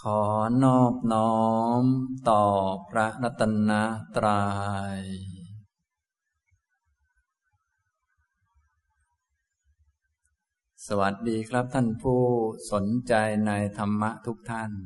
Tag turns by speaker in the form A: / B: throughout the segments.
A: ขอนอบน้อมต่อพระรัตนตรัยสวัสดีครับท่านผู้สนใจในธรรมะทุกท่าน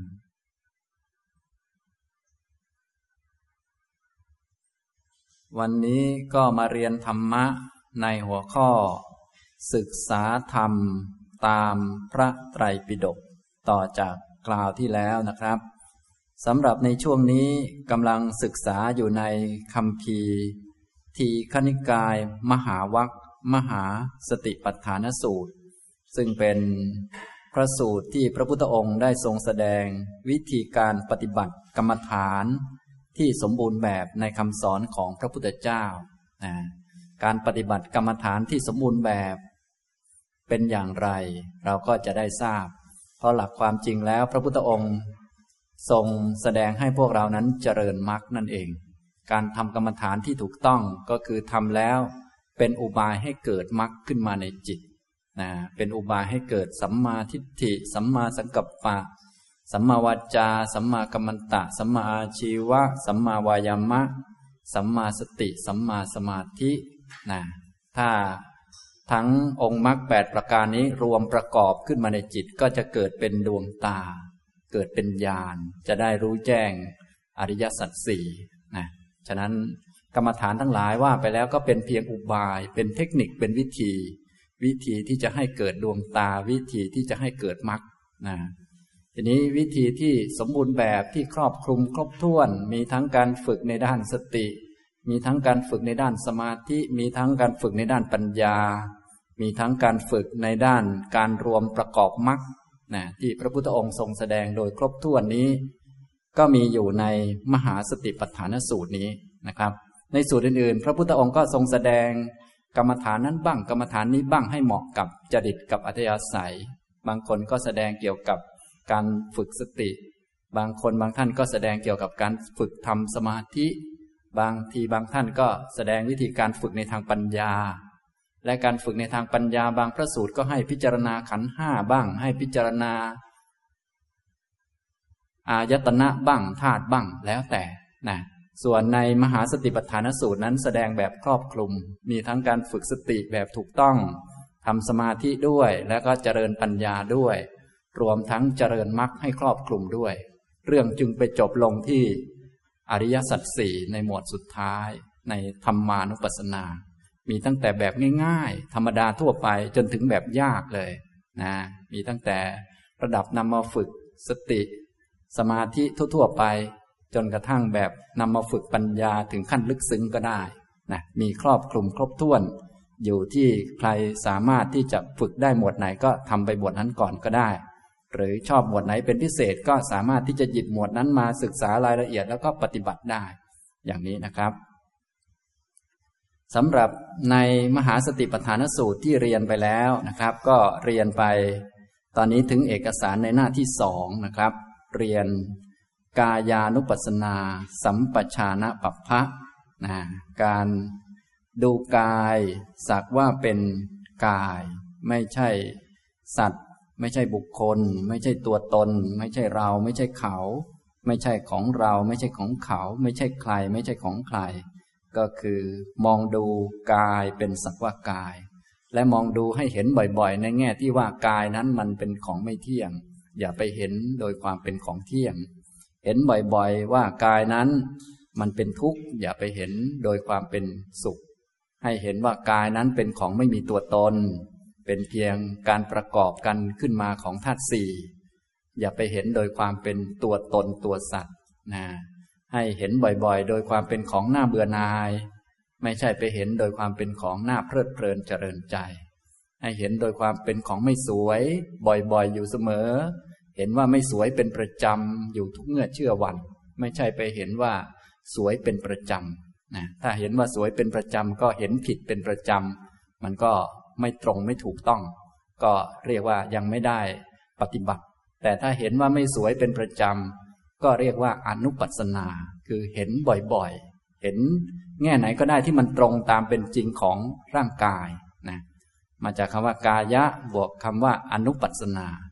A: วันนี้ก็มาเรียนธรรมะในหัวข้อศึกษาธรรมตามพระไตรปิฎกต่อจากคราวที่แล้วนะครับสำหรับในช่วงนี้กำลังศึกษาอยู่ในคัมภีร์ทีฆนิกายมหาวรรคมหาสติปัฏฐานสูตรซึ่งเป็นพระสูตรที่พระพุทธองค์ได้ทรงแสดงวิธีการปฏิบัติกรรมฐานที่สมบูรณ์แบบในคำสอนของพระพุทธเจ้าการปฏิบัติกรรมฐานที่สมบูรณ์แบบเป็นอย่างไรเราก็จะได้ทราบเพราะหลักความจริงแล้วพระพุทธองค์ทรงแสดงให้พวกเรานั้นเจริญมรรคนั่นเองการทำกรรมฐานที่ถูกต้องก็คือทำแล้วเป็นอุบายให้เกิดมรรคขึ้นมาในจิตเป็นอุบายให้เกิดสัมมาทิฏฐิสัมมาสังกัปปะสัมมาวาจาสัมมากัมมันตะสัมมาอาชีวะสัมมาวายามะสัมมาสติสัมมาสมาธิถ้าทั้งองค์มรรค8ประการนี้รวมประกอบขึ้นมาในจิตก็จะเกิดเป็นดวงตาเกิดเป็นญาณจะได้รู้แจ้งอริยสัจสี่ฉะนั้นกรรมฐานทั้งหลายว่าไปแล้วก็เป็นเพียงอุบายเป็นเทคนิคเป็นวิธีที่จะให้เกิดดวงตาวิธีที่จะให้เกิดมรรคทีนี้วิธีที่สมบูรณ์แบบที่ครอบคลุมครบถ้วนมีทั้งการฝึกในด้านสติมีทั้งการฝึกในด้านสมาธิมีทั้งการฝึกในด้านปัญญามีทั้งการฝึกในด้านการรวมประกอบมรรคที่พระพุทธองค์ทรงแสดงโดยครบถ้วนนี้ก็มีอยู่ในมหาสติปัฏฐานสูตรนี้นะครับในสูตรอื่นๆพระพุทธองค์ก็ทรงแสดงกรรมฐานนั้นบ้างกรรมฐานนี้บ้างให้เหมาะกับจริตกับอัธยาศัยบางคนก็แสดงเกี่ยวกับการฝึกสติบางคนบางท่านก็แสดงเกี่ยวกับการฝึกทำสมาธิบางทีบางท่านก็แสดงวิธีการฝึกในทางปัญญาและการฝึกในทางปัญญาบางพระสูตรก็ให้พิจารณาขันธ์ห้าบ้างให้พิจารณาอายตนะบ้างธาตุบ้างแล้วแต่ส่วนในมหาสติปัฏฐานสูตรนั้นแสดงแบบครอบคลุมมีทั้งการฝึกสติแบบถูกต้องทำสมาธิด้วยแล้วก็เจริญปัญญาด้วยรวมทั้งเจริญมรรคให้ครอบคลุมด้วยเรื่องจึงไปจบลงที่อริยสัจสี่ในหมวดสุดท้ายในธรรมานุปัสสนามีตั้งแต่แบบง่ายๆธรรมดาทั่วไปจนถึงแบบยากเลยมีตั้งแต่ระดับนำมาฝึกสติสมาธิทั่วๆไปจนกระทั่งแบบนำมาฝึกปัญญาถึงขั้นลึกซึ้งก็ได้มีครอบคลุมครบถ้วนอยู่ที่ใครสามารถที่จะฝึกได้หมวดไหนก็ทำไปหมวดนั้นก่อนก็ได้หรือชอบหมวดไหนเป็นพิเศษก็สามารถที่จะหยิบหมวดนั้นมาศึกษารายละเอียดแล้วก็ปฏิบัติได้อย่างนี้นะครับสำหรับในมหาสติปัฏฐานสูตรที่เรียนไปแล้วนะครับก็เรียนไปตอนนี้ถึงเอกสารในหน้าที่2นะครับเรียนกายานุปัสสนาสัมปชานะปัปพะการดูกายสักว่าเป็นกายไม่ใช่สัตว์ไม่ใช่บุคคลไม่ใช่ตัวตนไม่ใช่เราไม่ใช่เขาไม่ใช่ของเราไม่ใช่ของเขาไม่ใช่ใครไม่ใช่ของใครก็คือมองดูกายเป็นสักว่ากายและมองดูให้เห็นบ่อยๆในแง่ที่ว่ากายนั้นมันเป็นของไม่เที่ยงอย่าไปเห็นโดยความเป็นของเที่ยงเห็นบ่อยๆว่ากายนั้นมันเป็นทุกข์อย่าไปเห็นโดยความเป็นสุขให้เห็นว่ากายนั้นเป็นของไม่มีตัวตนเป็นเพียงการประกอบกันขึ้นมาของธาตุสี่อย่าไปเห็นโดยความเป็นตัวตนตัวสัตว์ให้เห็นบ่อยๆโดยความเป็นของน่าเบื่อหน่ายไม่ใช่ไปเห็นโดยความเป็นของน่าเพลิดเพลินเจริญใจให้เห็นโดยความเป็นของไม่สวยบ่อยๆอยู่เสมอเห็นว่าไม่สวยเป็นประจำอยู่ทุกเมื่อเชื่อวันไม่ใช่ไปเห็นว่าสวยเป็นประจำถ้าเห็นว่าสวยเป็นประจำก็เห็นผิดเป็นประจำมันก็ไม่ตรงไม่ถูกต้องก็เรียกว่ายังไม่ได้ปฏิบัติแต่ถ้าเห็นว่าไม่สวยเป็นประจำก็เรียกว่าอนุปัสสนาคือเห็นบ่อยๆเห็นแง่ไหนก็ได้ที่มันตรงตามเป็นจริงของร่างกายมาจากคำว่ากายะบวกคำว่าอนุปัสสนา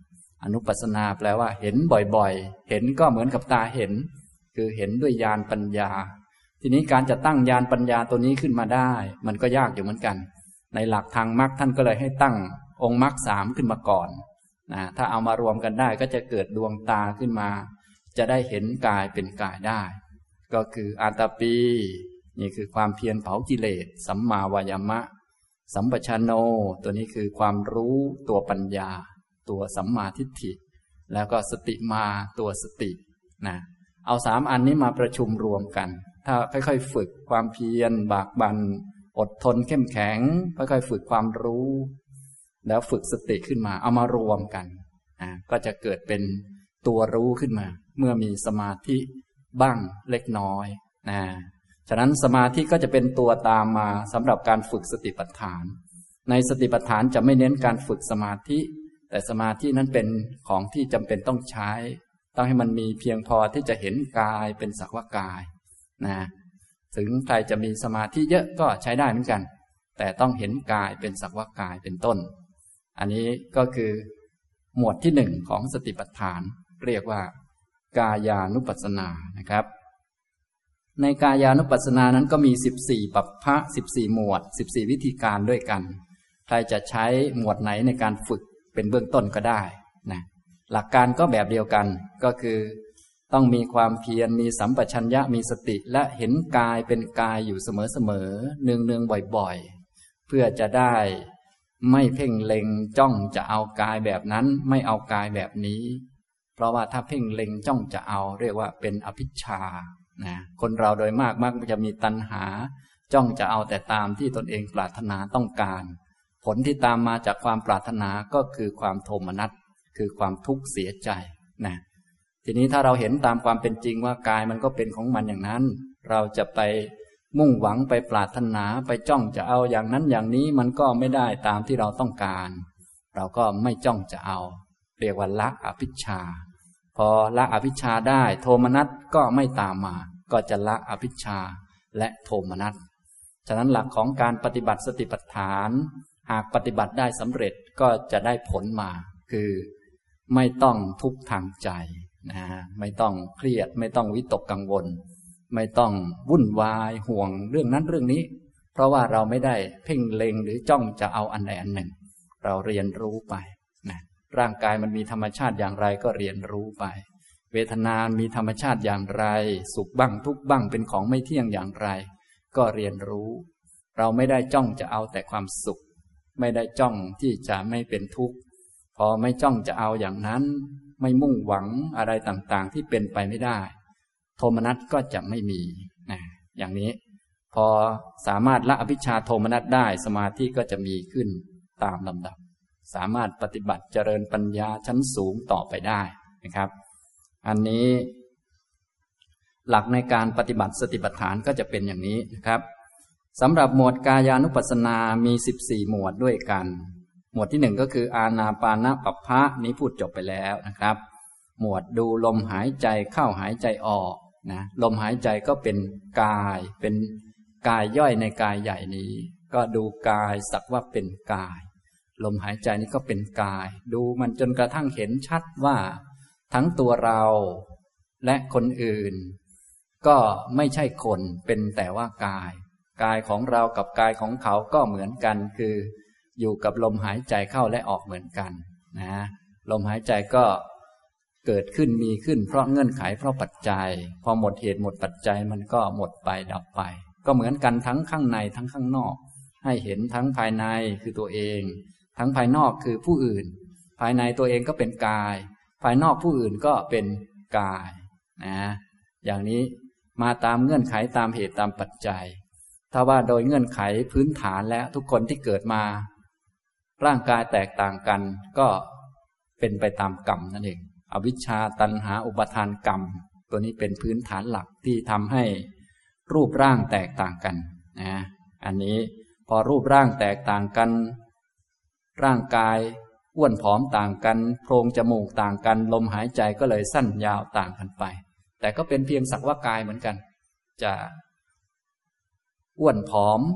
A: อนุปัสสนาแปลว่าเห็นบ่อยๆเห็นก็เหมือนกับตาเห็นคือเห็นด้วยญาณปัญญาทีนี้การจะตั้งญาณปัญญาตัวนี้ขึ้นมาได้มันก็ยากอยู่เหมือนกันในหลักทางมรรคท่านก็เลยให้ตั้งองค์มรรคสามขึ้นมาก่อนนะถ้าเอามารวมกันได้ก็จะเกิดดวงตาขึ้นมาจะได้เห็นกายเป็นกายได้ก็คืออาตาปีนี่คือความเพียรเผากิเลสสัมมาวายามะสัมปชัญโนตัวนี้คือความรู้ตัวปัญญาตัวสัมมาทิฏฐิแล้วก็สติมาตัวสตินะเอาสามอันนี้มาประชุมรวมกันถ้าค่อยๆฝึกความเพียรบากบั่นอดทนเข้มแข็งค่อยๆฝึกความรู้แล้วฝึกสติขึ้นมาเอามารวมกันก็จะเกิดเป็นตัวรู้ขึ้นมาเมื่อมีสมาธิบ้างเล็กน้อยนะฉะนั้นสมาธิก็จะเป็นตัวตามมาสำหรับการฝึกสติปัฏฐานในสติปัฏฐานจะไม่เน้นการฝึกสมาธิแต่สมาธินั้นเป็นของที่จำเป็นต้องใช้ต้องให้มันมีเพียงพอที่จะเห็นกายเป็นสักว่ากายนะถึงใครจะมีสมาธิเยอะก็ใช้ได้เหมือนกันแต่ต้องเห็นกายเป็นสักว่ากายเป็นต้นอันนี้ก็คือหมวดที่หนึ่งของสติปัฏฐานเรียกว่ากายานุปัสสนานะครับในกายานุปัสสนานั้นก็มี14ปัปพะ14หมวด14วิธีการด้วยกันใครจะใช้หมวดไหนในการฝึกเป็นเบื้องต้นก็ได้นะหลักการก็แบบเดียวกันก็คือต้องมีความเพียรมีสัมปชัญญะมีสติและเห็นกายเป็นกายอยู่เสมอๆเนืองๆบ่อยๆเพื่อจะได้ไม่เพ่งเล็งจ้องจะเอากายแบบนั้นไม่เอากายแบบนี้เพราะว่าถ้าเพ่งเล็งจ้องจะเอาเรียกว่าเป็นอภิชฌานะคนเราโดยมากมักจะมีตัณหาจ้องจะเอาแต่ตามที่ตนเองปรารถนาต้องการผลที่ตามมาจากความปรารถนาก็คือความโทมนัสคือความทุกข์เสียใจนะทีนี้ถ้าเราเห็นตามความเป็นจริงว่ากายมันก็เป็นของมันอย่างนั้นเราจะไปมุ่งหวังไปปรารถนาไปจ้องจะเอาอย่างนั้นอย่างนี้มันก็ไม่ได้ตามที่เราต้องการเราก็ไม่จ้องจะเอาเรียกว่าละอภิชฌาพอละอภิชฌาได้โทมนัสก็ไม่ตามมาก็จะละอภิชฌาและโทมนัสฉะนั้นหลักของการปฏิบัติสติปัฏฐานหากปฏิบัติได้สำเร็จก็จะได้ผลมาคือไม่ต้องทุกข์ทางใจนะไม่ต้องเครียดไม่ต้องวิตกกังวลไม่ต้องวุ่นวายห่วงเรื่องนั้นเรื่องนี้เพราะว่าเราไม่ได้เพ่งเล็งหรือจ้องจะเอาอันใดอันหนึ่งเราเรียนรู้ไปนะร่างกายมันมีธรรมชาติอย่างไรก็เรียนรู้ไปเวทนามีธรรมชาติอย่างไรสุขบ้างทุกข์บ้างเป็นของไม่เที่ยงอย่างไรก็เรียนรู้เราไม่ได้จ้องจะเอาแต่ความสุขไม่ได้จ้องที่จะไม่เป็นทุกข์พอไม่จ้องจะเอาอย่างนั้นไม่มุ่งหวังอะไรต่างๆที่เป็นไปไม่ได้โทมนัสก็จะไม่มีนะอย่างนี้พอสามารถละอภิชฌาโทมนัสได้สมาธิก็จะมีขึ้นตามลำดับสามารถปฏิบัติเจริญปัญญาชั้นสูงต่อไปได้นะครับอันนี้หลักในการปฏิบัติสติปัฏฐานก็จะเป็นอย่างนี้นะครับสำหรับหมวดกายานุปัสสนามี14หมวดด้วยกันหมวดที่หนึ่งก็คืออานาปานปัปพะนี้พูดจบไปแล้วนะครับหมวดดูลมหายใจเข้าหายใจออกนะลมหายใจก็เป็นกายเป็นกายย่อยในกายใหญ่นี้ก็ดูกายสักว่าเป็นกายลมหายใจนี้ก็เป็นกายดูมันจนกระทั่งเห็นชัดว่าทั้งตัวเราและคนอื่นก็ไม่ใช่คนเป็นแต่ว่ากายกายของเรากับกายของเขาก็เหมือนกันคืออยู่กับลมหายใจเข้าและออกเหมือนกันนะลมหายใจก็เกิดขึ้นมีขึ้นเพราะเงื่อนไขเพราะปัจจัยพอหมดเหตุหมดปัจจัยมันก็หมดไปดับไปก็เหมือนกันทั้งข้างในทั้งข้างนอกให้เห็นทั้งภายในคือตัวเองทั้งภายนอกคือผู้อื่นภายในตัวเองก็เป็นกายภายนอกผู้อื่นก็เป็นกายนะอย่างนี้มาตามเงื่อนไขตามเหตุตามปัจจัยถ้าว่าโดยเงื่อนไขพื้นฐานแล้วทุกคนที่เกิดมาร่างกายแตกต่างกันก็เป็นไปตามกรรมนั่นเองอวิชชาตัณหาอุปาทานกรรมตัวนี้เป็นพื้นฐานหลักที่ทำให้รูปร่างแตกต่างกันนะอันนี้พอรูปร่างแตกต่างกันร่างกายอ้วนผอมต่างกันโพรงจมูกต่างกันลมหายใจก็เลยสั้นยาวต่างกันไปแต่ก็เป็นเพียงสักว่ากายเหมือนกันจะอ้วนผอม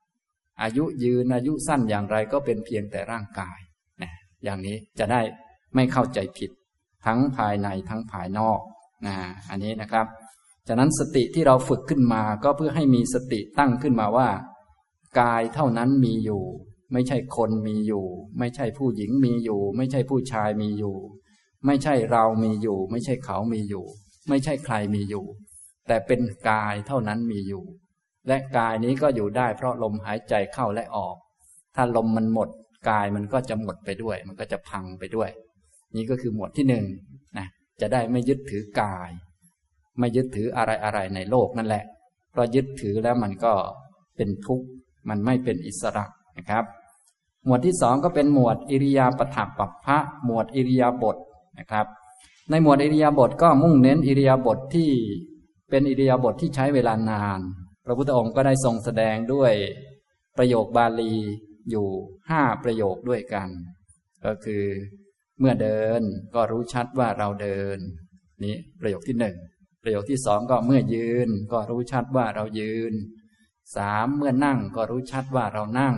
A: อายุยืนอายุสั้นอย่างไรก็เป็นเพียงแต่ร่างกายนะอย่างนี้จะได้ไม่เข้าใจผิดทั้งภายในทั้งภายนอกอันนี้นะครับฉะนั้นสติที่เราฝึกขึ้นมาก็เพื่อให้มีสติตั้งขึ้นมาว่ากายเท่านั้นมีอยู่ไม่ใช่คนมีอยู่ไม่ใช่ผู้หญิงมีอยู่ไม่ใช่ผู้ชายมีอยู่ไม่ใช่เรามีอยู่ไม่ใช่เขามีอยู่ไม่ใช่ใครมีอยู่แต่เป็นกายเท่านั้นมีอยู่และกายนี้ก็อยู่ได้เพราะลมหายใจเข้าและออกถ้าลมมันหมดกายมันก็จะหมดไปด้วยมันก็จะพังไปด้วยนี่ก็คือหมวดที่หนึ่งนะจะได้ไม่ยึดถือกายไม่ยึดถืออะไรในโลกนั่นแหละเพราะยึดถือแล้วมันก็เป็นทุกข์มันไม่เป็นอิสระนะครับหมวดที่สองก็เป็นหมวดอิริยาปถปัปพะหมวดอิริยาบถนะครับในหมวดอิริยาบถก็มุ่งเน้นอิริยาบถที่เป็นอิริยาบถที่ใช้เวลานานพระพุทธองค์ก็ได้ทรงแสดงด้วยประโยคบาลีอยู่5ประโยคด้วยกันก็คือเมื่อเดินก็รู้ชัดว่าเราเดินนี้ประโยคที่1ประโยคที่2ก็เมื่อยืนก็รู้ชัดว่าเรายืน3เมื่อนั่งก็รู้ชัดว่าเรานั่ง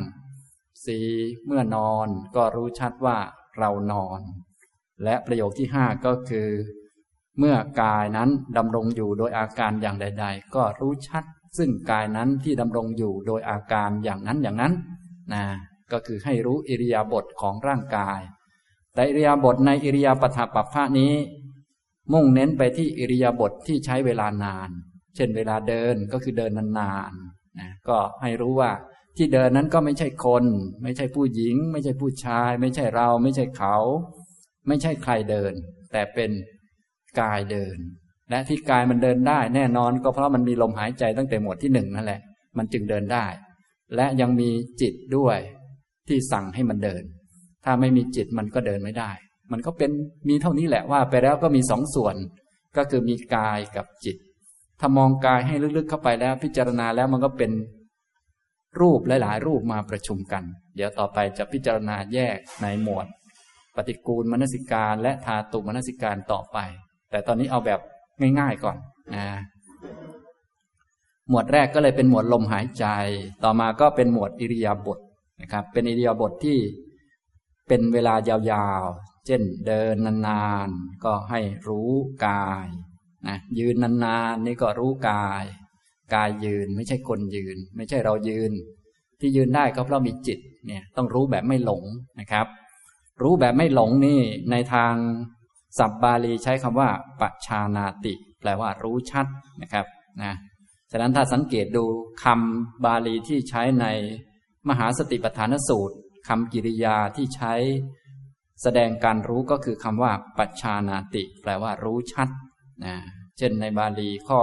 A: 4เมื่อนอนก็รู้ชัดว่าเรานอนและประโยคที่5ก็คือเมื่อกายนั้นดำรงอยู่โดยอาการอย่างใดๆก็รู้ชัดซึ่งกายนั้นที่ดำรงอยู่โดยอาการอย่างนั้นนะก็คือให้รู้อิริยาบถของร่างกายแต่อิริยาบถในอิริยาปถปัปพะนี้มุ่งเน้นไปที่อิริยาบถที่ใช้เวลานานเช่นเวลาเดินก็คือเดินนานๆนะก็ให้รู้ว่าที่เดินนั้นก็ไม่ใช่คนไม่ใช่ผู้หญิงไม่ใช่ผู้ชายไม่ใช่เราไม่ใช่เขาไม่ใช่ใครเดินแต่เป็นกายเดินและที่กายมันเดินได้แน่นอนก็เพราะมันมีลมหายใจตั้งแต่หมวดที่1นั่นแหละมันจึงเดินได้และยังมีจิตด้วยที่สั่งให้มันเดินถ้าไม่มีจิตมันก็เดินไม่ได้มันก็เป็นมีเท่านี้แหละว่าไปแล้วก็มี2ส่วนก็คือมีกายกับจิตถ้ามองกายให้ลึกๆเข้าไปแล้วพิจารณาแล้วมันก็เป็นรูปหลายๆรูปมาประชุมกันเดี๋ยวต่อไปจะพิจารณาแยกในหมวดปฏิกูลมนสิการและธาตุมนสิการต่อไปแต่ตอนนี้เอาแบบง่ายๆก่อนนะหมวดแรกก็เลยเป็นหมวดลมหายใจต่อมาก็เป็นหมวดอิริยาบถนะครับเป็นอิริยาบถที่เป็นเวลายาวๆเช่นเดินนานๆก็ให้รู้กายนะยืนนานๆนี่ก็รู้กายกายยืนไม่ใช่คนยืนไม่ใช่เรายืนที่ยืนได้ก็เพราะมีจิตเนี่ยต้องรู้แบบไม่หลงนะครับรู้แบบไม่หลงนี่ในทางศัพท์บาลีใช้คำว่าปัจฉานาติแปลว่ารู้ชัดนะครับนะฉะนั้นถ้าสังเกตดูคำบาลีที่ใช้ในมหาสติปัฏฐานสูตรคำกริยาที่ใช้แสดงการรู้ก็คือคำว่าปัจฉานาติแปลว่ารู้ชัดนะเช่นในบาลีข้อ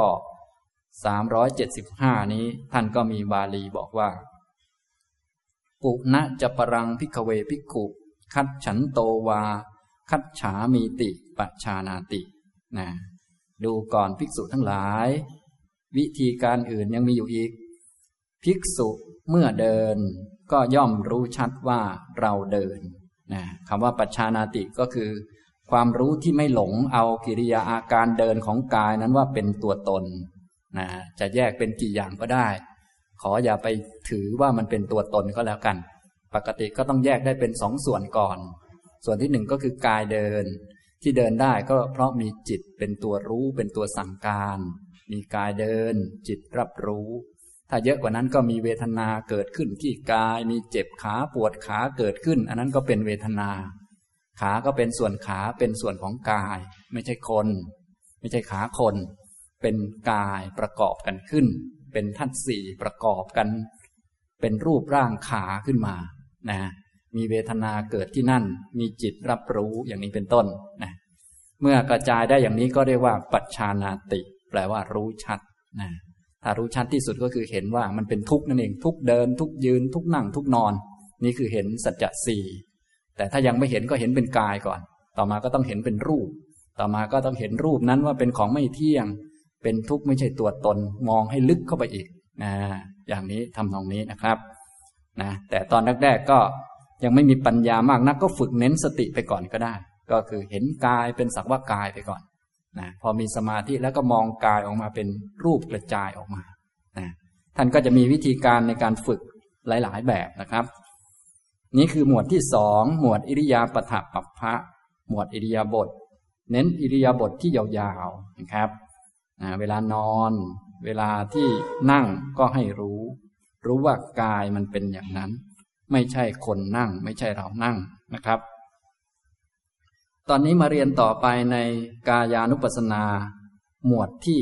A: 375นี้ท่านก็มีบาลีบอกว่าปุณะจะปรังภิกขเวภิกขุคัจฉันโตวาคัจฉามีติปัจฉานาตินะดูก่อนภิกษุทั้งหลายวิธีการอื่นยังมีอยู่อีกภิกษุเมื่อเดินก็ย่อมรู้ชัดว่าเราเดินนะคำว่าปัจฉานาติก็คือความรู้ที่ไม่หลงเอากิริยาอาการเดินของกายนั้นว่าเป็นตัวตนนะจะแยกเป็นกี่อย่างก็ได้ขออย่าไปถือว่ามันเป็นตัวตนก็แล้วกันปกติก็ต้องแยกได้เป็น2ส่วนก่อนส่วนที่1ก็คือกายเดินที่เดินได้ก็เพราะมีจิตเป็นตัวรู้เป็นตัวสั่งการมีกายเดินจิตรับรู้ถ้าเยอะกว่านั้นก็มีเวทนาเกิดขึ้นที่กายมีเจ็บขาปวดขาเกิดขึ้นอันนั้นก็เป็นเวทนาขาก็เป็นส่วนขาเป็นส่วนของกายไม่ใช่คนไม่ใช่ขาคนเป็นกายประกอบกันขึ้นเป็นธาตุสี่ประกอบกันเป็นรูปร่างขาขึ้นมานะมีเวทนาเกิดที่นั่นมีจิตรับรู้อย่างนี้เป็นต้นนะเมื่อกระจายได้อย่างนี้ก็เรียกว่าปัจฉานาติแปลว่ารู้ชัดนะถ้ารู้ชัดที่สุดก็คือเห็นว่ามันเป็นทุกข์นั่นเองทุกเดินทุกยืนทุกนั่งทุกนอนนี่คือเห็นสัจจะสี่แต่ถ้ายังไม่เห็นก็เห็นเป็นกายก่อนต่อมาก็ต้องเห็นเป็นรูปต่อมาก็ต้องเห็นรูปนั้นว่าเป็นของไม่เที่ยงเป็นทุกข์ไม่ใช่ตัวตนมองให้ลึกเข้าไปอีกนะอย่างนี้ทำตรงนี้นะครับนะแต่ตอนแรกๆก็ยังไม่มีปัญญามากนักก็ฝึกเน้นสติไปก่อนก็ได้ก็คือเห็นกายเป็นสักว่ากายไปก่อนนะพอมีสมาธิแล้วก็มองกายออกมาเป็นรูปกระจายออกมานะท่านก็จะมีวิธีการในการฝึกหลายๆแบบนะครับนี่คือหมวดที่2หมวดอิริยาปถปัปพะหมวดอิริยาบถเน้นอิริยาบถที่ยาวๆนะครับเวลานอนเวลาที่นั่งก็ให้รู้ว่ากายมันเป็นอย่างนั้นไม่ใช่คนนั่งไม่ใช่เรานั่งนะครับตอนนี้มาเรียนต่อไปในกายานุปัสสนาหมวดที่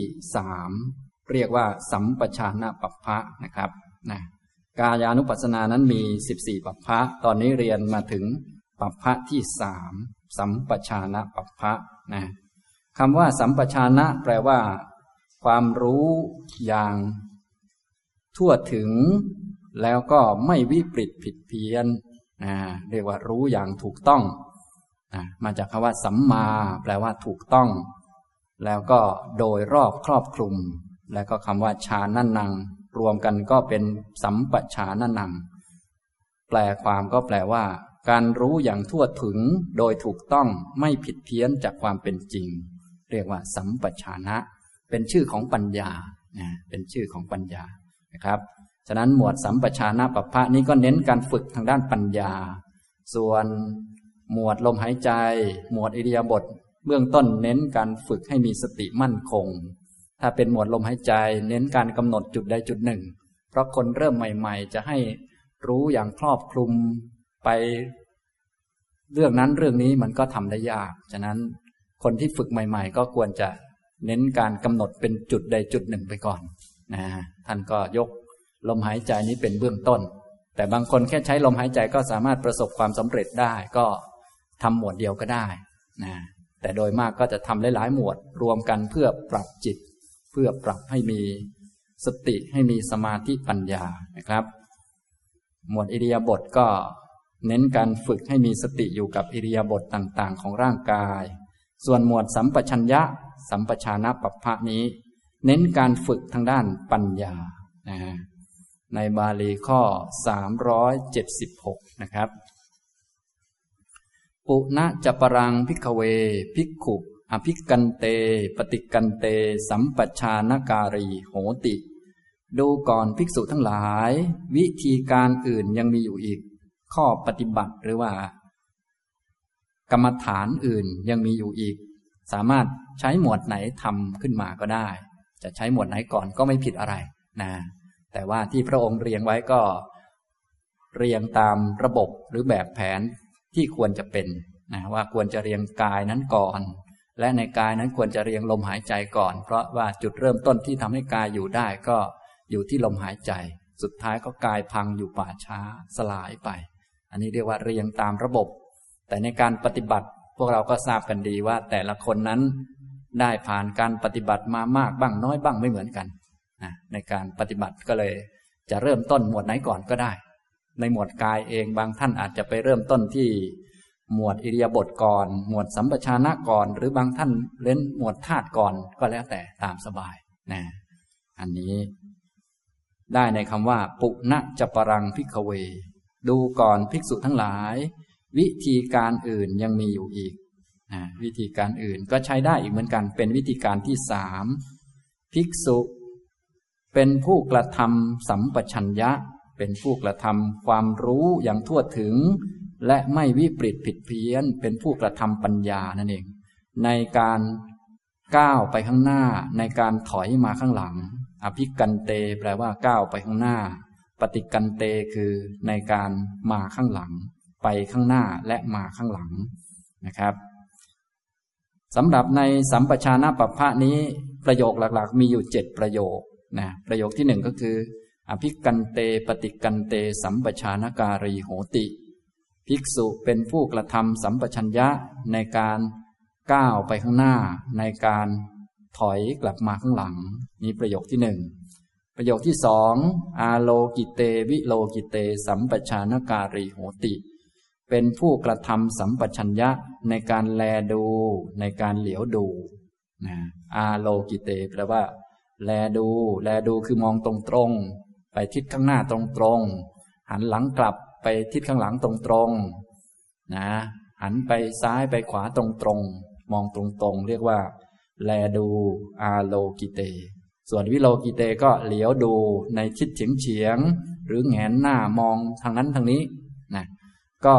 A: 3เรียกว่าสัมปชานะปัปพะนะครับกายานุปัสสนานั้นมี14ปัปพะตอนนี้เรียนมาถึงปัปพะที่3สัมปชานะปัปพะคำว่าสัมปชานะแปลว่าความรู้อย่างทั่วถึงแล้วก็ไม่วิปริตผิดเพี้ยนเรียกว่ารู้อย่างถูกต้องมาจากคำว่าสัมมาแปลว่าถูกต้องแล้วก็โดยรอบครอบคลุมแล้วก็คำว่าฌานะนังรวมกันก็เป็นสัมปชานะนังแปลความก็แปลว่าการรู้อย่างทั่วถึงโดยถูกต้องไม่ผิดเพี้ยนจากความเป็นจริงเรียกว่าสัมปชานะเป็นชื่อของปัญญาเป็นชื่อของปัญญานะครับฉะนั้นหมวดสัมปชานะปัปพะนี้ก็เน้นการฝึกทางด้านปัญญาส่วนหมวดลมหายใจหมวดอิริยาบถเบื้องต้นเน้นการฝึกให้มีสติมั่นคงถ้าเป็นหมวดลมหายใจเน้นการกำหนดจุดใดจุดหนึ่งเพราะคนเริ่มใหม่ๆจะให้รู้อย่างครอบคลุมไปเรื่องนั้นเรื่องนี้มันก็ทำได้ยากฉะนั้นคนที่ฝึกใหม่ๆก็ควรจะเน้นการกำหนดเป็นจุดใดจุดหนึ่งไปก่อนท่านก็ยกลมหายใจนี้เป็นเบื้องต้นแต่บางคนแค่ใช้ลมหายใจก็สามารถประสบความสำเร็จได้ก็ทำหมวดเดียวก็ได้แต่โดยมากก็จะทำหลายๆหมวดรวมกันเพื่อปรับจิตเพื่อปรับให้มีสติให้มีสมาธิปัญญานะครับหมวดอิริยาบถก็เน้นการฝึกให้มีสติอยู่กับอิริยาบถต่างๆของร่างกายส่วนหมวดสัมปชัญญะสัมปชานะปัปพะนี้เน้นการฝึกทางด้านปัญญาในบาลีข้อ376นะครับปุณจปรังภิกขเวภิกขุอภิกันเตปฏิกันเตสัมปชานการีโหติดูก่อนภิกษุทั้งหลายวิธีการอื่นยังมีอยู่อีกข้อปฏิบัติหรือว่ากรรมฐานอื่นยังมีอยู่อีกสามารถใช้หมวดไหนทำขึ้นมาก็ได้จะใช้หมวดไหนก่อนก็ไม่ผิดอะไรแต่ว่าที่พระองค์เรียงไว้ก็เรียงตามระบบหรือแบบแผนที่ควรจะเป็นว่าควรจะเรียงกายนั้นก่อนและในกายนั้นควรจะเรียงลมหายใจก่อนเพราะว่าจุดเริ่มต้นที่ทำให้กายอยู่ได้ก็อยู่ที่ลมหายใจสุดท้ายก็กายพังอยู่ป่าช้าสลายไปอันนี้เรียกว่าเรียงตามระบบแต่ในการปฏิบัติพวกเราก็ทราบกันดีว่าแต่ละคนนั้นได้ผ่านการปฏิบัติมามากบ้างน้อยบ้างไม่เหมือนกันในการปฏิบัติก็เลยจะเริ่มต้นหมวดไหนก่อนก็ได้ในหมวดกายเองบางท่านอาจจะไปเริ่มต้นที่หมวดอิริยาบถก่อนหมวดสัมปชานะก่อนหรือบางท่านเล่นหมวดธาตุก่อนก็แล้วแต่ตามสบายอันนี้ได้ในคำว่าปุณจปรังภิกขเวดูก่อนภิกษุทั้งหลายวิธีการอื่นยังมีอยู่อีกวิธีการอื่นก็ใช้ได้อีกเหมือนกันเป็นวิธีการที่3ภิกษุเป็นผู้กระทำสัมปชัญญะเป็นผู้กระทำความรู้อย่างทั่วถึงและไม่วิปริตผิดเพี้ยนเป็นผู้กระทำปัญญานั่นเองในการก้าวไปข้างหน้าในการถอยมาข้างหลังอภิกันเตแปลว่าก้าวไปข้างหน้าปฏิกันเตคือในการมาข้างหลังไปข้างหน้าและมาข้างหลังนะครับสำหรับในสัมปชานะปัปพะนี้ประโยคหลักๆมีอยู่7ประโยคประโยคที่1ก็คืออภิกันเตปฏิกันเตสัมปชานการีโหติภิกษุเป็นผู้กระทำสัมปชัญญะในการก้าวไปข้างหน้าในการถอยกลับมาข้างหลังนี่ประโยคที่1ประโยคที่2อาโลกิเตวิโลกิเตสัมปชานการีโหติเป็นผู้กระทำสัมปชัญญะในการแลดูในการเหลียวดูอาโลกิเตแปลว่าแลดูคือมองตรงๆไปทิศข้างหน้าตรงๆหันหลังกลับไปทิศข้างหลังตรงๆหันไปซ้ายไปขวาตรงๆมองตรงๆเรียกว่าแลดูอาโลกิเตส่วนวิโลกิเตก็เหลียวดูในทิศเฉียงๆหรือแหงนหน้ามองทางนั้นทางนี้ก็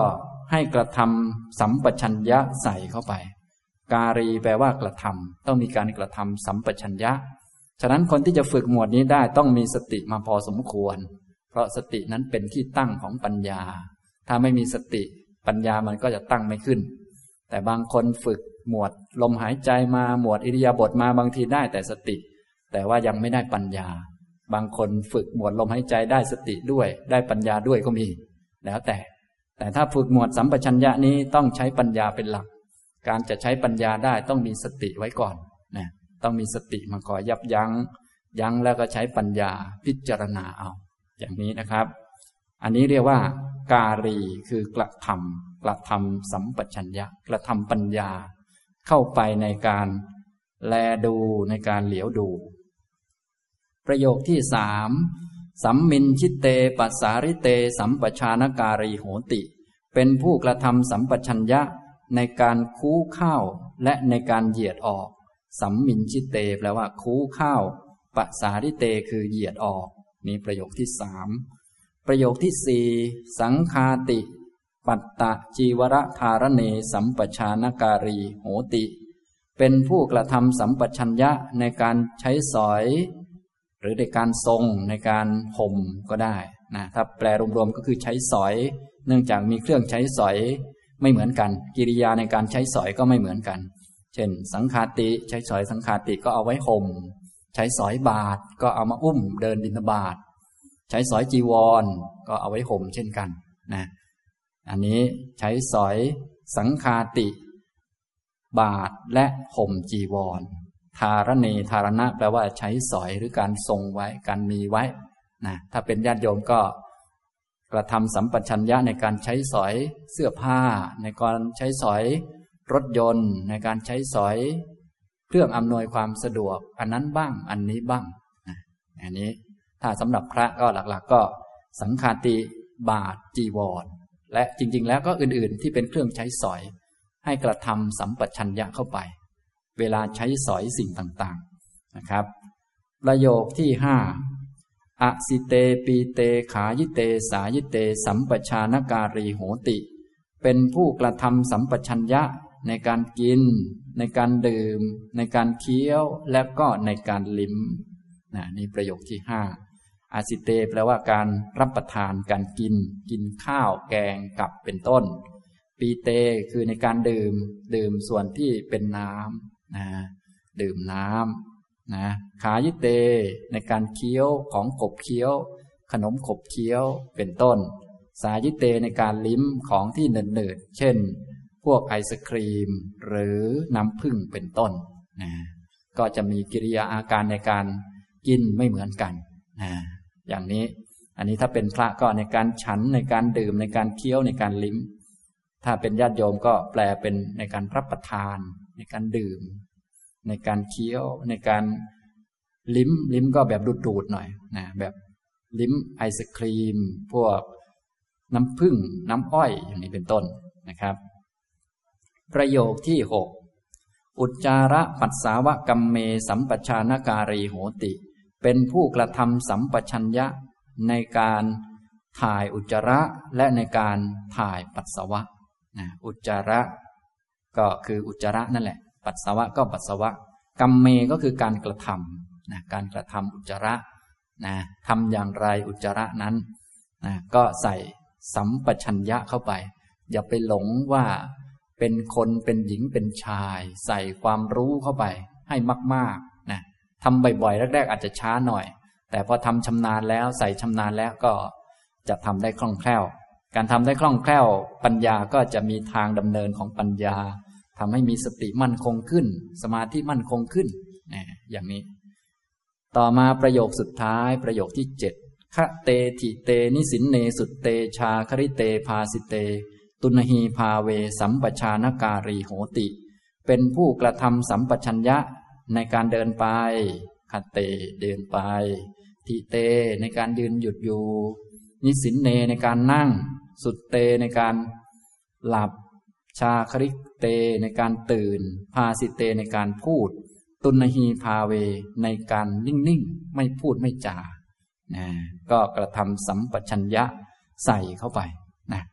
A: ให้กระทำสัมปชัญญะใส่เข้าไปการีแปลว่ากระทำต้องมีการกระทำสัมปชัญญะฉะนั้นคนที่จะฝึกหมวดนี้ได้ต้องมีสติมาพอสมควรเพราะสตินั้นเป็นที่ตั้งของปัญญาถ้าไม่มีสติปัญญามันก็จะตั้งไม่ขึ้นแต่บางคนฝึกหมวดลมหายใจมาหมวดอิริยาบถมาบางทีได้แต่สติแต่ว่ายังไม่ได้ปัญญาบางคนฝึกหมวดลมหายใจได้สติด้วยได้ปัญญาด้วยก็มีแล้วแต่ถ้าฝึกหมวดสัมปชัญญะนี้ต้องใช้ปัญญาเป็นหลักการจะใช้ปัญญาได้ต้องมีสติไว้ก่อนนะต้องมีสติมาคอยยับยั้งแล้วก็ใช้ปัญญาพิจารณาเอาอย่างนี้นะครับอันนี้เรียกว่าการีคือกระทำสัมปชัญญะกระทำปัญญาเข้าไปในการแลดูในการเหลียวดูประโยคที่สามสัมมินชิเตปัสสาริเตสัมปชานการีโหติเป็นผู้กระทำสัมปชัญญะในการคู้ข้าวและในการเหยียดออกสัมมินชิเตแปลว่าคู้ข้าวปัสสาริเตคือเหยียดออกนี่ประโยคที่สามประโยคที่สี่สังคาติปัตตะจีวรธารเนสัมปชานการีโหติเป็นผู้กระทำสัมปชัญญะในการใช้สอยหรือในการทรงในการห่มก็ได้นะถ้าแปลรวมๆก็คือใช้สอยเนื่องจากมีเครื่องใช้สอยไม่เหมือนกันกิริยาในการใช้สอยก็ไม่เหมือนกันเช่นสังคาติใช้สอยสังคาติก็เอาไว้ห่มใช้สอยบาตรก็เอามาอุ้มเดินบิณฑบาตใช้สอยจีวรก็เอาไว้ห่มเช่นกันนะอันนี้ใช้สอยสังคาติบาตรและห่มจีวรธารเนธารณะแปลว่าใช้สอยหรือการทรงไว้การมีไว้นะถ้าเป็นญาติโยมก็กระทำสัมปชัญญะในการใช้สอยเสื้อผ้าในการใช้สอยรถยนต์ในการใช้สอยเครื่องอำนวยความสะดวกอันนั้นบ้างอันนี้บ้างนะอันนี้ถ้าสำหรับพระก็หลักๆก็สังฆาติบาตรจีวรและจริงๆแล้วก็อื่นๆที่เป็นเครื่องใช้สอยให้กระทำสัมปชัญญะเข้าไปเวลาใช้สอยสิ่งต่างๆนะครับประโยคที่ห้าอสิเตปีเตขายิเตสายิเตสัมปชานการีโหติเป็นผู้กระทำสัมปชัญญะในการกินในการดื่มในการเคี้ยวและก็ในการลิ้มนี่ประโยคที่ห้าอสิเตแปลว่าการรับประทานการกินข้าวแกงกับเป็นต้นปีเตคือในการดื่มส่วนที่เป็นน้ำดื่มน้ำขายิเตในการเคี้ยวของขบเคี้ยวขนมขบเคี้ยวเป็นต้นสายิเตในการลิ้มของที่เนิดๆเช่นพวกไอศครีมหรือน้ำผึ้งเป็นต้นก็จะมีกิริยาอาการในการกินไม่เหมือนกันอย่างนี้อันนี้ถ้าเป็นพระก็ในการฉันในการดื่มในการเคี้ยวในการลิ้มถ้าเป็นญาติโยมก็แปลเป็นในการรับประทานในการดื่มในการเคี้ยวในการลิ้มก็แบบดูดๆหน่อยแบบลิ้มไอศครีมพวกน้ำผึ้งน้ำอ้อยอย่างนี้เป็นต้นนะครับประโยคที่หกอุจจาระปัสสาวะกัมเมสัมปชานการีโหติเป็นผู้กระทำสัมปชัญญะในการถ่ายอุจจาระและในการถ่ายปัสสาวะอุจจาระก็คืออุจจาระนั่นแหละปัสสาวะก็ปัสสาวะกัมเมก็คือการกระทำการกระทำอุจจาระทำอย่างไรอุจจาระนั้นก็ใส่สัมปชัญญะเข้าไปอย่าไปหลงว่าเป็นคนเป็นหญิงเป็นชายใส่ความรู้เข้าไปให้มากๆทำบ่อยๆแรกๆอาจจะช้าหน่อยแต่พอทำชำนาญแล้วใส่ชำนาญแล้วก็จะทำได้คล่องแคล่วการทำได้คล่องแคล่วปัญญาก็จะมีทางดำเนินของปัญญาทำให้มีสติมั่นคงขึ้นสมาธิมั่นคงขึ้นอย่างนี้ต่อมาประโยคสุดท้ายประโยคที่เจ็ดคะเตถิเตนิสินเนสุตเตชาคริเตภาสิเตตุนหีภาเวสัมปชานการีโหติเป็นผู้กระทำสัมปชัญญะในการเดินไปคะเตเดินไปทิเตในการยืนหยุดอยู่นิสินเนในการนั่งสุตเตในการหลับชาคริเตในการตื่นภาสิเตในการพูดตุนหีภาเวในการนิ่งๆไม่พูดไม่จาก็กระทำสัมปชัญญะใส่เข้าไป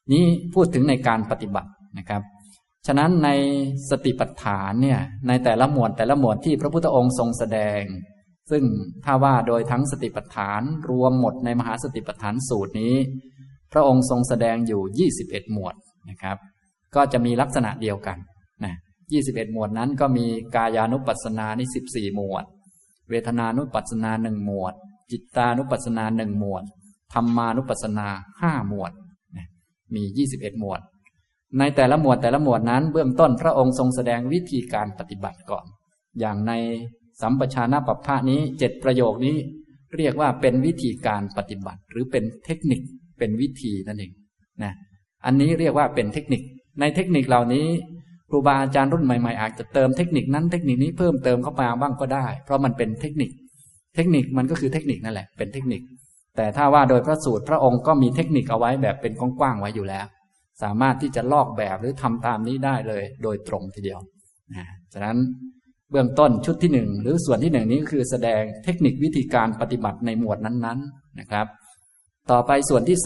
A: นี้พูดถึงในการปฏิบัตินะครับฉะนั้นในสติปัฏฐานเนี่ยในแต่ละหมวดที่พระพุทธองค์ทรงแสดงซึ่งถ้าว่าโดยทั้งสติปัฏฐานรวมหมดในมหาสติปัฏฐานสูตรนี้พระองค์ทรงแสดงอยู่21หมวดนะครับก็จะมีลักษณะเดียวกันนะ21หมวดนั้นก็มีกายานุปัสสนานี่14หมวดเวทนานุปัสสนา1หมวดจิตตานุปัสสนา1หมวดธรรมานุปัสสนา5หมวดนะมี21หมวดในแต่ละหมวดนั้นเบื้องต้นพระองค์ทรงแสดงวิธีการปฏิบัติก่อนอย่างในสัมปชานะปัปพะนี้7ประโยคนี้เรียกว่าเป็นวิธีการปฏิบัติหรือเป็นเทคนิคเป็นวิธีนั่นเองนะอันนี้เรียกว่าเป็นเทคนิคในเทคนิคเหล่านี้ครูบาอาจารย์รุ่นใหม่ๆอาจจะเติมเทคนิคนั้นเทคนิคนี้เพิ่มเติมเข้ามาบ้างก็ได้เพราะมันเป็นเทคนิคมันก็คือเทคนิคนั่นแหละเป็นเทคนิคแต่ถ้าว่าโดยพระสูตรพระองค์ก็มีเทคนิคเอาไว้แบบเป็นกว้างๆไว้อยู่แล้วสามารถที่จะลอกแบบหรือทำตามนี้ได้เลยโดยตรงทีเดียวฉะนั้นเบื้องต้นชุดที่1หรือส่วนที่1นี้คือแสดงเทคนิควิธีการปฏิบัติในหมวดนั้นๆนะครับต่อไปส่วนที่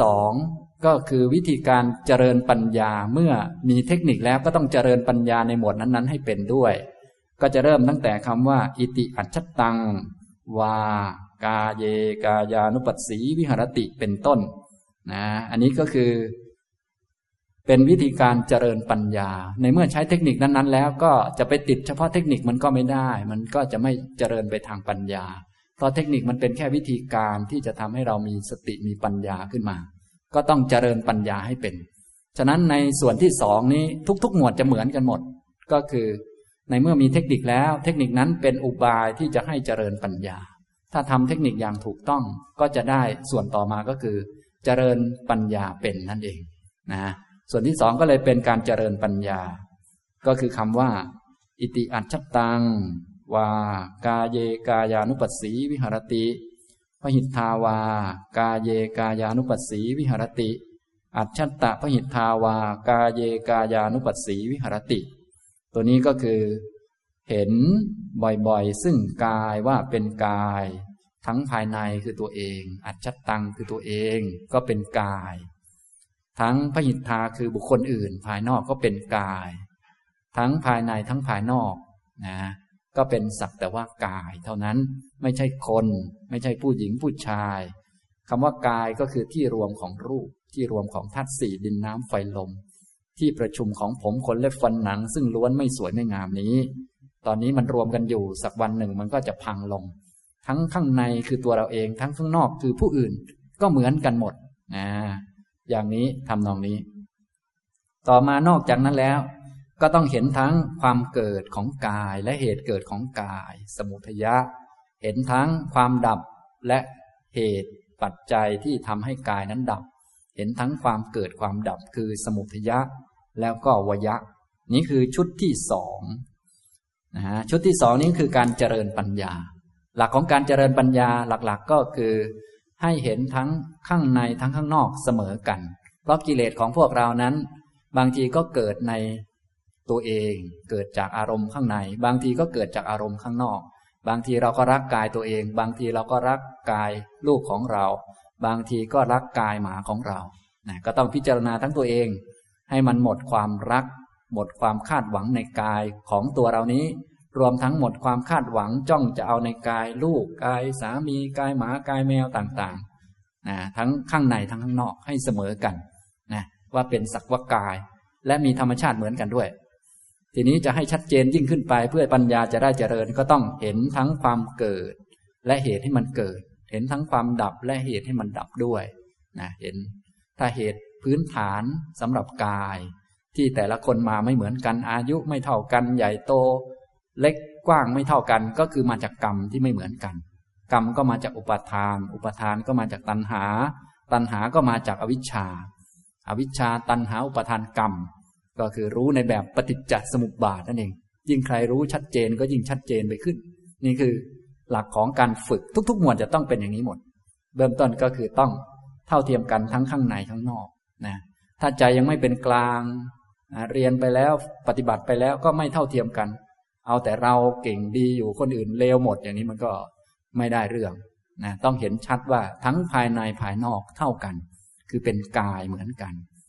A: 2ก็คือวิธีการเจริญปัญญาเมื่อมีเทคนิคแล้วก็ต้องเจริญปัญญาในหมวดนั้นๆให้เป็นด้วยก็จะเริ่มตั้งแต่คำว่าอิติอัจฉตังวากาเยกายานุปัสสีวิหรติเป็นต้นนะอันนี้ก็คือเป็นวิธีการเจริญปัญญาในเมื่อใช้เทคนิคนั้นๆแล้วก็จะไปติดเฉพาะเทคนิคมันก็ไม่ได้มันก็จะไม่เจริญไปทางปัญญาเพราะเทคนิคมันเป็นแค่วิธีการที่จะทำให้เรามีสติมีปัญญาขึ้นมาก็ต้องเจริญปัญญาให้เป็นฉะนั้นในส่วนที่2นี้ทุกๆหมวดจะเหมือนกันหมดก็คือในเมื่อมีเทคนิคแล้วเทคนิคนั้นเป็นอุบายที่จะให้เจริญปัญญาถ้าทำเทคนิคอย่างถูกต้องก็จะได้ส่วนต่อมาก็คือเจริญปัญญาเป็นนั่นเองนะส่วนที่2ก็เลยเป็นการเจริญปัญญาก็คือคำว่าอิติอัจฉตังวากาเยกายานุปัสสีวิหรติพหิทธาวากาเยกายานุปัสสีวิหรติอัจฉตะพหิทธาวากาเยกายานุปัสสีวิหรติตัวนี้ก็คือเห็นบ่อยๆซึ่งกายว่าเป็นกายทั้งภายในคือตัวเองอัจฉตังคือตัวเองก็เป็นกายทั้งพหิทธาคือบุคคลอื่นภายนอกก็เป็นกายทั้งภายในทั้งภายนอกนะก็เป็นสักแต่ว่ากายเท่านั้นไม่ใช่คนไม่ใช่ผู้หญิงผู้ชายคำว่ากายก็คือที่รวมของรูปที่รวมของธาตุ4ดินน้ำไฟลมที่ประชุมของผมขนเล็บฟันหนังซึ่งล้วนไม่สวยไม่งามนี้ตอนนี้มันรวมกันอยู่สักวันหนึ่งมันก็จะพังลงทั้งข้างในคือตัวเราเองทั้งข้างนอกคือผู้อื่นก็เหมือนกันหมดอย่างนี้ทำนองนี้ต่อมานอกจากนั้นแล้วก็ต้องเห็นทั้งความเกิดของกายและเหตุเกิดของกายสมุทัยะเห็นทั้งความดับและเหตุปัจจัยที่ทำให้กายนั้นดับเห็นทั้งความเกิดความดับคือสมุทัยะแล้วก็วยะนี่คือชุดที่2ชุดที่2นี้คือการเจริญปัญญาหลักของการเจริญปัญญาหลักๆก็คือให้เห็นทั้งข้างในทั้งข้างนอกเสมอกันเพราะกิเลสของพวกเรานั้นบางทีก็เกิดในตัวเองเกิดจากอารมณ์ข้างในบางทีก็เกิดจากอารมณ์ข้างนอกบางทีเราก็รักกายตัวเองบางทีเราก็รักกายลูกของเราบางทีก็รักกายหมาของเราก็ต้องพิจารณาทั้งตัวเองให้มันหมดความรักหมดความคาดหวังในกายของตัวเรานี้รวมทั้งหมดความคาดหวังจ้องจะเอาในกายลูกกายสามีกายหมากายแมวต่างๆทั้งข้างในทั้งข้างนอกให้เสมอกันว่าเป็นสักว่ากายและมีธรรมชาติเหมือนกันด้วยทีนี้จะให้ชัดเจนยิ่งขึ้นไปเพื่อปัญญาจะได้เจริญก็ต้องเห็นทั้งความเกิดและเหตุให้มันเกิดเห็นทั้งความดับและเหตุให้มันดับด้วยเห็นถ้าเหตุพื้นฐานสำหรับกายที่แต่ละคนมาไม่เหมือนกันอายุไม่เท่ากันใหญ่โตเล็กกว้างไม่เท่ากันก็คือมาจากกรรมที่ไม่เหมือนกันกรรมก็มาจากอุปาทานอุปาทานก็มาจากตัณหาตัณหาก็มาจากอวิชชาอวิชชาตัณหาอุปาทานกรรมก็คือรู้ในแบบปฏิจจสมุปบาทนั่นเองยิ่งใครรู้ชัดเจนก็ยิ่งชัดเจนไปขึ้นนี่คือหลักของการฝึกทุกๆหมวดจะต้องเป็นอย่างนี้หมดเริ่มต้นก็คือต้องเท่าเทียมกันทั้งข้างในข้างนอกถ้าใจยังไม่เป็นกลางเรียนไปแล้วปฏิบัติไปแล้วก็ไม่เท่าเทียมกันเอาแต่เราเก่งดีอยู่คนอื่นเลวหมดอย่างนี้มันก็ไม่ได้เรื่องต้องเห็นชัดว่าทั้งภายในภายนอกเท่ากันคือเป็นกายเหมือนกัน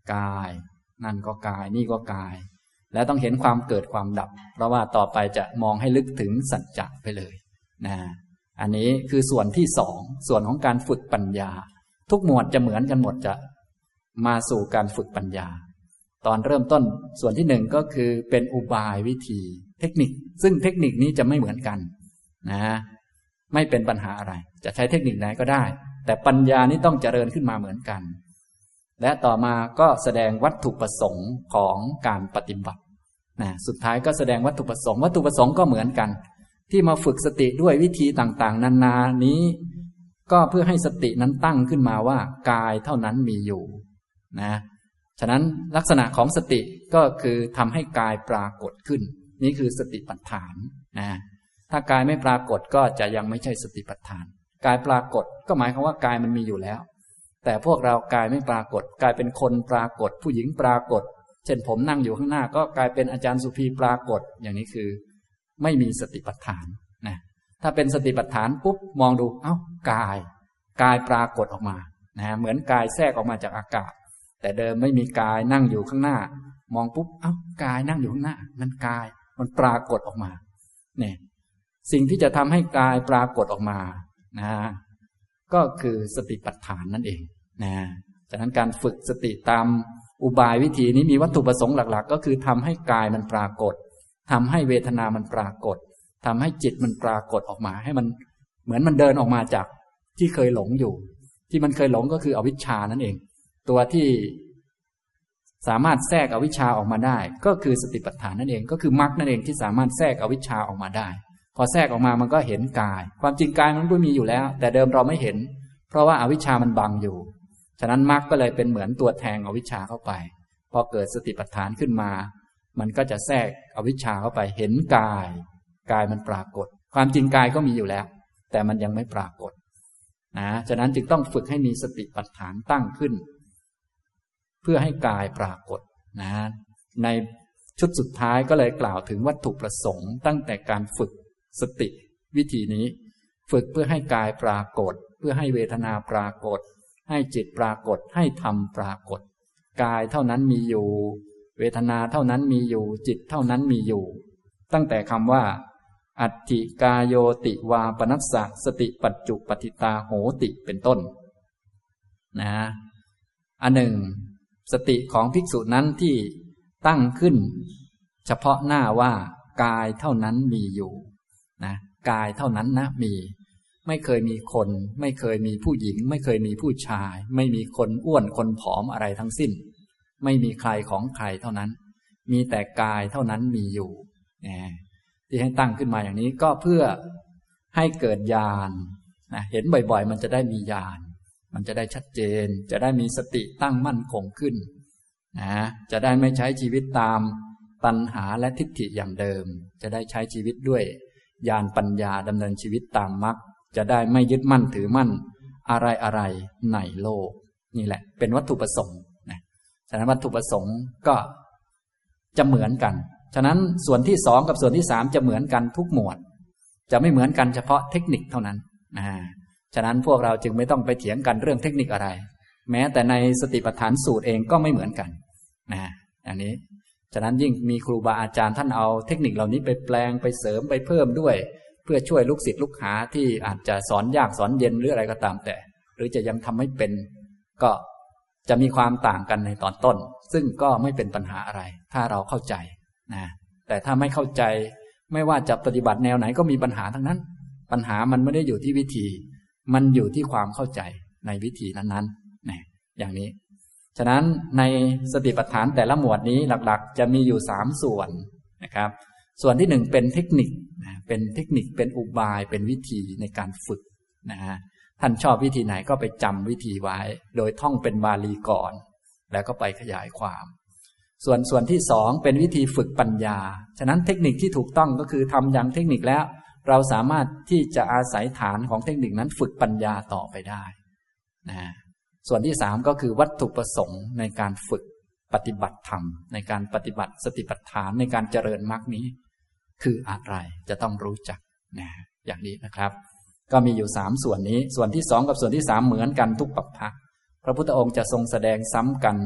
A: กายนั่นก็กายนี่ก็กายแล้วต้องเห็นความเกิดความดับเพราะว่าต่อไปจะมองให้ลึกถึงสัจจะไปเลยนะอันนี้คือส่วนที่สองส่วนของการฝึกปัญญาทุกหมวดจะเหมือนกันหมดจะมาสู่การฝึกปัญญาตอนเริ่มต้นส่วนที่หนึ่งก็คือเป็นอุบายวิธีเทคนิคซึ่งเทคนิคนี้จะไม่เหมือนกันนะไม่เป็นปัญหาอะไรจะใช้เทคนิคไหนก็ได้แต่ปัญญานี้ต้องเจริญขึ้นมาเหมือนกันและต่อมาก็แสดงวัตถุประสงค์ของการปฏิบัตินะสุดท้ายก็แสดงวัตถุประสงค์วัตถุประสงค์ก็เหมือนกันที่มาฝึกสติด้วยวิธีต่างๆนานานี้ก็เพื่อให้สตินั้นตั้งขึ้นมาว่ากายเท่านั้นมีอยู่นะฉะนั้นลักษณะของสติก็คือทำให้กายปรากฏขึ้นนี่คือสติปัฏฐานนะถ้ากายไม่ปรากฏก็จะยังไม่ใช่สติปัฏฐานกายปรากฏก็หมายความว่ากายมันมีอยู่แล้วแต่พวกเรากายไม่ปรากฏกลายเป็นคนปรากฏผู้หญิงปรากฏเช่นผมนั่งอยู่ข้างหน้าก็กลายเป็นอาจารย์สุภีปรากฏอย่างนี้คือไม่มีสติปัฏฐานนะถ้าเป็นสติปัฏฐานปุ๊บมองดูเอ้ากายปรากฏออกมานะเหมือนกายแทรกออกมาจากอากาศแต่เดิมไม่มีกายนั่งอยู่ข้างหน้ามองปุ๊บเอ้ากายนั่งอยู่ข้างหน้านั่นกายมันปรากฏออกมาเนี่ยสิ่งที่จะทำให้กายปรากฏออกมานะก็คือสติปัฏฐานนั่นเองนะฉะนั้นการฝึกสติตามอุบายวิธีนี้มีวัตถุประสงค์หลักๆก็คือทำให้กายมันปรากฏทำให้เวทนามันปรากฏทำให้จิตมันปรากฏออกมาให้มันเหมือนมันเดินออกมาจากที่เคยหลงอยู่ที่มันเคยหลงก็คืออวิชชานั่นเองตัวที่สามารถแทรกอวิชชาออกมาได้ก็คือสติปัฏฐานนั่นเองก็คือมรรคนั่นเองที่สามารถแทรกอวิชชาออกมาได้พอแทรกออกมามันก็เห็นกายความจริงกายมันก็มีอยู่แล้วแต่เดิมเราไม่เห็นเพราะว่าอวิชชามันบังอยู่ฉะนั้นมรรคก็เลยเป็นเหมือนตัวแทงอวิชชาเข้าไปพอเกิดสติปัฏฐานขึ้นมามันก็จะแทรกอวิชชาเข้าไปเห็นกายมันปรากฏความจริงกายก็มีอยู่แล้วแต่มันยังไม่ปรากฏนะฉะนั้นจึงต้องฝึกให้มีสติปัฏฐานตั้งขึ้นเพื่อให้กายปรากฏนะในชุดสุดท้ายก็เลยกล่าวถึงวัตถุประสงค์ตั้งแต่การฝึกสติวิธีนี้ฝึกเพื่อให้กายปรากฏเพื่อให้เวทนาปรากฏให้จิตปรากฏให้ธรรมปรากฏกายเท่านั้นมีอยู่เวทนาเท่านั้นมีอยู่จิตเท่านั้นมีอยู่ตั้งแต่คำว่าอัตถิกายโยติวาปนัสสะสติปัจจุปฏิตาโหติเป็นต้นนะอันหนึ่งสติของภิกษุนั้นที่ตั้งขึ้นเฉพาะหน้าว่ากายเท่านั้นมีอยู่นะกายเท่านั้นนะมีไม่เคยมีคนไม่เคยมีผู้หญิงไม่เคยมีผู้ชายไม่มีคนอ้วนคนผอมอะไรทั้งสิ้นไม่มีใครของใครเท่านั้นมีแต่กายเท่านั้นมีอยู่ที่ให้ตั้งขึ้นมาอย่างนี้ก็เพื่อให้เกิดญาณนะเห็นบ่อยๆมันจะได้มีญาณมันจะได้ชัดเจนจะได้มีสติตั้งมั่นคงขึ้นนะจะได้ไม่ใช้ชีวิตตามตัณหาและทิฏฐิอย่างเดิมจะได้ใช้ชีวิตด้วยญาณปัญญาดำเนินชีวิตตามมรรคจะได้ไม่ยึดมั่นถือมั่นอะไรในโลกนี่แหละเป็นวัตถุประสงค์นะฉะนั้นวัตถุประสงค์ก็จะเหมือนกันฉะนั้นส่วนที่สองกับส่วนที่สามจะเหมือนกันทุกหมวดจะไม่เหมือนกันเฉพาะเทคนิคเท่านั้นฉะนั้นพวกเราจึงไม่ต้องไปเถียงกันเรื่องเทคนิคอะไรแม้แต่ในสติปัฏฐานสูตรเองก็ไม่เหมือนกันอย่างนี้ฉะนั้นยิ่งมีครูบาอาจารย์ท่านเอาเทคนิคเหล่านี้ไปแปลงไปเสริมไปเพิ่มด้วยเพื่อช่วยลูกศิษย์ลูกหาที่อาจจะสอนยากสอนเย็นหรืออะไรก็ตามแต่หรือจะยังทำไม่เป็นก็จะมีความต่างกันในตอนต้นซึ่งก็ไม่เป็นปัญหาอะไรถ้าเราเข้าใจแต่ถ้าไม่เข้าใจไม่ว่าจะปฏิบัติแนวไหนก็มีปัญหาทั้งนั้นปัญหามันไม่ได้อยู่ที่วิธีมันอยู่ที่ความเข้าใจในวิธีนั้นๆอย่างนี้ฉะนั้นในสติปัฏฐานแต่ละหมวดนี้หลักๆจะมีอยู่3ส่วนนะครับส่วนที่1เป็นเทคนิคเป็นเทคนิคเป็นอุบายเป็นวิธีในการฝึกท่านชอบวิธีไหนก็ไปจำวิธีไว้โดยท่องเป็นบาลีก่อนแล้วก็ไปขยายความส่วนที่2เป็นวิธีฝึกปัญญาฉะนั้นเทคนิคที่ถูกต้องก็คือทำอย่างเทคนิคแล้วเราสามารถที่จะอาศัยฐานของเทคนิคนั้นฝึกปัญญาต่อไปได้ส่วนที่3ก็คือวัตถุประสงค์ในการฝึกปฏิบัติธรรมในการปฏิบัติสติปัฏฐานในการเจริญมรรคนี้คืออะไรจะต้องรู้จักอย่างนี้นะครับก็มีอยู่3ส่วนนี้ส่วนที่2กับส่วนที่3เหมือนกันทุกปัปพะพระพุทธองค์จะทรงแสดงซ้ำกัน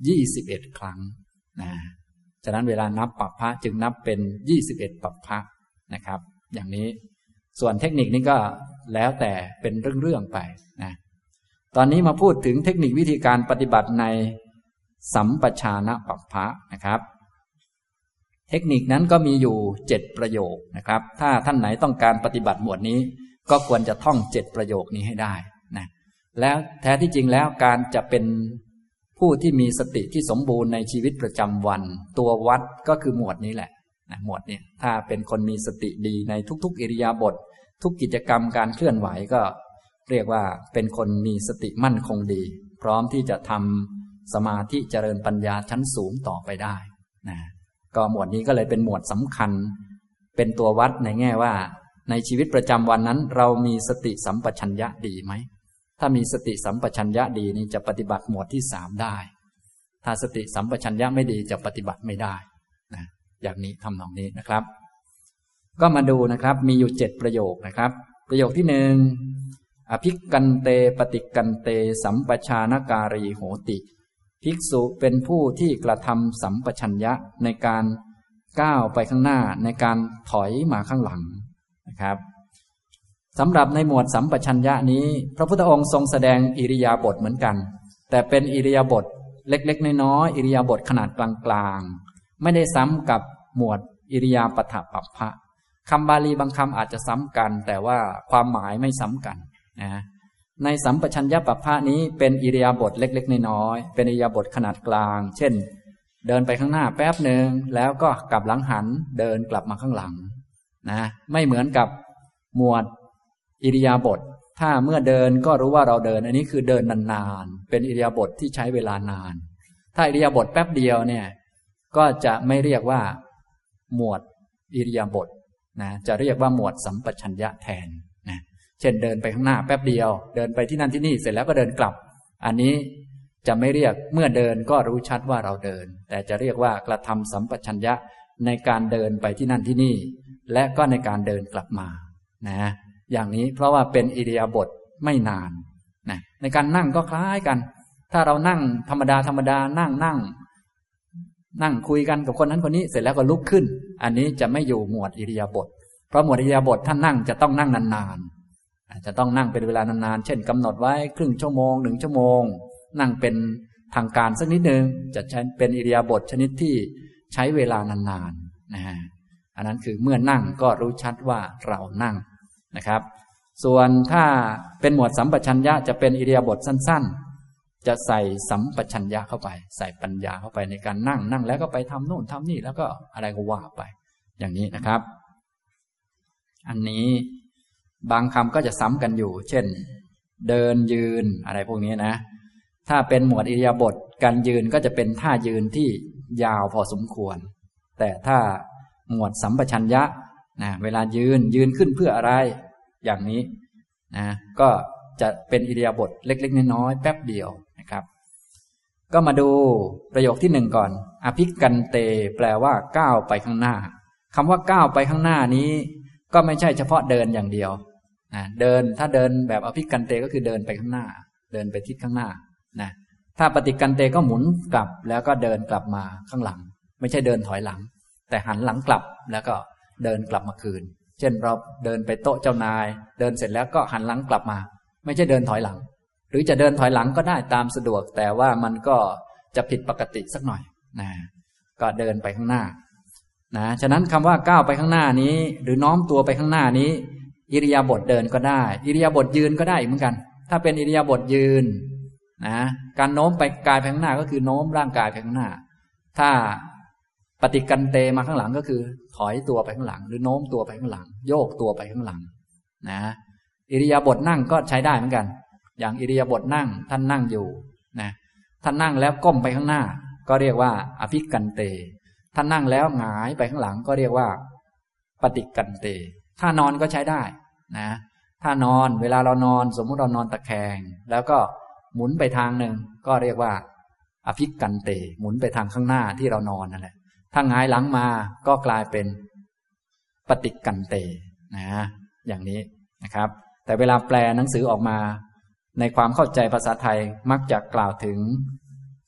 A: 21 ครั้งนะฉะนั้นเวลานับปัปพะจึงนับเป็น21ปัปพะนะครับอย่างนี้ส่วนเทคนิคนี้ก็แล้วแต่เป็นเรื่องๆไปนะตอนนี้มาพูดถึงเทคนิควิธีการปฏิบัติในสัมปชานปัปพะนะครับเทคนิคนั้นก็มีอยู่7ประโยคนะครับถ้าท่านไหนต้องการปฏิบัติหมวดนี้ก็ควรจะท่อง7ประโยคนี้ให้ได้นะแล้วแท้ที่จริงแล้วการจะเป็นผู้ที่มีสติที่สมบูรณ์ในชีวิตประจำวันตัววัดก็คือหมวดนี้แหละนะหมวดนี้ถ้าเป็นคนมีสติดีในทุกๆอิริยาบถทุกกิจกรรมการเคลื่อนไหวก็เรียกว่าเป็นคนมีสติมั่นคงดีพร้อมที่จะทำสมาธิเจริญปัญญาชั้นสูงต่อไปได้นะก็หมวดนี้ก็เลยเป็นหมวดสำคัญเป็นตัววัดในแง่ว่าในชีวิตประจำวันนั้นเรามีสติสัมปชัญญะดีไหมถ้ามีสติสัมปชัญญะดีนี่จะปฏิบัติหมวดที่3ได้ถ้าสติสัมปชัญญะไม่ดีจะปฏิบัติไม่ได้นะอย่างนี้ทำนองนี้นะครับก็มาดูนะครับมีอยู่7ประโยคนะครับประโยคที่1อภิกันเตปฏิกันเตสัมปชานการีโหติภิกษุเป็นผู้ที่กระทำสัมปชัญญะในการก้าวไปข้างหน้าในการถอยมาข้างหลังนะครับสำหรับในหมวดสัมปชัญญะนี้พระพุทธองค์ทรงแสดงอิริยาบถเหมือนกันแต่เป็นอิริยาบถเล็กๆน้อยๆอิริยาบถขนาดกลางๆไม่ได้ซ้ำกับหมวดอิริยาปถปัปพะคำบาลีบางคำอาจจะซ้ำกันแต่ว่าความหมายไม่ซ้ำกันนะในสัมปชัญญะปัปพะนี้เป็นอิริยาบถเล็กๆน้อยๆเป็นอิริยาบถขนาดกลางเช่นเดินไปข้างหน้าแป๊บหนึ่งแล้วก็กลับหลังหันเดินกลับมาข้างหลังนะไม่เหมือนกับหมวดอิริยาบถถ้าเมื่อเดินก็รู้ว่าเราเดินอันนี้คือเดินนานๆเป็นอิริยาบถที่ใช้เวลานานถ้าอิริยาบถแป๊บเดียวเนี่ยก็จะไม่เรียกว่าหมวดอิริยาบถนะจะเรียกว่าหมวดสัมปชัญญะแทนนะเช่นเดินไปข้างหน้าแป๊บเดียวเดินไปที่นั่นที่นี่เสร็จแล้วก็เดินกลับอันนี้จะไม่เรียกเมื่อเดินก็รู้ชัดว่าเราเดินแต่จะเรียกว่ากระทำสัมปชัญญะในการเดินไปที่นั่นที่นี่และก็ในการเดินกลับมานะอย่างนี้เพราะว่าเป็นอิริยาบถไม่นานนะในการนั่งก็คล้ายกันถ้าเรานั่งธรรมดานั่งคุยกันกับคนนั้นคนนี้เสร็จแล้วก็ลุกขึ้นอันนี้จะไม่อยู่หมวดอิริยาบถเพราะหมวดอิริยาบถท่านนั่งจะต้องนั่งนานๆจะต้องนั่งเป็นเวลานานๆเช่นกำหนดไว้ครึ่งชั่วโมง1ชั่วโมงนั่งเป็นทางการสักนิดนึงจะใช้เป็นอิริยาบถชนิดที่ใช้เวลานานๆนะอันนั้นคือเมื่อนั่งก็รู้ชัดว่าเรานั่งนะครับส่วนถ้าเป็นหมวดสัมปชัญญะจะเป็นอิริยาบถสั้นๆจะใส่สัมปชัญญะเข้าไปใส่ปัญญาเข้าไปในการนั่งแล้วก็ไปทำโน่นทำนี่แล้วก็อะไรก็ว่าไปอย่างนี้นะครับอันนี้บางคำก็จะซ้ำกันอยู่เช่นเดินยืนอะไรพวกนี้นะถ้าเป็นหมวดอิริยาบถการยืนก็จะเป็นท่ายืนที่ยาวพอสมควรแต่ถ้าหมวดสัมปชัญญะนะเวลายืนขึ้นเพื่ออะไรอย่างนี้นะก็จะเป็นอิริยาบถเล็กๆน้อยๆแป๊บเดียวนะครับก็มาดูประโยคที่1ก่อนอภิกันเตแปลว่าก้าวไปข้างหน้าคำว่าก้าวไปข้างหน้านี้ก็ไม่ใช่เฉพาะเดินอย่างเดียวนะเดินถ้าเดินแบบอภิกันเตก็คือเดินไปข้างหน้าเดินไปทิศข้างหน้านะถ้าปฏิกันเตก็หมุนกลับแล้วก็เดินกลับมาข้างหลังไม่ใช่เดินถอยหลังแต่หันหลังกลับแล้วก็เดินกลับมาคืนเช่นเราเดินไปโต๊ะเจ้านายเดินเสร็จแล้วก็หันหลังกลับมาไม่ใช่เดินถอยหลังหรือจะเดินถอยหลังก็ได้ตามสะดวกแต่ว่ามันก็จะผิดปกติสักหน่อยนะก็เดินไปข้างหน้านะฉะนั้นคำว่าก้าวไปข้างหน้านี้หรือน้อมตัวไปข้างหน้านี้อิริยาบถเดินก็ได้อิริยาบถยืนก็ได้เหมือนกันถ้าเป็นอิริยาบถยืนนะการโน้มไปกายไปข้างหน้าก็คือโน้มร่างกายไปข้างหน้าถ้าปฏิกันเตมาข้างหลังก็คือถอยตัวไปข้างหลังหรือโน้มตัวไปข้างหลังโยกตัวไปข้างหลังนะอิริยาบถนั่งก็ใช้ได้เหมือนกันอย่างอิริยาบถนั่งท่านนั่งอยู่นะท่านนั่งแล้วก้มไปข้างหน้าก็เรียกว่าอภิกันเตท่านนั่งแล้วหงายไปข้างหลังก็เรียกว่าปฏิกันเตถ้านอนก็ใช้ได้นะถ้านอนเวลาเรานอนสมมุติเรานอนตะแคงแล้วก็หมุนไปทางหนึ่งก็เรียกว่าอภิกันเตหมุนไปทางข้างหน้าที่เรานอนนั่นแหละถ้าหงายหลังมาก็กลายเป็นปฏิกันเตนะอย่างนี้นะครับแต่เวลาแปลหนังสือออกมาในความเข้าใจภาษาไทยมักจะกล่าวถึง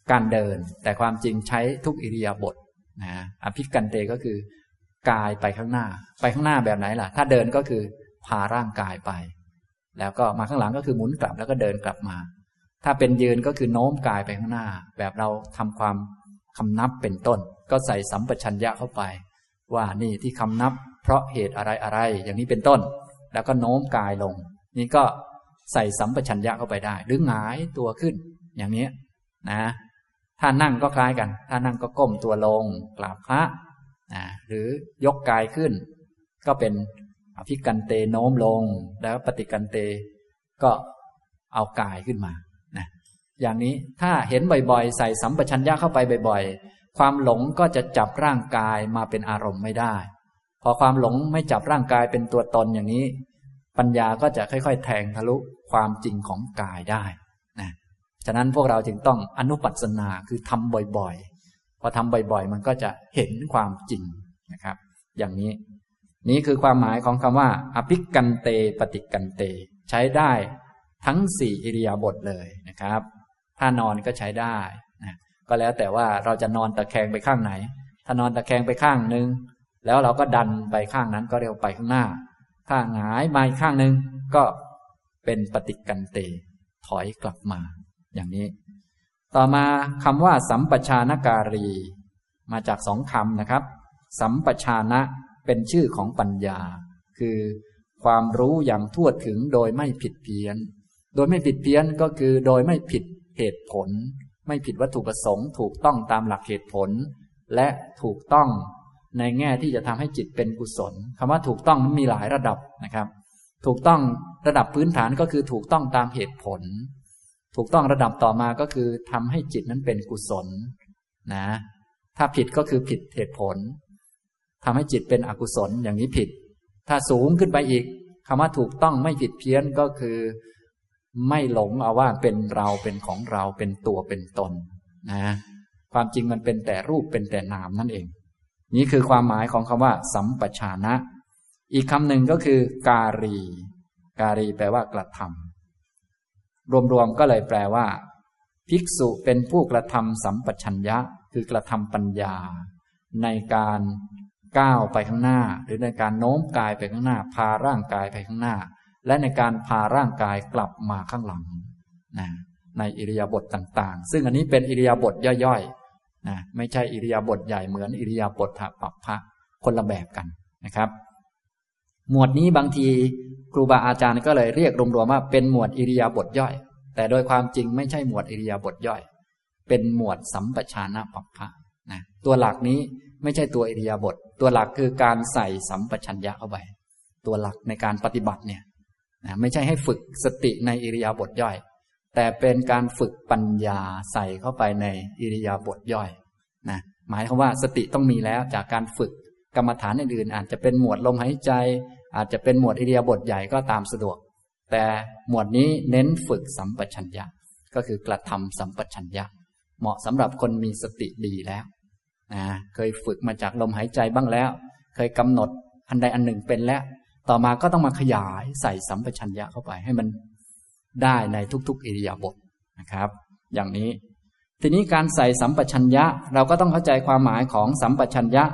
A: การเดินแต่ความจริงใช้ทุกอิริยาบถนะอภิกันเตก็คือกายไปข้างหน้าแบบไหนล่ะถ้าเดินก็คือพาร่างกายไปแล้วก็มาข้างหลังก็คือหมุนกลับแล้วก็เดินกลับมาถ้าเป็นยืนก็คือโน้มกายไปข้างหน้าแบบเราทำความคำนับเป็นต้นก็ใส่สัมปชัญญะเข้าไปว่านี่ที่คำนับเพราะเหตุอะไรอย่างนี้เป็นต้นแล้วก็โน้มกายลงนี่ก็ใส่สัมปชัญญะเข้าไปได้หรือหงายตัวขึ้นอย่างนี้นะถ้านั่งก็คล้ายกันถ้านั่งก็ก้มตัวลงกราบพระหรือยกกายขึ้นก็เป็นอภิกันเตโน้มลงแล้วปฏิกันเตก็เอากายขึ้นมานะอย่างนี้ถ้าเห็นบ่อยๆใส่สัมปชัญญะเข้าไปบ่อยๆความหลงก็จะจับร่างกายมาเป็นอารมณ์ไม่ได้พอความหลงไม่จับร่างกายเป็นตัวตนอย่างนี้ปัญญาก็จะค่อยๆแทงทะลุความจริงของกายได้นะฉะนั้นพวกเราจึงต้องอนุปัสสนาคือทำบ่อยๆพอทำบ่อยๆมันก็จะเห็นความจริงนะครับอย่างนี้นี่คือความหมายของคำว่าอภิกันเตปฏิกันเตใช้ได้ทั้ง4อิริยาบถเลยนะครับถ้านอนก็ใช้ได้นะก็แล้วแต่ว่าเราจะนอนตะแคงไปข้างไหนถ้านอนตะแคงไปข้างนึงแล้วเราก็ดันไปข้างนั้นก็เร็วไปข้างหน้าถ้าหงายมาอีกข้างนึงก็เป็นปฏิกันเตถอยกลับมาอย่างนี้ต่อมาคำว่าสัมปชานการีมาจาก2คำนะครับสัมปชานะเป็นชื่อของปัญญาคือความรู้อย่างทั่วถึงโดยไม่ผิดเพี้ยนโดยไม่ผิดเพี้ยนก็คือโดยไม่ผิดเหตุผลไม่ผิดวัตถุประสงค์ถูกต้องตามหลักเหตุผลและถูกต้องในแง่ที่จะทำให้จิตเป็นกุศลคำว่าถูกต้องมันมีหลายระดับนะครับถูกต้องระดับพื้นฐานก็คือถูกต้องตามเหตุผลถูกต้องระดับต่อมาก็คือทำให้จิตนั้นเป็นกุศลนะถ้าผิดก็คือผิดเหตุผลทำให้จิตเป็นอกุศลอย่างนี้ผิดถ้าสูงขึ้นไปอีกคำว่าถูกต้องไม่ผิดเพี้ยนก็คือไม่หลงเอาว่าเป็นเราเป็นของเราเป็นตัวเป็นตนนะความจริงมันเป็นแต่รูปเป็นแต่นามนั่นเองนี่คือความหมายของคำว่าสัมปชานะอีกคำหนึ่งก็คือการีแปลว่ากระทำรวมๆก็เลยแปลว่าภิกษุเป็นผู้กระทำสัมปชัญญะคือกระทำปัญญาในการก้าวไปข้างหน้าหรือในการโน้มกายไปข้างหน้าพาร่างกายไปข้างหน้าและในการพาร่างกายกลับมาข้างหลังนะในอิริยาบถต่างๆซึ่งอันนี้เป็นอิริยาบถย่อยๆนะไม่ใช่อิริยาบถใหญ่เหมือนอิริยาบถปัปพะคนละแบบกันนะครับหมวดนี้บางทีครูบาอาจารย์ก็เลยเรียกรวมๆว่าเป็นหมวดอิริยาบถย่อยแต่โดยความจริงไม่ใช่หมวดอิริยาบถย่อยเป็นหมวดสัมปชานะปัปพะนะตัวหลักนี้ไม่ใช่ตัวอิริยาบถตัวหลักคือการใส่สัมปชัญญะเข้าไปตัวหลักในการปฏิบัติเนี่ยนะไม่ใช่ให้ฝึกสติในอิริยาบถย่อยแต่เป็นการฝึกปัญญาใส่เข้าไปในอิริยาบถย่อยนะหมายความว่าสติต้องมีแล้วจากการฝึกกรรมฐานอื่นๆอาจจะเป็นหมวดลมหายใจอาจจะเป็นหมวดอิริยาบถใหญ่ก็ตามสะดวกแต่หมวดนี้เน้นฝึกสัมปชัญญะก็คือกระทำสัมปชัญญะเหมาะสำหรับคนมีสติดีแล้วเคยฝึกมาจากลมหายใจบ้างแล้วเคยกำหนดอันใดอันหนึ่งเป็นแล้วต่อมาก็ต้องมาขยายใส่สัมปชัญญะเข้าไปให้มันได้ในทุกๆอิริยาบถนะครับอย่างนี้ทีนี้การใส่สัมปชัญญะเราก็ต้องเข้าใจความหมายของสัมปชัญญะ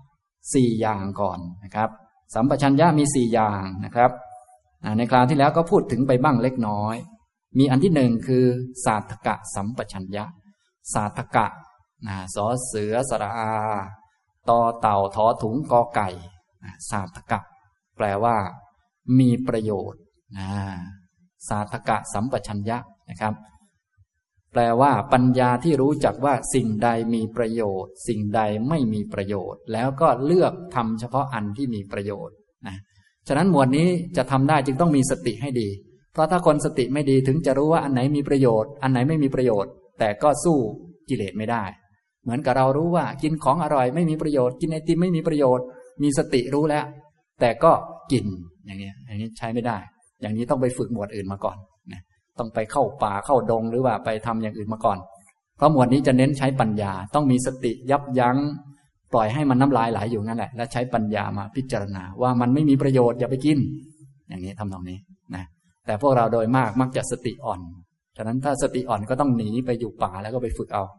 A: 4อย่างก่อนนะครับสัมปชัญญะมี4อย่างนะครับในคราวที่แล้วก็พูดถึงไปบ้างเล็กน้อยมีอันที่1คือสาธกะสัมปชัญญะสาธกะสอเสือสระอาตอเต่าทอถุงกอไก่สาธกะแปลว่ามีประโยชน์สาธกะสัมปชัญญะนะครับแปลว่าปัญญาที่รู้จักว่าสิ่งใดมีประโยชน์สิ่งใดไม่มีประโยชน์แล้วก็เลือกทำเฉพาะอันที่มีประโยชน์นะฉะนั้นหมวดนี้จะทำได้จึงต้องมีสติให้ดีเพราะถ้าคนสติไม่ดีถึงจะรู้ว่าอันไหนมีประโยชน์อันไหนไม่มีประโยชน์แต่ก็สู้กิเลสไม่ได้เหมือนกับเรารู้ว่ากินของอร่อยไม่มีประโยชน์กินไอติมไม่มีประโยชน์มีสติรู้แล้วแต่ก็กินอย่างนี้ใช้ไม่ได้อย่างนี้ต้องไปฝึกหมวดอื่นมาก่อนนะต้องไปเข้าป่าเข้าดงหรือว่าไปทำอย่างอื่นมาก่อนเพราะหมวดนี้จะเน้นใช้ปัญญาต้องมีสติยับยั้งปล่อยให้มันน้ำลายไหลอยู่นั่นแหละและใช้ปัญญามาพิจารณาว่ามันไม่มีประโยชน์อย่าไปกินอย่างนี้ทำตรงนี้นะแต่พวกเราโดยมากมักจะสติอ่อนฉะนั้นถ้าสติอ่อนก็ต้องหนีไปอยู่ป่าแล้วก็ไปฝึกเอา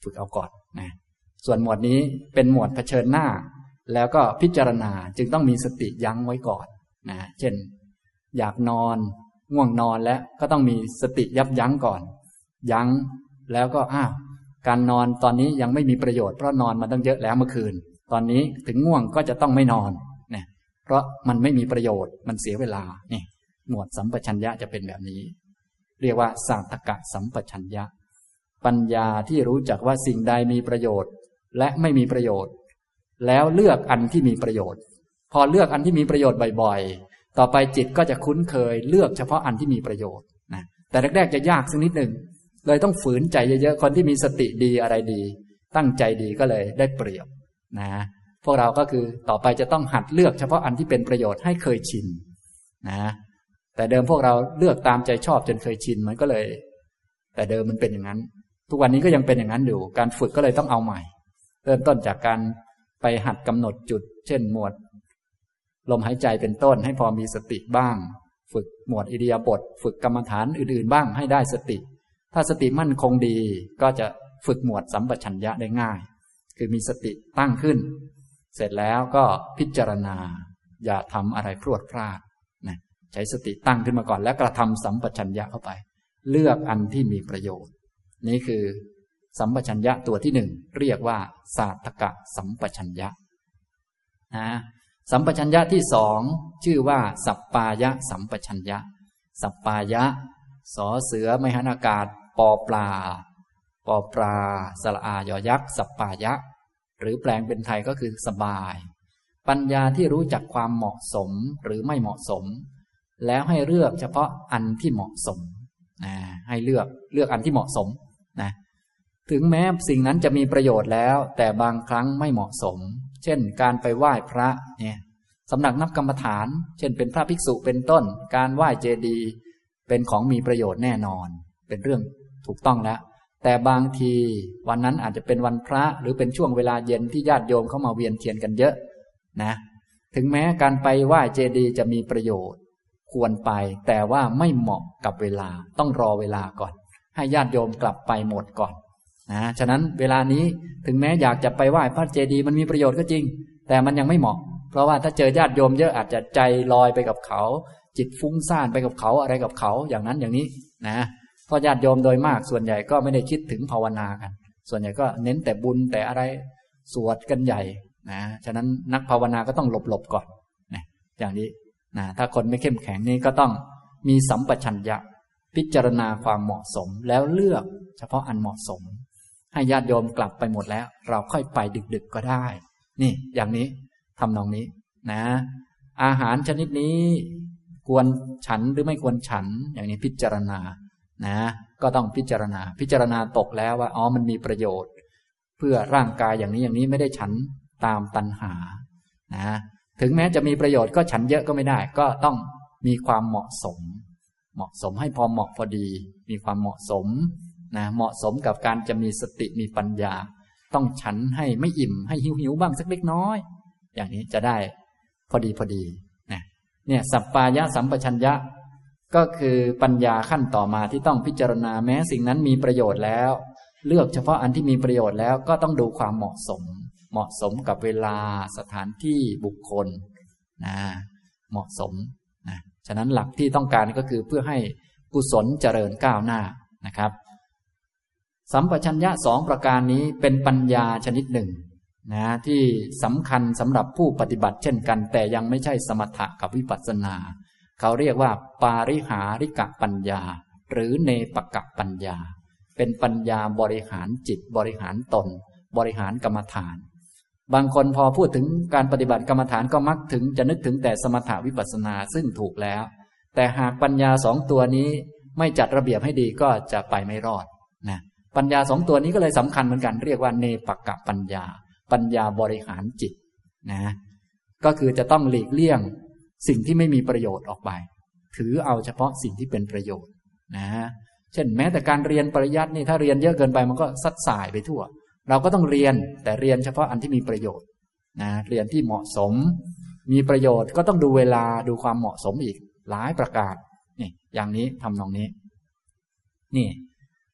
A: ฝึกเอาก่อนนะส่วนหมวดนี้เป็นหมวดเผชิญหน้าแล้วก็พิจารณาจึงต้องมีสติยั้งไว้ก่อนนะเช่นอยากนอนง่วงนอนแล้วก็ต้องมีสติยับยั้งก่อนยั้งแล้วก็การนอนตอนนี้ยังไม่มีประโยชน์เพราะนอนมาตั้งเยอะแล้วเมื่อคืนตอนนี้ถึงง่วงก็จะต้องไม่นอนเนี่ยเพราะมันไม่มีประโยชน์มันเสียเวลานี่หมวดสัมปชัญญะจะเป็นแบบนี้เรียกว่าสาธกะสัมปชัญญะปัญญาที่รู้จักว่าสิ่งใดมีประโยชน์และไม่มีประโยชน์แล้วเลือกอันที่มีประโยชน์พอเลือกอันที่มีประโยชน์บ่อยๆต่อไปจิตก็จะคุ้นเคยเลือกเฉพาะอันที่มีประโยชน์นะแต่แรกๆจะยากสักนิดหนึ่งเลยต้องฝืนใจเยอะๆคนที่มีสติดีอะไรดีตั้งใจดีก็เลยได้เปรียบนะพวกเราก็คือต่อไปจะต้องหัดเลือกเฉพาะอันที่เป็นประโยชน์ให้เคยชินนะแต่เดิมพวกเราเลือกตามใจชอบจนเคยชินมันก็เลยแต่เดิมมันเป็นอย่างนั้นทุกวันนี้ก็ยังเป็นอย่างนั้นอยู่การฝึกก็เลยต้องเอาใหม่เริ่มต้นจากการไปหัดกำหนดจุดเช่นหมวดลมหายใจเป็นต้นให้พอมีสติบ้างฝึกหมวดอิริยาบถฝึกกรรมฐานอื่นๆบ้างให้ได้สติถ้าสติมั่นคงดีก็จะฝึกหมวดสัมปชัญญะได้ง่ายคือมีสติตั้งขึ้นเสร็จแล้วก็พิจารณาอย่าทำอะไรพรวดพลาดนะใช้สติตั้งขึ้นมาก่อนแล้วกระทำสัมปชัญญะเข้าไปเลือกอันที่มีประโยชน์นี่คือสัมปชัญญะตัวที่หนึ่งเรียกว่าสาธกะสัมปชัญญะนะสัมปชัญญะที่สองชื่อว่าสัปปายะสัมปชัญญะสัปปายะสอเสือไม้หันอากาศปอปลาสระอายอยักษ์สัปปายะหรือแปลงเป็นไทยก็คือสบายปัญญาที่รู้จักความเหมาะสมหรือไม่เหมาะสมแล้วให้เลือกเฉพาะอันที่เหมาะสมให้เลือกอันที่เหมาะสมนะถึงแม้สิ่งนั้นจะมีประโยชน์แล้วแต่บางครั้งไม่เหมาะสมเช่นการไปไหว้พระเนี่ยสำนักนับกรรมฐานเช่นเป็นพระภิกษุเป็นต้นการไหว้เจดีย์เป็นของมีประโยชน์แน่นอนเป็นเรื่องถูกต้องแล้วแต่บางทีวันนั้นอาจจะเป็นวันพระหรือเป็นช่วงเวลาเย็นที่ญาติโยมเข้ามาเวียนเทียนกันเยอะนะถึงแม้การไปไหว้เจดีย์จะมีประโยชน์ควรไปแต่ว่าไม่เหมาะกับเวลาต้องรอเวลาก่อนให้ญาติโยมกลับไปหมดก่อนนะฉะนั้นเวลานี้ถึงแม้อยากจะไปไหว้พระเจดีย์มันมีประโยชน์ก็จริงแต่มันยังไม่เหมาะเพราะว่าถ้าเจอญาติโยมเยอะอาจจะใจลอยไปกับเขาจิตฟุ้งซ่านไปกับเขาอะไรกับเขาอย่างนั้นอย่างนี้นะเพราะญาติโยมโดยมากส่วนใหญ่ก็ไม่ได้คิดถึงภาวนากันส่วนใหญ่ก็เน้นแต่บุญแต่อะไรสวดกันใหญ่นะฉะนั้นนักภาวนาก็ต้องหลบก่อนนะอย่างนี้นะถ้าคนไม่เข้มแข็งนี่ก็ต้องมีสัมปชัญญะพิจารณาความเหมาะสมแล้วเลือกเฉพาะอันเหมาะสมให้ญาติโยมกลับไปหมดแล้วเราค่อยไปดึกๆก็ได้นี่อย่างนี้ทำนองนี้นะอาหารชนิดนี้ควรฉันหรือไม่ควรฉันอย่างนี้พิจารณานะก็ต้องพิจารณาตกแล้วว่ามันมีประโยชน์เพื่อร่างกายอย่างนี้ไม่ได้ฉันตามตัณหานะถึงแม้จะมีประโยชน์ก็ฉันเยอะก็ไม่ได้ก็ต้องมีความเหมาะสมให้พอเหมาะพอดีมีความเหมาะสมนะเหมาะสมกับการจะมีสติมีปัญญาต้องฉันให้ไม่อิ่มให้หิวบ้างสักเล็กน้อยอย่างนี้จะได้พอดีนะเนี่ยสัปปายะสัมปชัญญะก็คือปัญญาขั้นต่อมาที่ต้องพิจารณาแม้สิ่งนั้นมีประโยชน์แล้วเลือกเฉพาะอันที่มีประโยชน์แล้วก็ต้องดูความเหมาะสมกับเวลาสถานที่บุคคลนะเหมาะสมนะฉะนั้นหลักที่ต้องการก็คือเพื่อให้กุศลเจริญก้าวหน้านะครับสัมปชัญญะสองประการนี้เป็นปัญญาชนิดหนึ่งนะที่สำคัญสำหรับผู้ปฏิบัติเช่นกันแต่ยังไม่ใช่สมถะกับวิปัสสนาเขาเรียกว่าปาริหาริกะปัญญาหรือเนปกะปัญญาเป็นปัญญาบริหารจิตบริหารตนบริหารกรรมฐานบางคนพอพูดถึงการปฏิบัติกรรมฐานก็มักจะนึกถึงแต่สมถะวิปัสสนาซึ่งถูกแล้วแต่หากปัญญาสองตัวนี้ไม่จัดระเบียบให้ดีก็จะไปไม่รอดนะปัญญาสองตัวนี้ก็เลยสำคัญเหมือนกันเรียกว่าเนปกะปัญญาบริหารจิตนะก็คือจะต้องหลีกเลี่ยงสิ่งที่ไม่มีประโยชน์ออกไปถือเอาเฉพาะสิ่งที่เป็นประโยชน์นะเช่นแม้แต่การเรียนปริยัตินี่ถ้าเรียนเยอะเกินไปมันก็ซัดสายไปทั่วเราก็ต้องเรียนแต่เรียนเฉพาะอันที่มีประโยชน์นะเรียนที่เหมาะสมมีประโยชน์ก็ต้องดูเวลาดูความเหมาะสมอีกหลายประการนี่อย่างนี้ทำนองนี้นี่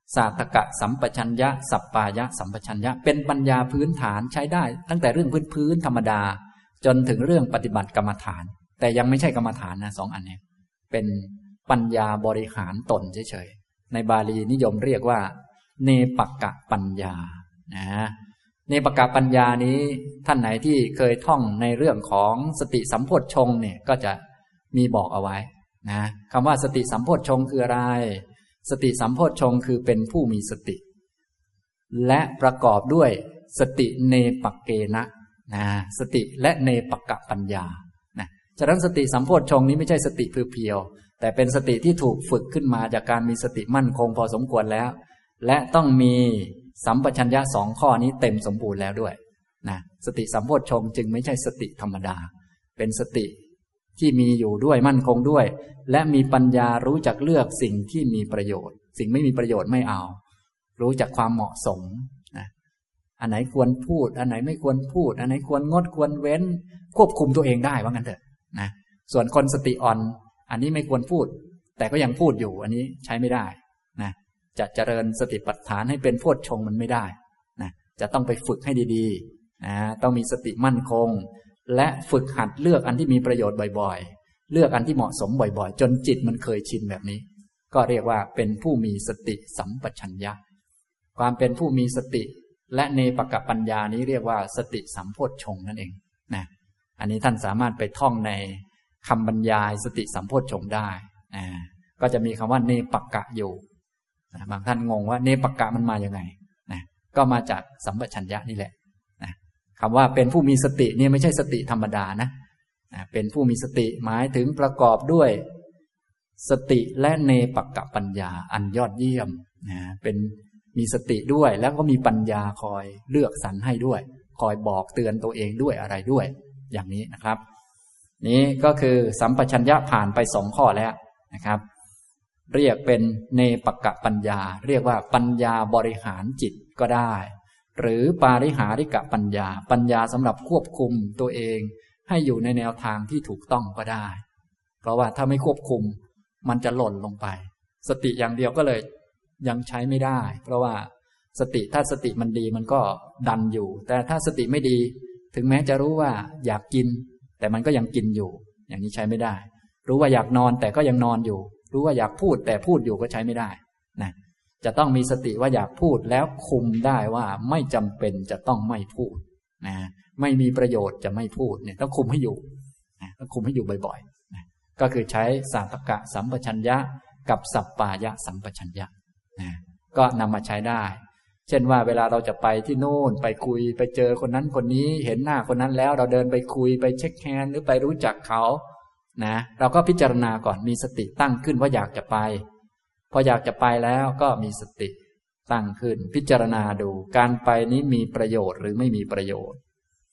A: สาธกะสัมปชัญญะสัปปายะสัมปชัญญะเป็นปัญญาพื้นฐานใช้ได้ตั้งแต่เรื่องพื้นธรรมดาจนถึงเรื่องปฏิบัติกรรมฐานแต่ยังไม่ใช่กรรมฐานนะสองอันนี้เป็นปัญญาบริหารตนเฉยๆในบาลีนิยมเรียกว่าเนปกะปัญญานะเนปกะปัญญานี้ท่านไหนที่เคยท่องในเรื่องของสติสัมโพชฌงค์เนี่ยก็จะมีบอกเอาไว้นะคำว่าสติสัมโพชฌงค์คืออะไรสติสัมโพชฌงค์คือเป็นผู้มีสติและประกอบด้วยสติเนปกเกนะสติและเนปกะปัญญานะฉะนั้นสติสัมโพชฌงค์นี้ไม่ใช่สติเพียวๆแต่เป็นสติที่ถูกฝึกขึ้นมาจากการมีสติมั่นคงพอสมควรแล้วและต้องมีสัมปชัญญะสองข้อนี้เต็มสมบูรณ์แล้วด้วยนะสติสัมโพชฌงค์จึงไม่ใช่สติธรรมดาเป็นสติที่มีอยู่ด้วยมั่นคงด้วยและมีปัญญารู้จักเลือกสิ่งที่มีประโยชน์สิ่งไม่มีประโยชน์ไม่เอารู้จักความเหมาะสมนะอันไหนควรพูดอันไหนไม่ควรพูดอันไหนควรงดควรเว้นควบคุมตัวเองได้ว่างั้นเถอะนะส่วนคนสติอ่อนอันนี้ไม่ควรพูดแต่ก็ยังพูดอยู่อันนี้ใช้ไม่ได้นะจะเจริญสติปัฏฐานให้เป็นโพชฌงค์มันไม่ได้นะจะต้องไปฝึกให้ดีๆนะต้องมีสติมั่นคงและฝึกหัดเลือกอันที่มีประโยชน์บ่อยๆเลือกอันที่เหมาะสมบ่อยๆจนจิตมันเคยชินแบบนี้ก็เรียกว่าเป็นผู้มีสติสัมปชัญญะความเป็นผู้มีสติและเนปกะปัญญานี้เรียกว่าสติสัมโพชฌงค์นั่นเองนะอันนี้ท่านสามารถไปท่องในคำบรรยายสติสัมโพชฌงค์ได้ก็จะมีคำว่าเนปกะอยู่บางท่านงงว่าเนปกะมันมาอย่างไงนะก็มาจากสัมปชัญญะนี่แหละนะคำว่าเป็นผู้มีสตินี่ไม่ใช่สติธรรมดานะเป็นผู้มีสติหมายถึงประกอบด้วยสติและเนปกะปัญญาอันยอดเยี่ยมนะเป็นมีสติด้วยแล้วก็มีปัญญาคอยเลือกสรรให้ด้วยคอยบอกเตือนตัวเองด้วยอะไรด้วยอย่างนี้นะครับนี้ก็คือสัมปชัญญะผ่านไปสองข้อแล้วนะครับเรียกเป็นเนปกะปัญญาเรียกว่าปัญญาบริหารจิตก็ได้หรือปาริหาริกะปัญญาปัญญาสำหรับควบคุมตัวเองให้อยู่ในแนวทางที่ถูกต้องก็ได้เพราะว่าถ้าไม่ควบคุมมันจะหล่นลงไปสติอย่างเดียวก็เลยยังใช้ไม่ได้เพราะว่าสติถ้าสติมันดีมันก็ดันอยู่แต่ถ้าสติไม่ดีถึงแม้จะรู้ว่าอยากกินแต่มันก็ยังกินอยู่อย่างนี้ใช้ไม่ได้รู้ว่าอยากนอนแต่ก็ยังนอนอยู่รู้ว่าอยากพูดแต่พูดอยู่ก็ใช้ไม่ได้นะจะต้องมีสติว่าอยากพูดแล้วคุมได้ว่าไม่จำเป็นจะต้องไม่พูดนะไม่มีประโยชน์จะไม่พูดเนี่ยต้องคุมให้อยู่นะต้องคุมให้อยู่บ่อยๆนะก็คือใช้สาธกะสัมปชัญญะกับสัปปายะสัมปชัญญะนะก็นำมาใช้ได้เช่นว่าเวลาเราจะไปที่โน่นไปคุยไปเจอคนนั้นคนนี้เห็นหน้าคนนั้นแล้วเราเดินไปคุยไปเช็คแฮนด์หรือไปรู้จักเขานะเราก็พิจารณาก่อนมีสติตั้งขึ้นว่าอยากจะไปพออยากจะไปแล้วก็มีสติตั้งขึ้นพิจารณาดูการไปนี้มีประโยชน์หรือไม่มีประโยชน์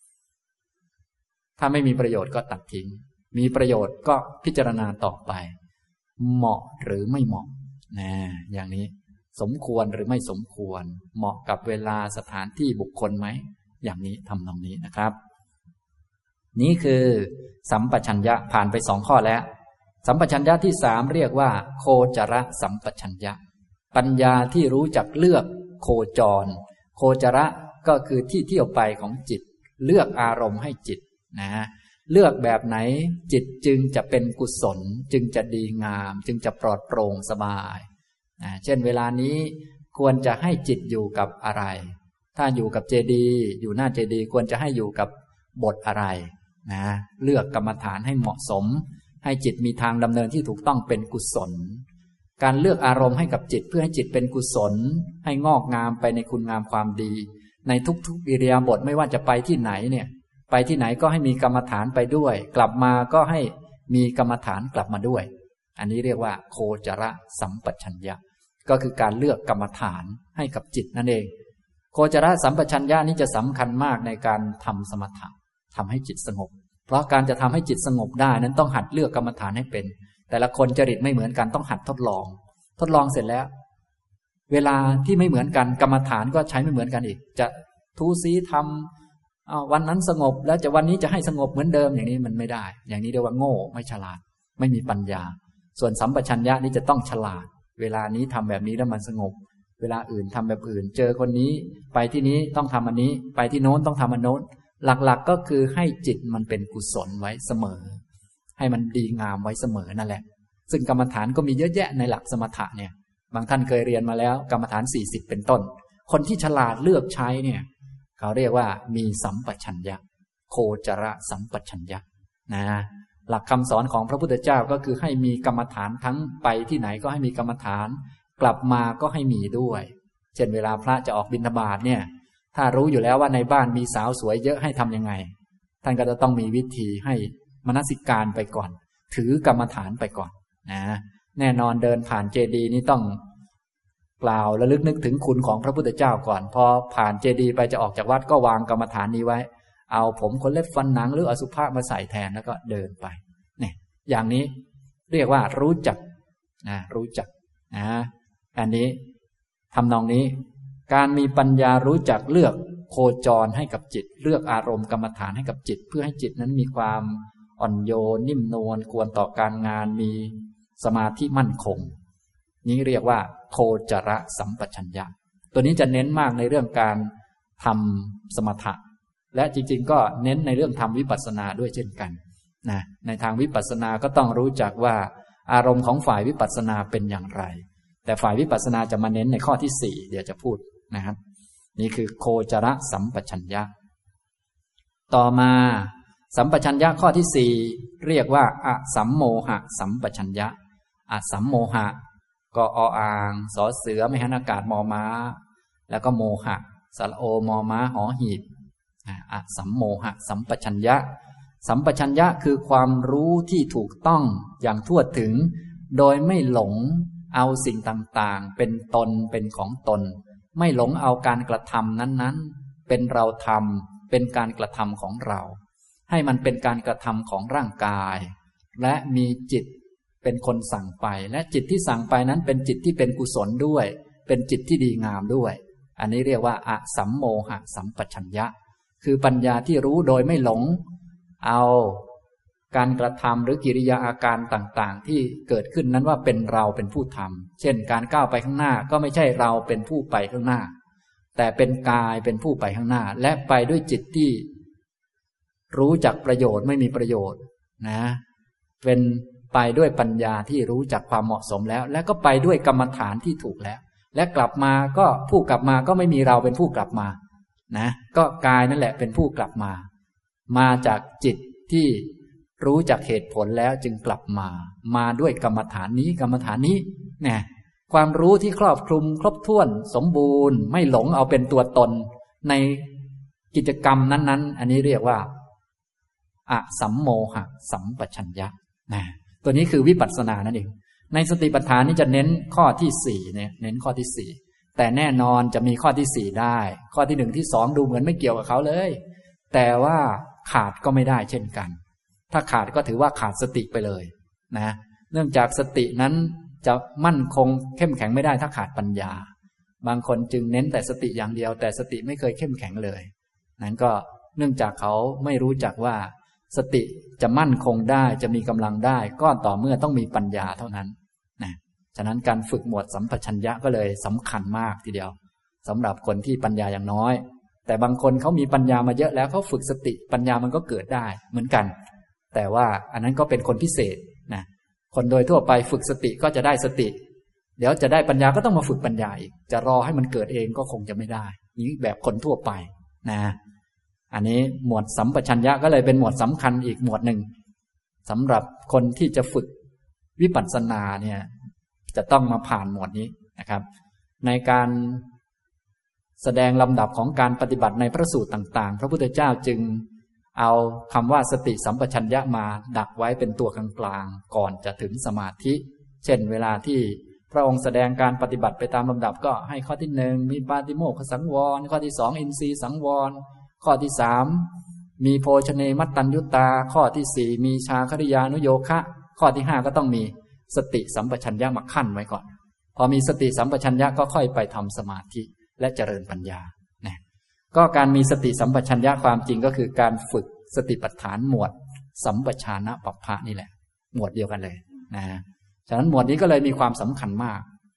A: ถ้าไม่มีประโยชน์ก็ตัดทิ้งมีประโยชน์ก็พิจารณาต่อไปเหมาะหรือไม่เหมาะนะอย่างนี้สมควรหรือไม่สมควรเหมาะกับเวลาสถานที่บุคคลไหมอย่างนี้ทำตรงนี้นะครับนี่คือสัมปชัญญะผ่านไปสองข้อแล้วสัมปชัญญะที่สามเรียกว่าโคจรสัมปชัญญะปัญญาที่รู้จักเลือกโคจรโคจระก็คือที่เที่ยวไปของจิตเลือกอารมณ์ให้จิตนะเลือกแบบไหนจิตจึงจะเป็นกุศลจึงจะดีงามจึงจะปลอดโปร่งสบายเช่นเวลานี้ควรจะให้จิตอยู่กับอะไรถ้าอยู่กับเจดีย์อยู่หน้าเจดีย์ควรจะให้อยู่กับบทอะไรนะเลือกกรรมฐานให้เหมาะสมให้จิตมีทางดำเนินที่ถูกต้องเป็นกุศลการเลือกอารมณ์ให้กับจิตเพื่อให้จิตเป็นกุศลให้งอกงามไปในคุณงามความดีในทุกๆอิริยาบถไม่ว่าจะไปที่ไหนเนี่ยไปที่ไหนก็ให้มีกรรมฐานไปด้วยกลับมาก็ให้มีกรรมฐานกลับมาด้วยอันนี้เรียกว่าโคจรสัมปชัญญะก็คือการเลือกกรรมฐานให้กับจิตนั่นเองโคจรสัมปชัญญะนี้จะสำคัญมากในการทำสมถะทำให้จิตสงบเพราะการจะทำให้จิตสงบได้นั้นต้องหัดเลือกกรรมฐานให้เป็นแต่ละคนจริตไม่เหมือนกันต้องหัดทดลองเสร็จแล้วเวลาที่ไม่เหมือนกันกรรมฐานก็ใช้ไม่เหมือนกันอีกจะทูสีทำวันนั้นสงบแล้วจะวันนี้จะให้สงบเหมือนเดิมอย่างนี้มันไม่ได้อย่างนี้เรียกว่าโง่ไม่ฉลาดไม่มีปัญญาส่วนสัมปชัญญะนี้จะต้องฉลาดเวลานี้ทำแบบนี้แล้วมันสงบเวลาอื่นทำแบบอื่นเจอคนนี้ไปที่นี้ต้องทำอันนี้ไปที่โน้นต้องทำอันโน้นหลักๆก็คือให้จิตมันเป็นกุศลไว้เสมอให้มันดีงามไว้เสมอนั่นแหละซึ่งกรรมฐานก็มีเยอะแยะในหลักสมถะเนี่ยบางท่านเคยเรียนมาแล้วกรรมฐาน40เป็นต้นคนที่ฉลาดเลือกใช้เนี่ยเขาเรียกว่ามีสัมปชัญญะโคจรสัมปชัญญะนะหลักคำสอนของพระพุทธเจ้าก็คือให้มีกรรมฐานทั้งไปที่ไหนก็ให้มีกรรมฐานกลับมาก็ให้มีด้วยเช่นเวลาพระจะออกบิณฑบาตเนี่ยถ้ารู้อยู่แล้วว่าในบ้านมีสาวสวยเยอะให้ทำยังไงท่านก็จะต้องมีวิธีให้มนสิการไปก่อนถือกรรมฐานไปก่อนนะแน่นอนเดินผ่านเจดีย์นี้ต้องกล่าวระลึกนึกถึงคุณของพระพุทธเจ้าก่อนพอผ่านเจดีย์ไปจะออกจากวัดก็วางกรรมฐานนี้ไว้เอาผมขนเล็บฟันหนังหรืออสุภะมาใส่แทนแล้วก็เดินไปเนี่ยอย่างนี้เรียกว่ารู้จักรู้จักอันนี้ทำนองนี้การมีปัญญารู้จักเลือกโคจรให้กับจิตเลือกอารมณ์กรรมฐานให้กับจิตเพื่อให้จิตนั้นมีความอ่อนโยนนิ่มนวลควรต่อการงานมีสมาธิมั่นคงนี้เรียกว่าโคจรสัมปชัญญะตัวนี้จะเน้นมากในเรื่องการทำสมถะและจริงๆก็เน้นในเรื่องทำวิปัสสนาด้วยเช่นกันนะในทางวิปัสสนาก็ต้องรู้จักว่าอารมณ์ของฝ่ายวิปัสสนาเป็นอย่างไรแต่ฝ่ายวิปัสสนาจะมาเน้นในข้อที่4เดี๋ยวจะพูดนะครับนี่คือโคจรสัมปชัญญะต่อมาสัมปชัญญะข้อที่4เรียกว่าอสัมโมหะสัมปชัญญะอสัมโมหะก็ออ่างสอเสือไม่หันอากาศมอม้าแล้วก็โมหะสระโอมอม้าหอหีบอสัมโมหะสัมปชัญญะสัมปชัญญะคือความรู้ที่ถูกต้องอย่างทั่วถึงโดยไม่หลงเอาสิ่งต่างๆเป็นตนเป็นของตนไม่หลงเอาการกระทำนั้นๆเป็นเราทำเป็นการกระทำของเราให้มันเป็นการกระทำของร่างกายและมีจิตเป็นคนสั่งไปและจิตที่สั่งไปนั้นเป็นจิตที่เป็นกุศลด้วยเป็นจิตที่ดีงามด้วยอันนี้เรียกว่าอสัมโมหะสัมปชัญญะคือปัญญาที่รู้โดยไม่หลงเอาการกระทำหรือกิริยาอาการต่างๆที่เกิดขึ้นนั้นว่าเป็นเราเป็นผู้ทำเช่นการก้าวไปข้างหน้าก็ไม่ใช่เราเป็นผู้ไปข้างหน้าแต่เป็นกายเป็นผู้ไปข้างหน้าและไปด้วยจิตที่รู้จักประโยชน์ไม่มีประโยชน์นะเป็นไปด้วยปัญญาที่รู้จักความเหมาะสมแล้วและก็ไปด้วยกรรมฐานที่ถูกแล้วและกลับมาก็ผู้กลับมาก็ไม่มีเราเป็นผู้กลับมานะก็กายนั่นแหละเป็นผู้กลับมาจากจิตที่รู้จักเหตุผลแล้วจึงกลับมาด้วยกรรมฐานนี้กรรมฐานนี้เนี่ยความรู้ที่ครอบคลุมครบถ้วนสมบูรณ์ไม่หลงเอาเป็นตัวตนในกิจกรรมนั้นๆอันนี้เรียกว่าอสัมโมหะสัมปชัญญะนะตัวนี้คือวิปัสสนานั่นเองในสติปัฏฐานนี้จะเน้นข้อที่4เนี่ยเน้นข้อที่4แต่แน่นอนจะมีข้อที่4ได้ข้อที่1ที่2ดูเหมือนไม่เกี่ยวกับเขาเลยแต่ว่าขาดก็ไม่ได้เช่นกันถ้าขาดก็ถือว่าขาดสติไปเลยนะเนื่องจากสตินั้นจะมั่นคงเข้มแข็งไม่ได้ถ้าขาดปัญญาบางคนจึงเน้นแต่สติอย่างเดียวแต่สติไม่เคยเข้มแข็งเลยนั้นก็เนื่องจากเขาไม่รู้จักว่าสติจะมั่นคงได้จะมีกำลังได้ก็ต่อเมื่อต้องมีปัญญาเท่านั้นนะฉะนั้นการฝึกหมวดสัมปชัญญะก็เลยสำคัญมากทีเดียวสำหรับคนที่ปัญญาอย่างน้อยแต่บางคนเขามีปัญญามาเยอะแล้วเขาฝึกสติปัญญามันก็เกิดได้เหมือนกันแต่ว่าอันนั้นก็เป็นคนพิเศษนะคนโดยทั่วไปฝึกสติก็จะได้สติเดี๋ยวจะได้ปัญญาก็ต้องมาฝึกปัญญาอีกจะรอให้มันเกิดเองก็คงจะไม่ได้นี่แบบคนทั่วไปนะอันนี้หมวดสัมปชัญญะก็เลยเป็นหมวดสำคัญอีกหมวดหนึ่งสำหรับคนที่จะฝึกวิปัสสนาเนี่ยจะต้องมาผ่านหมวดนี้นะครับในการแสดงลำดับของการปฏิบัติในพระสูตรต่างๆพระพุทธเจ้าจึงเอาคำว่าสติสัมปชัญญะมาดักไว้เป็นตัวกลางๆก่อนจะถึงสมาธิเช่นเวลาที่พระองค์แสดงการปฏิบัติไปตามลำดับก็ให้ข้อที่1มีปาติโมกขสังวรข้อที่2อินทรีย์สังวรข้อที่3มีโภชเนมัตตัญญุตาข้อที่4มีชาคริยานุโยคะข้อที่5ก็ต้องมีสติสัมปชัญญะมาขั้นไว้ก่อนพอมีสติสัมปชัญญะก็ค่อยไปทำสมาธิและเจริญปัญญานะก็การมีสติสัมปชัญญะความจริงก็คือการฝึกสติปัฏฐานหมวดสัมปชานะปัปพะนี่แหละหมวดเดียวกันเลยนะฉะนั้นหมวดนี้ก็เลยมีความสำคัญมาก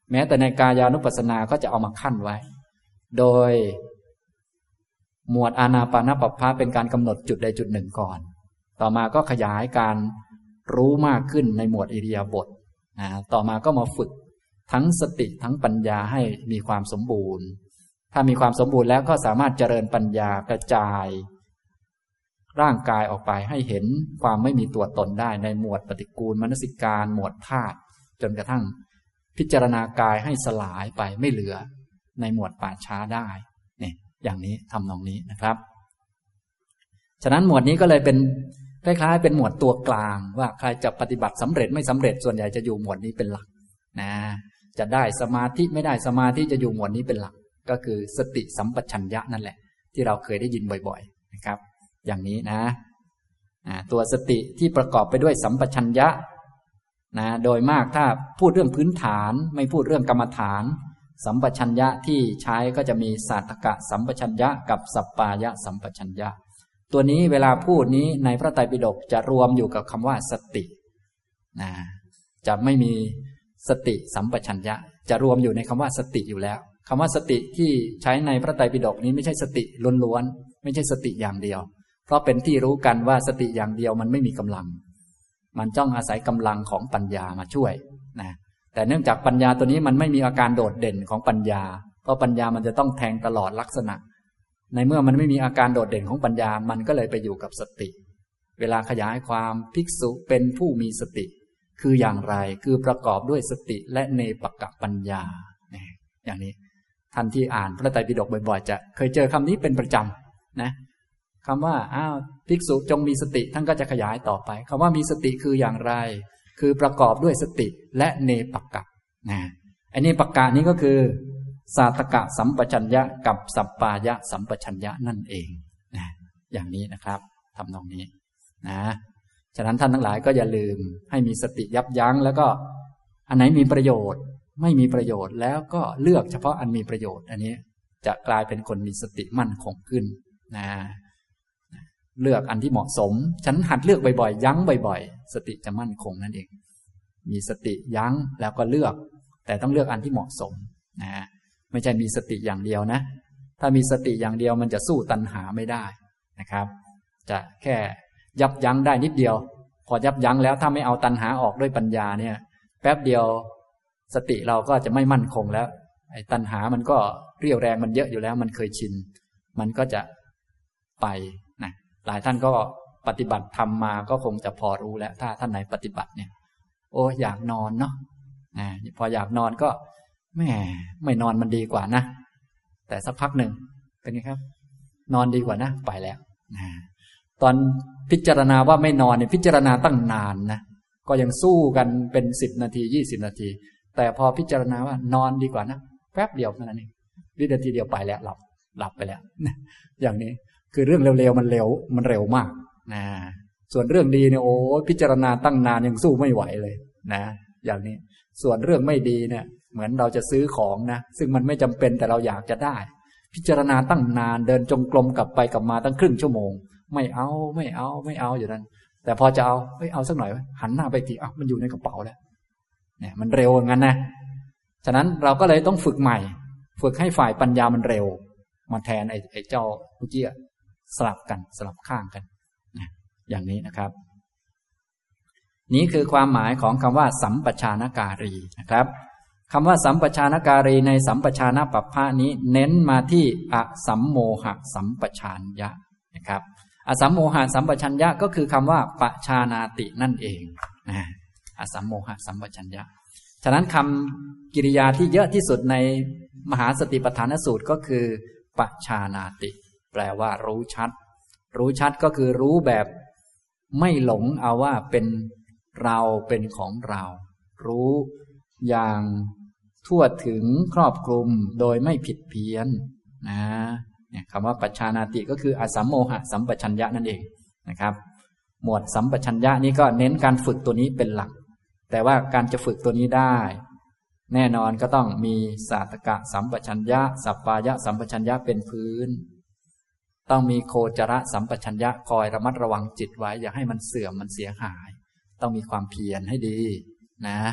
A: แม้แต่ในกายานุปัสสนาก็จะเอามาขั้นไว้โดยหมวดอานาปานปัปพะเป็นการกำหนดจุดใดจุดหนึ่งก่อนต่อมาก็ขยายการรู้มากขึ้นในหมวดอิริยาบถต่อมาก็มาฝึกทั้งสติทั้งปัญญาให้มีความสมบูรณ์ถ้ามีความสมบูรณ์แล้วก็สามารถเจริญปัญญากระจายร่างกายออกไปให้เห็นความไม่มีตัวตนได้ในหมวดปฏิกูลมนสิการหมวดธาตุจนกระทั่งพิจารณากายให้สลายไปไม่เหลือในหมวดป่าช้าได้เนี่ยอย่างนี้ทำนองนี้นะครับฉะนั้นหมวดนี้ก็เลยเป็นคล้ายๆเป็นหมวดตัวกลางว่าใครจะปฏิบัติสำเร็จไม่สำเร็จส่วนใหญ่จะอยู่หมวดนี้เป็นหลักนะจะได้สมาธิไม่ได้สมาธิจะอยู่หมวดนี้เป็นหลักก็คือสติสัมปชัญญะนั่นแหละที่เราเคยได้ยินบ่อยๆนะครับอย่างนี้นะตัวสติที่ประกอบไปด้วยสัมปชัญญะนะโดยมากถ้าพูดเรื่องพื้นฐานไม่พูดเรื่องกรรมฐานสัมปชัญญะที่ใช้ก็จะมีสาตกะสัมปชัญญะกับสัปปายะสัมปชัญญะตัวนี้เวลาพูดนี้ในพระไตรปิฎกจะรวมอยู่กับคำว่าสตินะจะไม่มีสติสัมปชัญญะจะรวมอยู่ในคำว่าสติอยู่แล้วคำว่าสติที่ใช้ในพระไตรปิฎกนี้ไม่ใช่สติล้วนๆไม่ใช่สติอย่างเดียวเพราะเป็นที่รู้กันว่าสติอย่างเดียวมันไม่มีกำลังมันต้องอาศัยกำลังของปัญญามาช่วยนะแต่เนื่องจากปัญญาตัวนี้มันไม่มีอาการโดดเด่นของปัญญาเพราะปัญญามันจะต้องแทงตลอดลักษณะในเมื่อมันไม่มีอาการโดดเด่นของปัญญามันก็เลยไปอยู่กับสติเวลาขยายความภิกษุเป็นผู้มีสติคืออย่างไรคือประกอบด้วยสติและเนปกปัญญาอย่างนี้ท่านที่อ่านพระไตรปิฎกบ่อยๆจะเคยเจอคำนี้เป็นประจำนะคำว่าภิกษุจงมีสติท่านก็จะขยายต่อไปคำว่ามีสติคืออย่างไรคือประกอบด้วยสติและเนปกะนะอันนี้ปกะนี้ก็คือสาตกะสัมปชัญญะกับสัปปายะสัมปชัญญะนั่นเองนะอย่างนี้นะครับทำนองนี้นะฉะนั้นท่านทั้งหลายก็อย่าลืมให้มีสติยับยั้งแล้วก็อันไหนมีประโยชน์ไม่มีประโยชน์แล้วก็เลือกเฉพาะอันมีประโยชน์อันนี้จะกลายเป็นคนมีสติมั่นคงขึ้นนะเลือกอันที่เหมาะสมฉันหัดเลือกบ่อยๆยั้งบ่อยๆสติจะมั่นคงนั่นเองมีสติยั้งแล้วก็เลือกแต่ต้องเลือกอันที่เหมาะสมนะไม่ใช่มีสติอย่างเดียวนะถ้ามีสติอย่างเดียวมันจะสู้ตัณหาไม่ได้นะครับจะแค่ยับยั้งได้นิดเดียวพอยับยั้งแล้วถ้าไม่เอาตัณหาออกด้วยปัญญาเนี่ยแป๊บเดียวสติเราก็จะไม่มั่นคงแล้วไอ้ตัณหามันก็เรี่ยวแรงมันเยอะอยู่แล้วมันเคยชินมันก็จะไปนะหลายท่านก็ปฏิบัติทำมาก็คงจะพอรู้แล้วถ้าท่านไหนปฏิบัติเนี่ยโอ้อยากนอนเนาะพออยากนอนก็แม่ไม่นอนมันดีกว่านะแต่สักพักหนึ่งเป็นไงครับนอนดีกว่านะไปแล้วตอนพิจารณาว่าไม่นอนเนี่ยพิจารณาตั้งนานนะก็ยังสู้กันเป็น10 นาที20 นาทีแต่พอพิจารณาว่านอนดีกว่านะแป๊บเดียวเท่านั้นเองวินาทีเดียวไปแล้วหลับไปแล้วอย่างนี้คือเรื่องเร็วๆมันเร็วมากนะส่วนเรื่องดีเนี่ยโอ้พิจารณาตั้งนานยังสู้ไม่ไหวเลยนะอย่างนี้ส่วนเรื่องไม่ดีเนี่ยเหมือนเราจะซื้อของนะซึ่งมันไม่จำเป็นแต่เราอยากจะได้พิจารณาตั้งนานเดินจงกรมกลับไปกลับมาตั้งครึ่งชั่วโมงไม่เอาอยู่นั้นแต่พอจะเอาสักหน่อยหันหน้าไปทีมันอยู่ในกระเป๋าแล้วเนี่ยมันเร็วอย่างนั้นนะฉะนั้นเราก็เลยต้องฝึกใหม่ฝึกให้ฝ่ายปัญญามันเร็วมาแทนไอ้เจ้าเมื่อกี้สลับข้างกันนะอย่างนี้นะครับนี้คือความหมายของคำว่าสัมปชานการีนะครับคำว่าสัมปชานการีในสัมปชานปัปพะนี้เน้นมาที่อสัมโมหะสัมปชัญญะนะครับอสัมโมหะสัมปชัญญะก็คือคำว่าปชานาตินั่นเองอสัมโมหะสัมปชัญญะฉะนั้นคำกิริยาที่เยอะที่สุดในมหาสติปัฏฐานสูตรก็คือปชานาติแปลว่ารู้ชัดก็คือรู้แบบไม่หลงเอาว่าเป็นเราเป็นของเรารู้อย่างทั่วถึงครอบคลุมโดยไม่ผิดเพี้ยนนะเนี่ยคำว่าปชานาติก็คืออสัมโมหะสัมปชัญญะนั่นเองนะครับหมวดสัมปชัญญะนี้ก็เน้นการฝึกตัวนี้เป็นหลักแต่ว่าการจะฝึกตัวนี้ได้แน่นอนก็ต้องมีสาตกะสัมปชัญญะสัปปายะสัมปชัญญะเป็นพื้นต้องมีโคจรสัมปชัญญะคอยระมัดระวังจิตไว้อย่าให้มันเสื่อมมันเสียหายต้องมีความเพียรให้ดีนะ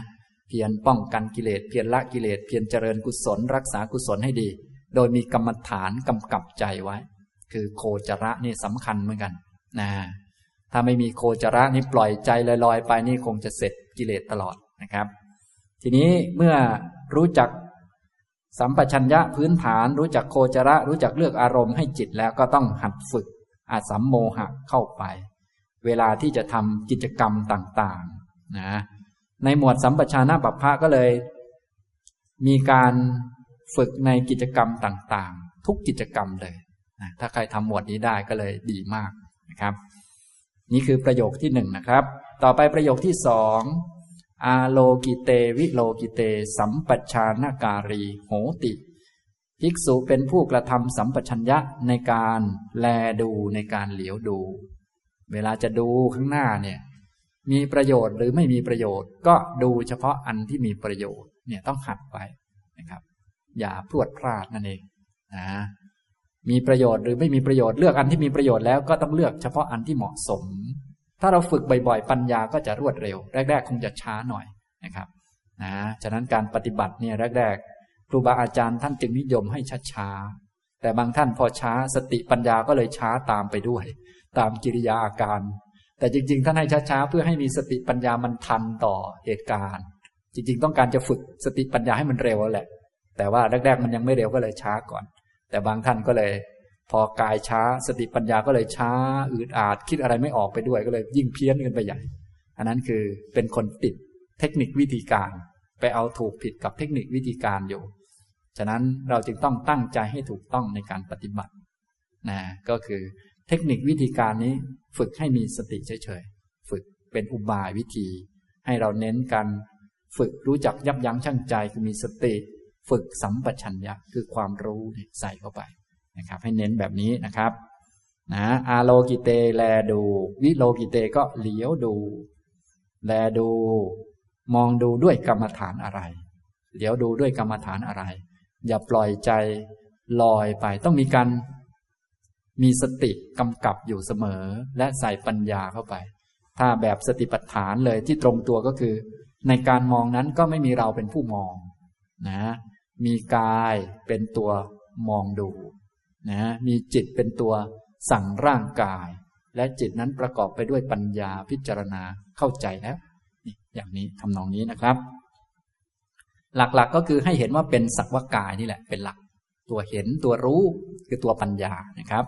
A: เพียรป้องกันกิเลสเพียรละกิเลสเพียรเจริญกุศลรักษากุศลให้ดีโดยมีกรรมฐานกำกับใจไว้คือโคจระนี่สำคัญเหมือนกันนะถ้าไม่มีโคจระนี่ปล่อยใจลอยๆไปนี่คงจะเสร็จกิเลสตลอดนะครับทีนี้เมื่อรู้จักสัมปชัญญะพื้นฐานรู้จักโคจระรู้จักเลือกอารมณ์ให้จิตแล้วก็ต้องหัดฝึกอาสัมโมหะเข้าไปเวลาที่จะทำกิจกรรมต่างๆนะในหมวดสัมปชานะปัปพะก็เลยมีการฝึกในกิจกรรมต่างๆทุกกิจกรรมเลยนะถ้าใครทำหมวดนี้ได้ก็เลยดีมากนะครับนี่คือประโยคที่หนึ่งนะครับต่อไปประโยคที่สองอาโลกิเตวิโลกิเตสัมปชานการีโหติภิกษุเป็นผู้กระทำสัมปชัญญะในการแลดูในการเหลียวดูเวลาจะดูข้างหน้าเนี่ยมีประโยชน์หรือไม่มีประโยชน์ก็ดูเฉพาะอันที่มีประโยชน์เนี่ยต้องหัดไปนะครับอย่าพรวดพลาดนั่นเองนะมีประโยชน์หรือไม่มีประโยชน์เลือกอันที่มีประโยชน์แล้วก็ต้องเลือกเฉพาะอันที่เหมาะสมถ้าเราฝึกบ่อยๆปัญญาก็จะรวดเร็วแรกๆคงจะช้าหน่อยนะครับนะฉะนั้นการปฏิบัติเนี่ยแรกๆครูบาอาจารย์ท่านจึงนิยมให้ช้าๆแต่บางท่านพอช้าสติปัญญาก็เลยช้าตามไปด้วยตามกิริยาอาการแต่จริงๆท่านให้ช้าๆเพื่อให้มีสติปัญญามันทันต่อเหตุการณ์จริงๆต้องการจะฝึกสติปัญญาให้มันเร็วแหละแต่ว่าแรกๆมันยังไม่เร็วก็เลยช้าก่อนแต่บางท่านก็เลยพอกายช้าสติปัญญาก็เลยช้าอืดอาดคิดอะไรไม่ออกไปด้วยก็เลยยิ่งเพี้ยนกันไปใหญ่อันนั้นคือเป็นคนติดเทคนิควิธีการไปเอาถูกผิดกับเทคนิควิธีการอยู่ฉะนั้นเราจึงต้องตั้งใจให้ถูกต้องในการปฏิบัตินะก็คือเทคนิควิธีการนี้ฝึกให้มีสติเฉยๆฝึกเป็นอุบายวิธีให้เราเน้นการฝึกรู้จักยับยั้งชั่งใจคือมีสติฝึกสัมปชัญญะคือความรู้ใส่เข้าไปนะครับให้เน้นแบบนี้นะครับนะอาโลกิเตแลดูวิโลกิเตก็เหลียวดูแลดูมองดูด้วยกรรมฐานอะไรเหลียวดูด้วยกรรมฐานอะไรอย่าปล่อยใจลอยไปต้องมีการมีสติกำกับอยู่เสมอและใส่ปัญญาเข้าไปถ้าแบบสติปัฏฐานเลยที่ตรงตัวก็คือในการมองนั้นก็ไม่มีเราเป็นผู้มองนะมีกายเป็นตัวมองดูนะมีจิตเป็นตัวสั่งร่างกายและจิตนั้นประกอบไปด้วยปัญญาพิจารณาเข้าใจแล้วอย่างนี้ทำนองนี้นะครับหลักๆก็คือให้เห็นว่าเป็นสักวากายนี่แหละเป็นหลักตัวเห็นตัวรู้คือตัวปัญญานะครับ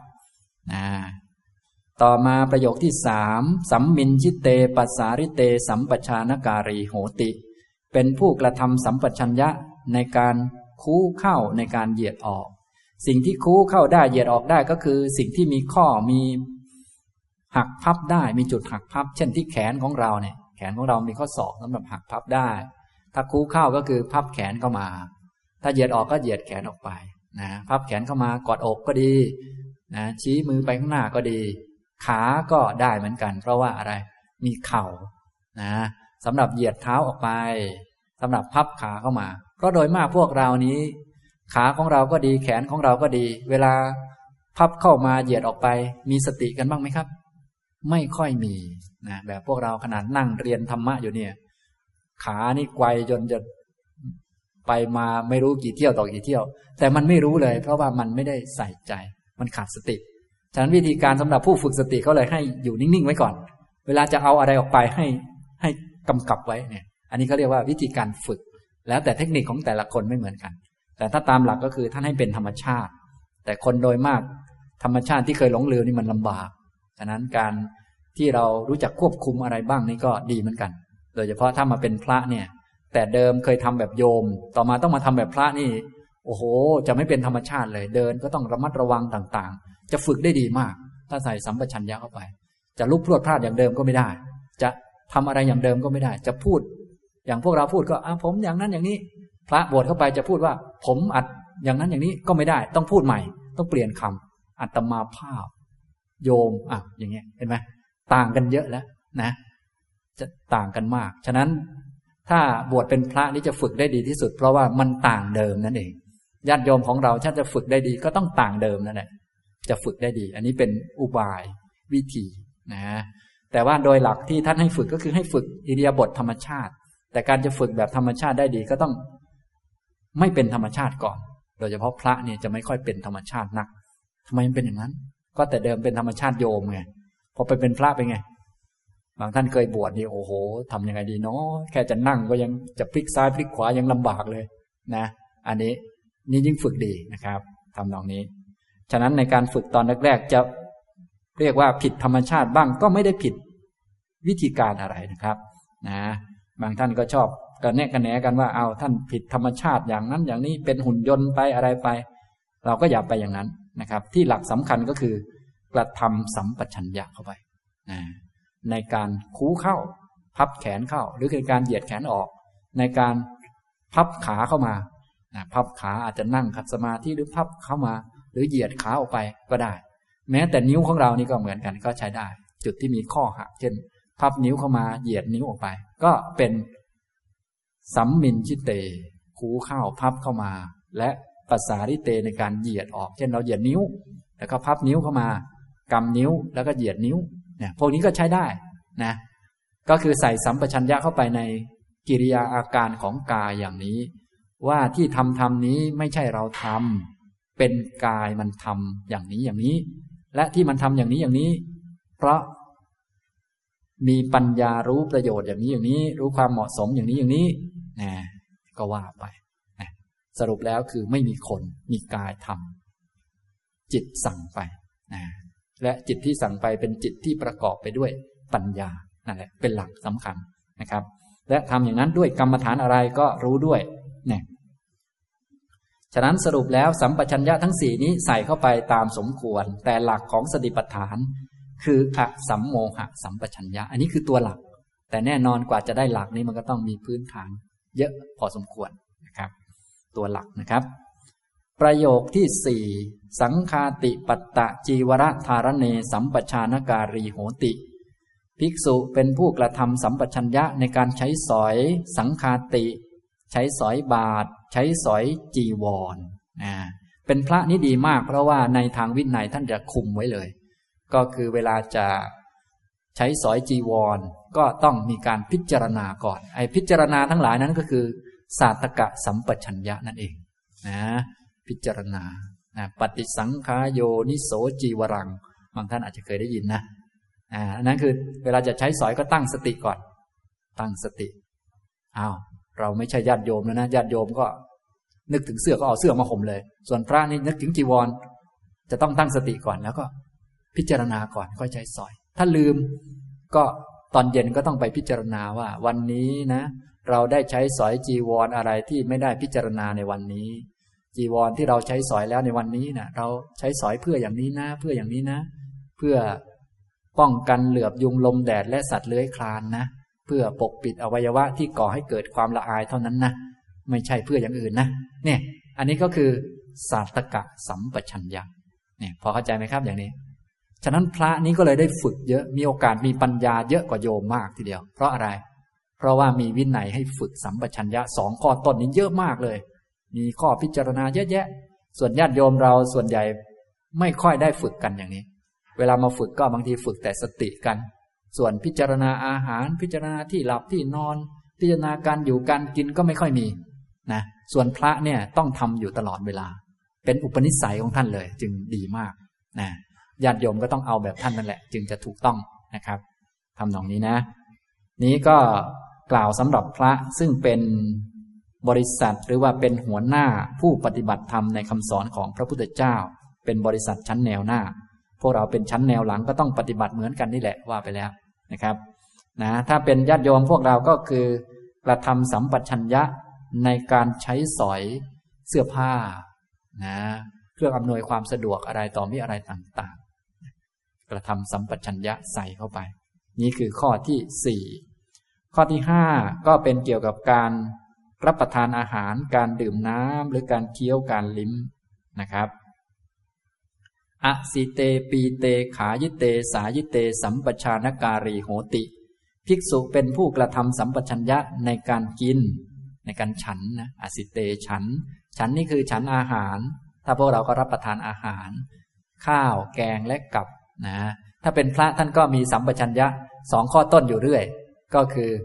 A: ต่อมาประโยคที่สามสัมมินชิเตปัสสาริเตสัมปชานการีโหติเป็นผู้กระทำสัมปชัญญะในการคู้เข้าในการเหยียดออกสิ่งที่คู้เข้าได้เหยียดออกได้ก็คือสิ่งที่มีข้อมีหักพับได้มีจุดหักพับเช่นที่แขนของเราเนี่ยแขนของเรามีข้อศอกสำหรับหักพับได้ถ้าคู้เข้าก็คือพับแขนเข้ามาถ้าเหยียดออกก็เหยียดแขนออกไปนะพับแขนเข้ามากอดอกก็ดีนะชี้มือไปข้างหน้าก็ดีขาก็ได้เหมือนกันเพราะว่าอะไรมีเข่านะสำหรับเหยียดเท้าออกไปสำหรับพับขาเข้ามาเพราะโดยมากพวกเรานี้ขาของเราก็ดีแขนของเราก็ดีเวลาพับเข้ามาเหยียดออกไปมีสติกันบ้างไหมครับไม่ค่อยมีนะแบบพวกเราขนาดนั่งเรียนธรรมะอยู่เนี่ยขานี่ไกวจนจะไปมาไม่รู้กี่เที่ยวต่อกี่เที่ยวแต่มันไม่รู้เลยเพราะว่ามันไม่ได้ใส่ใจมันขาดสติฉะนั้นวิธีการสำหรับผู้ฝึกสติเขาเลยให้อยู่นิ่งๆไว้ก่อนเวลาจะเอาอะไรออกไปให้กำกับไว้เนี่ยอันนี้เขาเรียกว่าวิธีการฝึกแล้วแต่เทคนิคของแต่ละคนไม่เหมือนกันแต่ถ้าตามหลักก็คือท่านให้เป็นธรรมชาติแต่คนโดยมากธรรมชาติที่เคยหลงลืมนี่มันลำบากฉะนั้นการที่เรารู้จักควบคุมอะไรบ้างนี่ก็ดีเหมือนกันโดยเฉพาะถ้ามาเป็นพระเนี่ยแต่เดิมเคยทำแบบโยมต่อมาต้องมาทำแบบพระนี่โอ้โหจะไม่เป็นธรรมชาติเลยเดินก็ต้องระมัดระวังต่างๆจะฝึกได้ดีมากถ้าใส่สัมปชัญญะเข้าไปจะลุกพรวดพลาดอย่างเดิมก็ไม่ได้จะทำอะไรอย่างเดิมก็ไม่ได้จะพูดอย่างพวกเราพูดก็ผมอย่างนั้นอย่างนี้พระบวชเข้าไปจะพูดว่าผมอัดอย่างนั้นอย่างนี้ก็ไม่ได้ต้องพูดใหม่ต้องเปลี่ยนคำอัตมาภาพโยมอย่างเงี้ยเห็นไหมต่างกันเยอะแล้วนะจะต่างกันมากฉะนั้นถ้าบวชเป็นพระนี่จะฝึกได้ดีที่สุดเพราะว่ามันต่างเดิมนั่นเองญาติโยมของเราถ้าจะฝึกได้ดีก็ต้องต่างเดิมนั่นแหละจะฝึกได้ดีอันนี้เป็นอุบายวิธีนะแต่ว่าโดยหลักที่ท่านให้ฝึกก็คือให้ฝึกอิริยาบถธรรมชาติแต่การจะฝึกแบบธรรมชาติได้ดีก็ต้องไม่เป็นธรรมชาติก่อนโดยเฉพาะพระเนี่ยจะไม่ค่อยเป็นธรรมชาตินักทำไมมันเป็นอย่างนั้นก็แต่เดิมเป็นธรรมชาติโยมไงพอไปเป็นพระเป็นไงบางท่านเคยบวชนี่โอ้โหทำยังไงดีเนาะแค่จะนั่งก็ยังจะพลิกซ้ายพลิกขวายังลำบากเลยนะอันนี้ยิ่งฝึกดีนะครับทำตรงนี้ฉะนั้นในการฝึกตอนแรกๆจะเรียกว่าผิดธรรมชาติบ้างก็ไม่ได้ผิดวิธีการอะไรนะครับนะบางท่านก็ชอบกระแนะกระแหนกันว่าเอาท่านผิดธรรมชาติอย่างนั้นอย่างนี้เป็นหุ่นยนต์ไปอะไรไปเราก็อย่าไปอย่างนั้นนะครับที่หลักสำคัญก็คือกระทำสัมปชัญญะเข้าไปในการคู้เข้าพับแขนเข้าหรือในการเหยียดแขนออกในการพับขาเข้ามาพับขาอาจจะนั่งขัดสมาธิหรือพับเข้ามาหรือเหยียดขาออกไปก็ได้แม้แต่นิ้วของเรานี่ก็เหมือนกันก็ใช้ได้จุดที่มีข้อหักเช่นพับนิ้วเข้ามาเหยียดนิ้วออกไปก็เป็นสัมมินชิเตคู้เข้าพับเข้ามาและปัสสาริเตในการเหยียดออกเช่นเราเหยียดนิ้วแล้วก็พับนิ้วเข้ามากำนิ้วแล้วก็เหยียดนิ้วเนี่ยพวกนี้ก็ใช้ได้นะก็คือใส่สัมปชัญญะเข้าไปในกิริยาอาการของกายอย่างนี้ว่าที่ทำนี้ไม่ใช่เราทำเป็นกายมันทำอย่างนี้อย่างนี้และที่มันทำอย่างนี้อย่างนี้เพราะมีปัญญารู้ประโยชน์อย่างนี้อย่างนี้รู้ความเหมาะสมอย่างนี้อย่างนี้นะก็ว่าไปนะสรุปแล้วคือไม่มีคนมีกายทำจิตสั่งไปนะและจิตที่สั่งไปเป็นจิตที่ประกอบไปด้วยปัญญานั่นแหละเป็นหลักสำคัญนะครับและทำอย่างนั้นด้วยกรรมฐานอะไรก็รู้ด้วยเนี่ยฉะนั้นสรุปแล้วสัมปชัญญะทั้งสี่นี้ใส่เข้าไปตามสมควรแต่หลักของสติปัฏฐานคืออสัมโมหะสัมปชัญญะอันนี้คือตัวหลักแต่แน่นอนกว่าจะได้หลักนี้มันก็ต้องมีพื้นฐานเยอะพอสมควรนะครับตัวหลักนะครับประโยคที่สี่สังฆาติปัตตะจีวรธารเนสัมปชานการีโหติภิกษุเป็นผู้กระทำสัมปชัญญะในการใช้สอยสังฆาติใช้สอยบาตรใช้สอยจีวรเป็นพระนี่ดีมากเพราะว่าในทางวินัยท่านจะคุมไว้เลยก็คือเวลาจะใช้สอยจีวรก็ต้องมีการพิจารณาก่อนไอ้พิจารณาทั้งหลายนั้นก็คือสาตกะสัมปชัญญะนั่นเองนะพิจารณาปฏิสังขายโยนิโสจีวรังบางท่านอาจจะเคยได้ยินนะอันนั้นคือเวลาจะใช้สอยก็ตั้งสติก่อนตั้งสติเราไม่ใช่ญาติโยมแล้วนะญาติโยมก็นึกถึงเสื้อก็เอาเสื้อมาห่มเลยส่วนพระนี่นึกถึงจีวรจะต้องตั้งสติก่อนแล้วก็พิจารณาก่อนค่อยใช้สอยถ้าลืมก็ตอนเย็นก็ต้องไปพิจารณาว่าวันนี้นะเราได้ใช้สอยจีวรอะไรที่ไม่ได้พิจารณาในวันนี้จีวรที่เราใช้สอยแล้วในวันนี้นะเราใช้สอยเพื่ออย่างนี้นะเพื่ออย่างนี้นะเพื่อป้องกันเหลือบยุงลมแดดและสัตว์เลื้อยคลานนะเพื่อปกปิดอวัยวะที่ก่อให้เกิดความละอายเท่านั้นนะไม่ใช่เพื่ออย่างอื่นนะเนี่ยอันนี้ก็คือสาตกะสัมปชัญญะเนี่ยพอเข้าใจไหมครับอย่างนี้ฉะนั้นพระนี้ก็เลยได้ฝึกเยอะมีโอกาสมีปัญญาเยอะกว่าโยมมากทีเดียวเพราะอะไรเพราะว่ามีวินัยให้ฝึกสัมปชัญญะ2ข้อต้นนี้เยอะมากเลยมีข้อพิจารณาเยอะแยะส่วนญาติโยมเราส่วนใหญ่ไม่ค่อยได้ฝึกกันอย่างนี้เวลามาฝึกก็บางทีฝึกแต่สติกันส่วนพิจารณาอาหารพิจารณาที่หลับที่นอนพิจารณาการอยู่การกินก็ไม่ค่อยมีนะส่วนพระเนี่ยต้องทำอยู่ตลอดเวลาเป็นอุปนิสัยของท่านเลยจึงดีมากนะญาติโยมก็ต้องเอาแบบท่านนั่นแหละจึงจะถูกต้องนะครับทำตรงนี้นะนี้ก็กล่าวสำหรับพระซึ่งเป็นบริษัทหรือว่าเป็นหัวหน้าผู้ปฏิบัติธรรมในคำสอนของพระพุทธเจ้าเป็นบริษัทชั้นแนวหน้าพวกเราเป็นชั้นแนวหลังก็ต้องปฏิบัติเหมือนกันนี่แหละว่าไปแล้วนะครับนะถ้าเป็นญาติโยมพวกเราก็คือกระทำสัมปชัญญะในการใช้สอยเสื้อผ้านะเครื่องอำนวยความสะดวกอะไรต่อมีอะไรต่างๆกระทำสัมปชัญญะใส่เข้าไปนี่คือข้อที่4ข้อที่5ก็เป็นเกี่ยวกับการรับประทานอาหารการดื่มน้ำหรือการเคี้ยวการลิ้มนะครับอสิเตปีเตขายิเตสายิเตสัมปชานการีโหติภิกษุเป็นผู้กระทำสัมปชัญญะในการกินในการฉันนะอสิเตฉันนี่คือฉันอาหารถ้าพวกเราก็รับประทานอาหารข้าวแกงและกับนะถ้าเป็นพระท่านก็มีสัมปชัญญะ2ข้อต้นอยู่เรื่อยก็คือ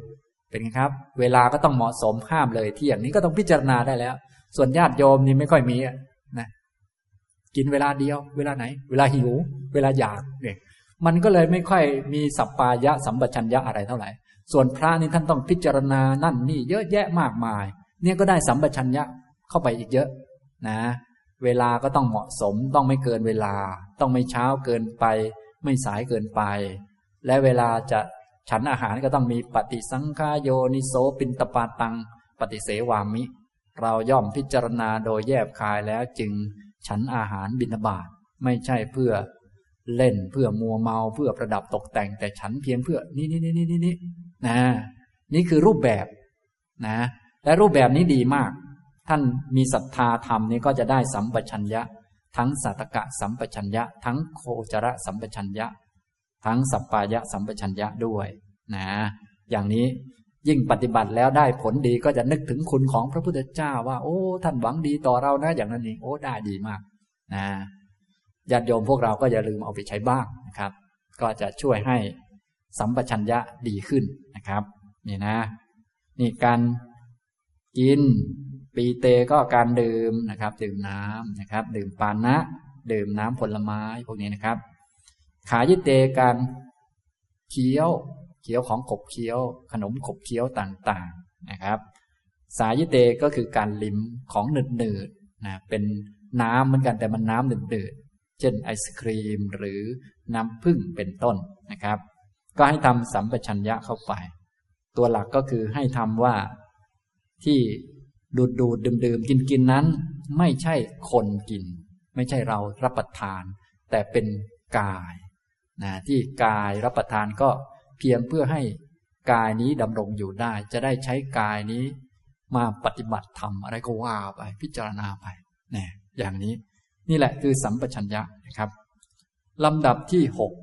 A: เป็นไงครับเวลาก็ต้องเหมาะสมห้ามเลยเที่ยงนี้ก็ต้องพิจารณาได้แล้วส่วนญาติโยมนี่ไม่ค่อยมีนะกินเวลาเดียวเวลาไหนเวลาหิวเวลาอยากเนี่ยมันก็เลยไม่ค่อยมีสัปปายะสัมปชัญญะอะไรเท่าไหร่ส่วนพระนี่ท่านต้องพิจารณานั่นนี่เยอะแยะมากมายเนี่ยก็ได้สัมปชัญญะเข้าไปอีกเยอะนะเวลาก็ต้องเหมาะสมต้องไม่เกินเวลาต้องไม่เช้าเกินไปไม่สายเกินไปและเวลาจะฉันอาหารก็ต้องมีปฏิสังขายโยนิโสปินตปาตังปฏิเสวามิเราย่อมพิจารณาโดยแยบคายแล้วจึงฉันอาหารบิณฑบาตไม่ใช่เพื่อเล่นเพื่อมัวเมาเพื่อประดับตกแต่งแต่ฉันเพียงเพื่อนี่นะนี่คือรูปแบบนะและรูปแบบนี้ดีมากท่านมีศรัทธาธรรมนี้ก็จะได้สัมปชัญญะทั้งสัตตกะสัมปชัญญะทั้งโคจรสัมปชัญญะทั้งสัปปายะสัมปชัญญะด้วยนะอย่างนี้ยิ่งปฏิบัติแล้วได้ผลดีก็จะนึกถึงคุณของพระพุทธเจ้าว่าโอ้ท่านหวังดีต่อเรานะอย่างนั้นเองโอ้ได้ดีมากนะญาติโยมพวกเราก็อย่าลืมเอาไปใช้บ้างนะครับก็จะช่วยให้สัมปชัญญะดีขึ้นนะครับนี่นะนี่การกินปีเตก็การดื่มนะครับดื่มน้ำนะครับดื่มปานะดื่มน้ำผลไม้พวกนี้นะครับขายิเตการเคี้ยวของขบเคี้ยวขนมขบเคี้ยวต่างๆนะครับสายิเตก็คือการลิ้มของหนืดๆนะเป็นน้ำเหมือนกันแต่มันน้ำหนืดๆเช่นไอศครีมหรือน้ำผึ้งเป็นต้นนะครับก็ให้ทำสัมปชัญญะเข้าไปตัวหลักก็คือให้ทำว่าที่ดูดดื่มกินนั้นไม่ใช่คนกินไม่ใช่เรารับประทานแต่เป็นกายนะที่กายรับประทานก็เพียงเพื่อให้กายนี้ดำรงอยู่ได้จะได้ใช้กายนี้มาปฏิบัติธรรมอะไรก็ว่าไปพิจารณาไปเนี่ยอย่างนี้นี่แหละคือสัมปชัญญะนะครับลำดับที่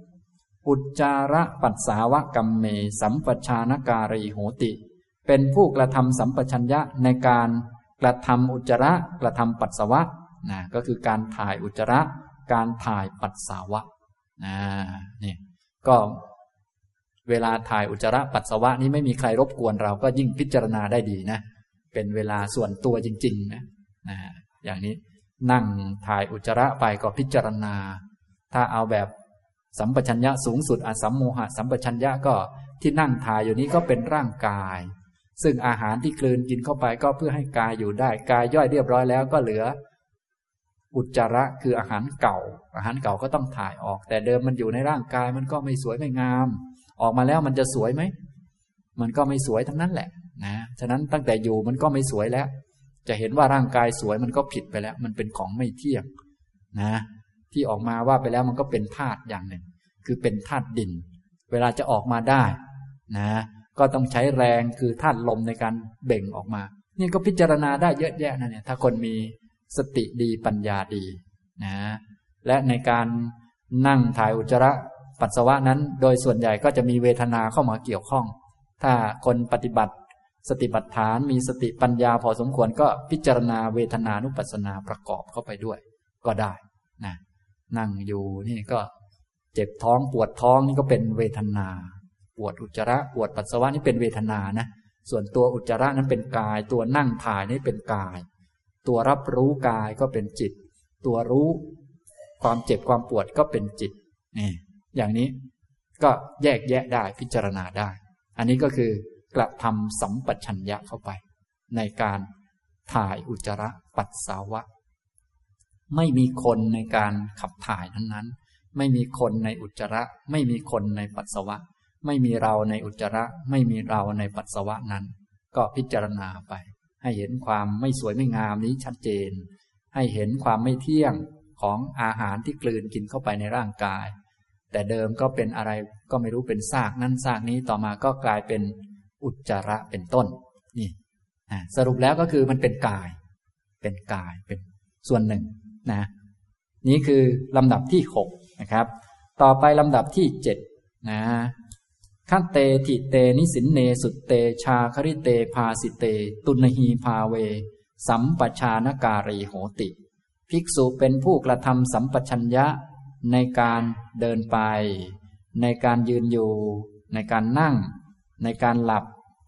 A: 6อุจจาระปัสสาวะกัมเมสัมปชานการีโหติเป็นผู้กระทำสัมปชัญญะในการกระทำอุจจาระกระทำปัสสาวะนะก็คือการถ่ายอุจจาระการถ่ายปัสสาวะนี่ก็เวลาถ่ายอุจจาระปัสสาวะนี้ไม่มีใครรบกวนเราก็ยิ่งพิจารณาได้ดีนะเป็นเวลาส่วนตัวจริงๆนะอย่างนี้นั่งถ่ายอุจจาระไปก็พิจารณาถ้าเอาแบบสัมปชัญญะสูงสุดอสัมโมหะสัมปชัญญะก็ที่นั่งถ่ายอยู่นี้ก็เป็นร่างกายซึ่งอาหารที่กลืนกินเข้าไปก็เพื่อให้กายอยู่ได้กายย่อยเรียบร้อยแล้วก็เหลืออุจจาระคืออาหารเก่าก็ต้องถ่ายออกแต่เดิมมันอยู่ในร่างกายมันก็ไม่สวยไม่งามออกมาแล้วมันจะสวยไหมมันก็ไม่สวยทั้งนั้นแหละนะฉะนั้นตั้งแต่อยู่มันก็ไม่สวยแล้วจะเห็นว่าร่างกายสวยมันก็ผิดไปแล้วมันเป็นของไม่เที่ยงนะที่ออกมาว่าไปแล้วมันก็เป็นธาตุอย่างหนึ่งคือเป็นธาตุดินเวลาจะออกมาได้นะก็ต้องใช้แรงคือธาตุลมในการเบ่งออกมานี่ก็พิจารณาได้เยอะแยะนะเนี่ยถ้าคนมีสติดีปัญญาดีนะและในการนั่งถ่ายอุจจาระปัสสาวะนั้นโดยส่วนใหญ่ก็จะมีเวทนาเข้ามาเกี่ยวข้องถ้าคนปฏิบัติสติปัฏฐานมีสติปัญญาพอสมควรก็พิจารณาเวทนานุปัสสนาประกอบเข้าไปด้วยก็ได้นะนั่งอยู่นี่ก็เจ็บท้องปวดท้องนี่ก็เป็นเวทนาปวดอุจจาระปวดปัสสาวะนี่เป็นเวทนานะส่วนตัวอุจจาระนั้นเป็นกายตัวนั่งถ่ายนี่เป็นกายตัวรับรู้กายก็เป็นจิตตัวรู้ความเจ็บความปวดก็เป็นจิตนี่อย่างนี้ก็แยกแยะได้พิจารณาได้อันนี้ก็คือกระทำสัมปชัญญะเข้าไปในการถ่ายอุจจาระปัสสาวะไม่มีคนในการขับถ่ายนั้นๆไม่มีคนในอุจจาระไม่มีคนในปัสสาวะไม่มีเราในอุจจาระไม่มีเราในปัสสาวะนั้นก็พิจารณาไปให้เห็นความไม่สวยไม่งามนี้ชัดเจนให้เห็นความไม่เที่ยงของอาหารที่กลืนกินเข้าไปในร่างกายแต่เดิมก็เป็นอะไรก็ไม่รู้เป็นซากนั้นซากนี้ต่อมาก็กลายเป็นอุจจาระเป็นต้นนี่สรุปแล้วก็คือมันเป็นกายเป็นส่วนหนึ่งนะนี่คือลำดับที่6นะครับต่อไปลำดับที่7นะขั้นเตทิเตนิสินเนสุตเตชาคริเตภาสิเตตุนหีภาเวสัมปชานการีโหติภิกษุเป็นผู้กระทำสัมปชัญญะในการเดินไปในการยืนอยู่ในการนั่งในการหลับ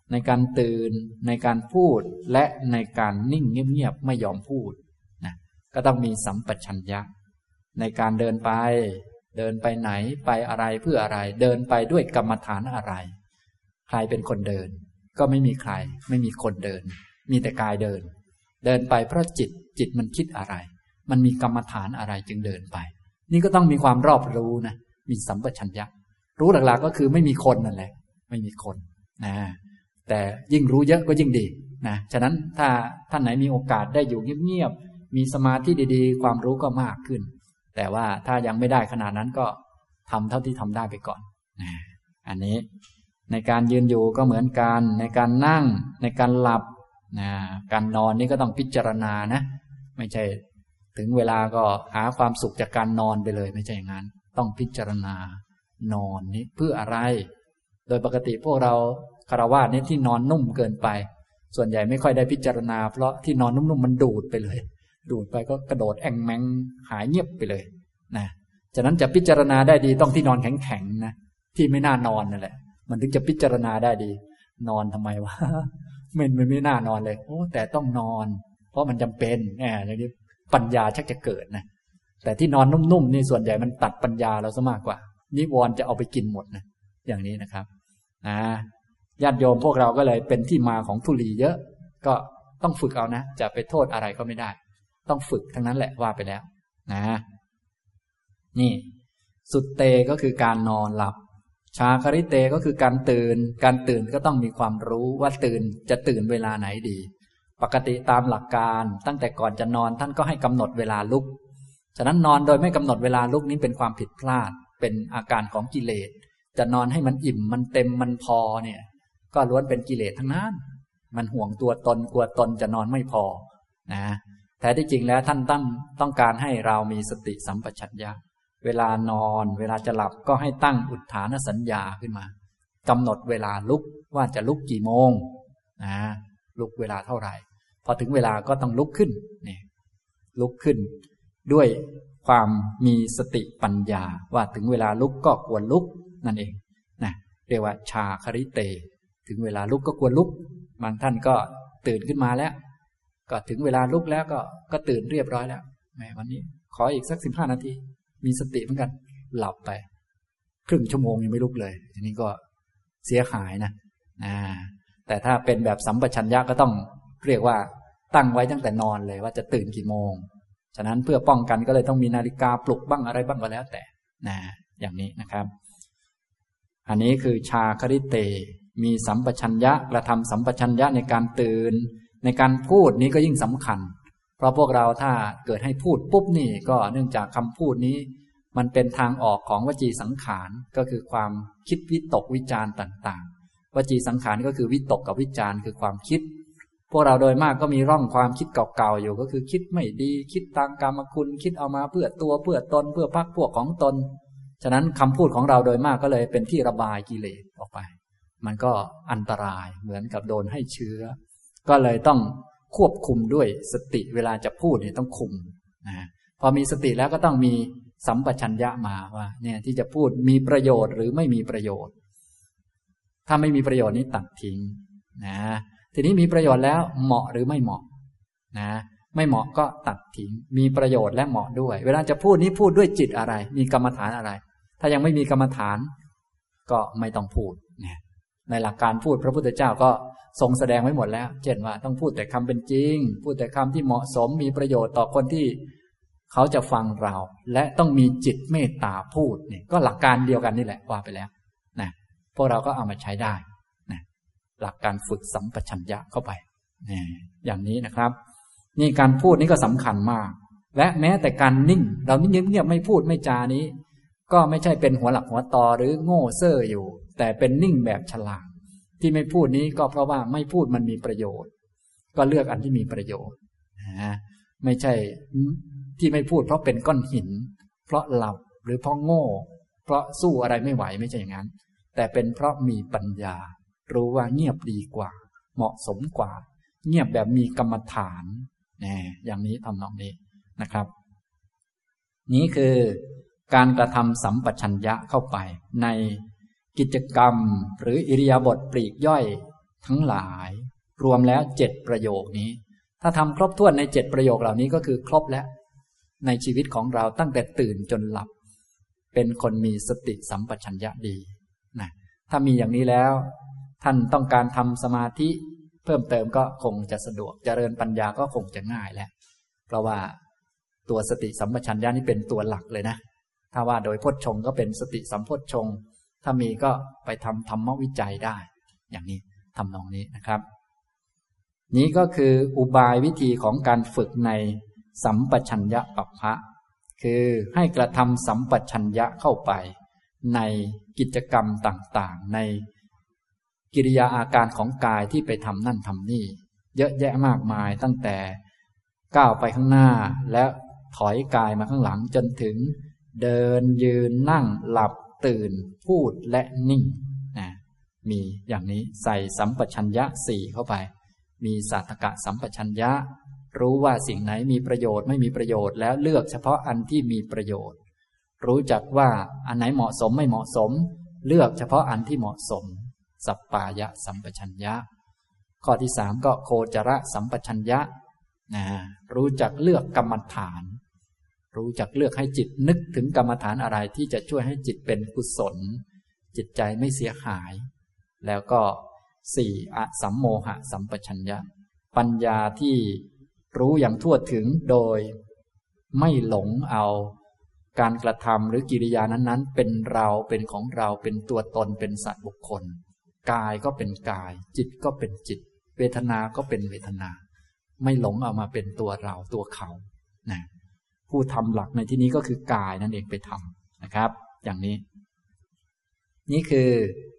A: ในการตื่นในการพูดและในการนิ่งเงียบๆไม่ยอมพูดนะก็ต้องมีสัมปชัญญะในการเดินไปไหนไปอะไรเพื่ออะไรเดินไปด้วยกรรมฐานอะไรใครเป็นคนเดินก็ไม่มีใครไม่มีคนเดินมีแต่กายเดินไปเพราะจิตมันคิดอะไรมันมีกรรมฐานอะไรจึงเดินไปนี่ก็ต้องมีความรอบรู้นะมีสัมปชัญญะรู้หลักๆก็คือไม่มีคนนั่นแหละไม่มีคนนะแต่ยิ่งรู้เยอะก็ยิ่งดีนะฉะนั้นถ้าท่านไหนมีโอกาสได้อยู่เงียบๆมีสมาธิดีๆความรู้ก็มากขึ้นแต่ว่าถ้ายังไม่ได้ขนาดนั้นก็ทำเท่าที่ทำได้ไปก่อนนะอันนี้ในการยืนอยู่ก็เหมือนกันในการนั่งในการหลับนะการนอนนี่ก็ต้องพิจารณานะไม่ใช่ถึงเวลาก็หาความสุขจากการนอนไปเลยไม่ใช่อย่างนั้นต้องพิจารณานอนนี้เพื่ออะไรโดยปกติพวกเราฆราวาสนี้ที่นอนนุ่มเกินไปส่วนใหญ่ไม่ค่อยได้พิจารณาเพราะที่นอนนุ่มๆมันดูดไปเลยดูดไปก็กระโดดแอ่งแมงหายเงียบไปเลยนะฉะนั้นจะพิจารณาได้ดีต้องที่นอนแข็งๆนะที่ไม่น่านอนนั่นแหละมันถึงจะพิจารณาได้ดีนอนทำไมวะมันไม่น่านอนเลยโอ้แต่ต้องนอนเพราะมันจำเป็นอย่างนี้ปัญญาชักจะเกิดนะแต่ที่นอนนุ่มๆนี่ส่วนใหญ่มันตัดปัญญาเราซะมากกว่านิวรณ์จะเอาไปกินหมดนะอย่างนี้นะครับญาติโยมพวกเราก็เลยเป็นที่มาของทุลีเยอะก็ต้องฝึกเอานะจะไปโทษอะไรก็ไม่ได้ต้องฝึกทั้งนั้นแหละว่าไปแล้วนะนี่สุดเตก็คือการนอนหลับชาคริเตก็คือการตื่นก็ต้องมีความรู้ว่าจะตื่นเวลาไหนดีปกติตามหลักการตั้งแต่ก่อนจะนอนท่านก็ให้กำหนดเวลาลุกฉะนั้นนอนโดยไม่กำหนดเวลาลุกนี้เป็นความผิดพลาดเป็นอาการของกิเลสจะนอนให้มันอิ่มมันเต็มมันพอเนี่ยก็ล้วนเป็นกิเลสทั้งนั้นมันห่วงตัวตนกลัวตนจะนอนไม่พอนะแต่ที่จริงแล้วท่านต้องการให้เรามีสติสัมปชัญญะเวลานอนเวลาจะหลับก็ให้ตั้งอุทธานสัญญาขึ้นมากำหนดเวลาลุกว่าจะลุกกี่โมงนะลุกเวลาเท่าไหร่พอถึงเวลาก็ต้องลุกขึ้นนี่ลุกขึ้นด้วยความมีสติปัญญาว่าถึงเวลาลุกก็ควรลุกนั่นเองนะเรียกว่าชาคริเตถึงเวลาลุกก็ควรลุกบางท่านก็ตื่นขึ้นมาแล้วก็ถึงเวลาลุกแล้วก็ตื่นเรียบร้อยแล้วแม่วันนี้ขออีกสัก15 นาทีมีสติเหมือนกันหลับไปครึ่งชั่วโมงยังไม่ลุกเลยทีนี้ก็เสียหายนะแต่ถ้าเป็นแบบสัมปชัญญะก็ต้องเรียกว่าตั้งไว้ตั้งแต่นอนเลยว่าจะตื่นกี่โมงฉะนั้นเพื่อป้องกันก็เลยต้องมีนาฬิกาปลุกบ้างอะไรบ้างก็แล้วแต่อย่างนี้นะครับอันนี้คือชาคริเตมีสัมปชัญญะกระทำสัมปชัญญะในการตื่นในการพูดนี้ก็ยิ่งสำคัญเพราะพวกเราถ้าเกิดให้พูดปุ๊บนี่ก็เนื่องจากคำพูดนี้มันเป็นทางออกของวจีสังขารก็คือความคิดวิตกวิจารณ์ต่างๆวจีสังขารก็คือวิตกกับวิจารณ์คือความคิดพวกเราโดยมากก็มีร่องความคิดเก่าๆอยู่ก็คือคิดไม่ดีคิดตามกามคุณคิดเอามาเพื่อตัวเพื่อตนเพื่อพรรคพวกของตนฉะนั้นคำพูดของเราโดยมากก็เลยเป็นที่ระบายกิเลสออกไปมันก็อันตรายเหมือนกับโดนให้เชื้อก็เลยต้องควบคุมด้วยสติเวลาจะพูดเนี่ยต้องคุมพอมีสติแล้วก็ต้องมีสัมปชัญญะมาว่าเนี่ยที่จะพูดมีประโยชน์หรือไม่มีประโยชน์ถ้าไม่มีประโยชน์นี้ตัดทิ้งทีนี้มีประโยชน์แล้วเหมาะหรือไม่เหมาะไม่เหมาะก็ตัดทิ้งมีประโยชน์และเหมาะด้วยเวลาจะพูดนี้พูดด้วยจิตอะไรมีกรรมฐานอะไรถ้ายังไม่มีกรรมฐานก็ไม่ต้องพูดในหลักการพูดพระพุทธเจ้าก็ทรงแสดงไว้หมดแล้วเช่นว่าต้องพูดแต่คำเป็นจริงพูดแต่คำที่เหมาะสมมีประโยชน์ต่อคนที่เขาจะฟังเราและต้องมีจิตเมตตาพูดนี่ก็หลักการเดียวกันนี่แหละว่าไปแล้วพวกเราก็เอามาใช้ได้หลักการฝึกสัมปชัญญะเข้าไปอย่างนี้นะครับนี่การพูดนี่ก็สำคัญมากและแม้แต่การนิ่งเรานิ่งเงียบไม่พูดไม่จานี้ก็ไม่ใช่เป็นหัวหลักหัวตอหรือโง่เซ่ออยู่แต่เป็นนิ่งแบบฉลาดที่ไม่พูดนี้ก็เพราะว่าไม่พูดมันมีประโยชน์ก็เลือกอันที่มีประโยชน์ไม่ใช่ที่ไม่พูดเพราะเป็นก้อนหินเพราะหลับหรือเพราะโง่เพราะสู้อะไรไม่ไหวไม่ใช่อย่างนั้นแต่เป็นเพราะมีปัญญารู้ว่าเงียบดีกว่าเหมาะสมกว่าเงียบแบบมีกรรมฐานอย่างนี้ทำนองนี้นะครับ นี้คือการกระทำสัมปชัญญะเข้าไปในกิจกรรมหรืออิริยาบถปลีกย่อยทั้งหลายรวมแล้ว7ประโยคนี้ถ้าทำครบถ้วนใน7ประโยคเหล่านี้ก็คือครบแล้วในชีวิตของเราตั้งแต่ตื่นจนหลับเป็นคนมีสติสัมปชัญญะดีนะถ้ามีอย่างนี้แล้วท่านต้องการทำสมาธิเพิ่มเติมก็คงจะสะดวกเจริญปัญญาก็คงจะง่ายแหละเพราะว่าตัวสติสัมปชัญญะนี่เป็นตัวหลักเลยนะถ้าว่าโดยโพชฌงค์ก็เป็นสติสัมโพชฌงค์ถ้ามีก็ไปทำธรรมวิจัยได้อย่างนี้ทำนองนี้นะครับนี้ก็คืออุบายวิธีของการฝึกในสัมปชัญญะปัปพะคือให้กระทำสัมปชัญญะเข้าไปในกิจกรรมต่างๆในกิริยาอาการของกายที่ไปทำนั่นทำนี่เยอะแยะมากมายตั้งแต่ก้าวไปข้างหน้าแล้วถอยกายมาข้างหลังจนถึงเดินยืนนั่งหลับตื่นพูดและนิ่งนะมีอย่างนี้ใส่สัมปชัญญะ4เข้าไปมีสัทธกะสัมปชัญญะรู้ว่าสิ่งไหนมีประโยชน์ไม่มีประโยชน์แล้วเลือกเฉพาะอันที่มีประโยชน์รู้จักว่าอันไหนเหมาะสมไม่เหมาะสมเลือกเฉพาะอันที่เหมาะสมสัปปายะสัมปชัญญะข้อที่3ก็โคจรสัมปชัญญะรู้จักเลือกกรรมฐานรู้จักเลือกให้จิตนึกถึงกรรมฐานอะไรที่จะช่วยให้จิตเป็นกุศลจิตใจไม่เสียหายแล้วก็4อสัมโมหะสัมปชัญญะปัญญาที่รู้อย่างทั่วถึงโดยไม่หลงเอาการกระทำหรือกิริยานั้นๆเป็นเราเป็นของเราเป็นตัวตนเป็นสัตว์บุคคลกายก็เป็นกายจิตก็เป็นจิตเวทนาก็เป็นเวทนาไม่หลงเอามาเป็นตัวเราตัวเขานะผู้ทำหลักในที่นี้ก็คือกายนั่นเองไปทำนะครับอย่างนี้นี่คือ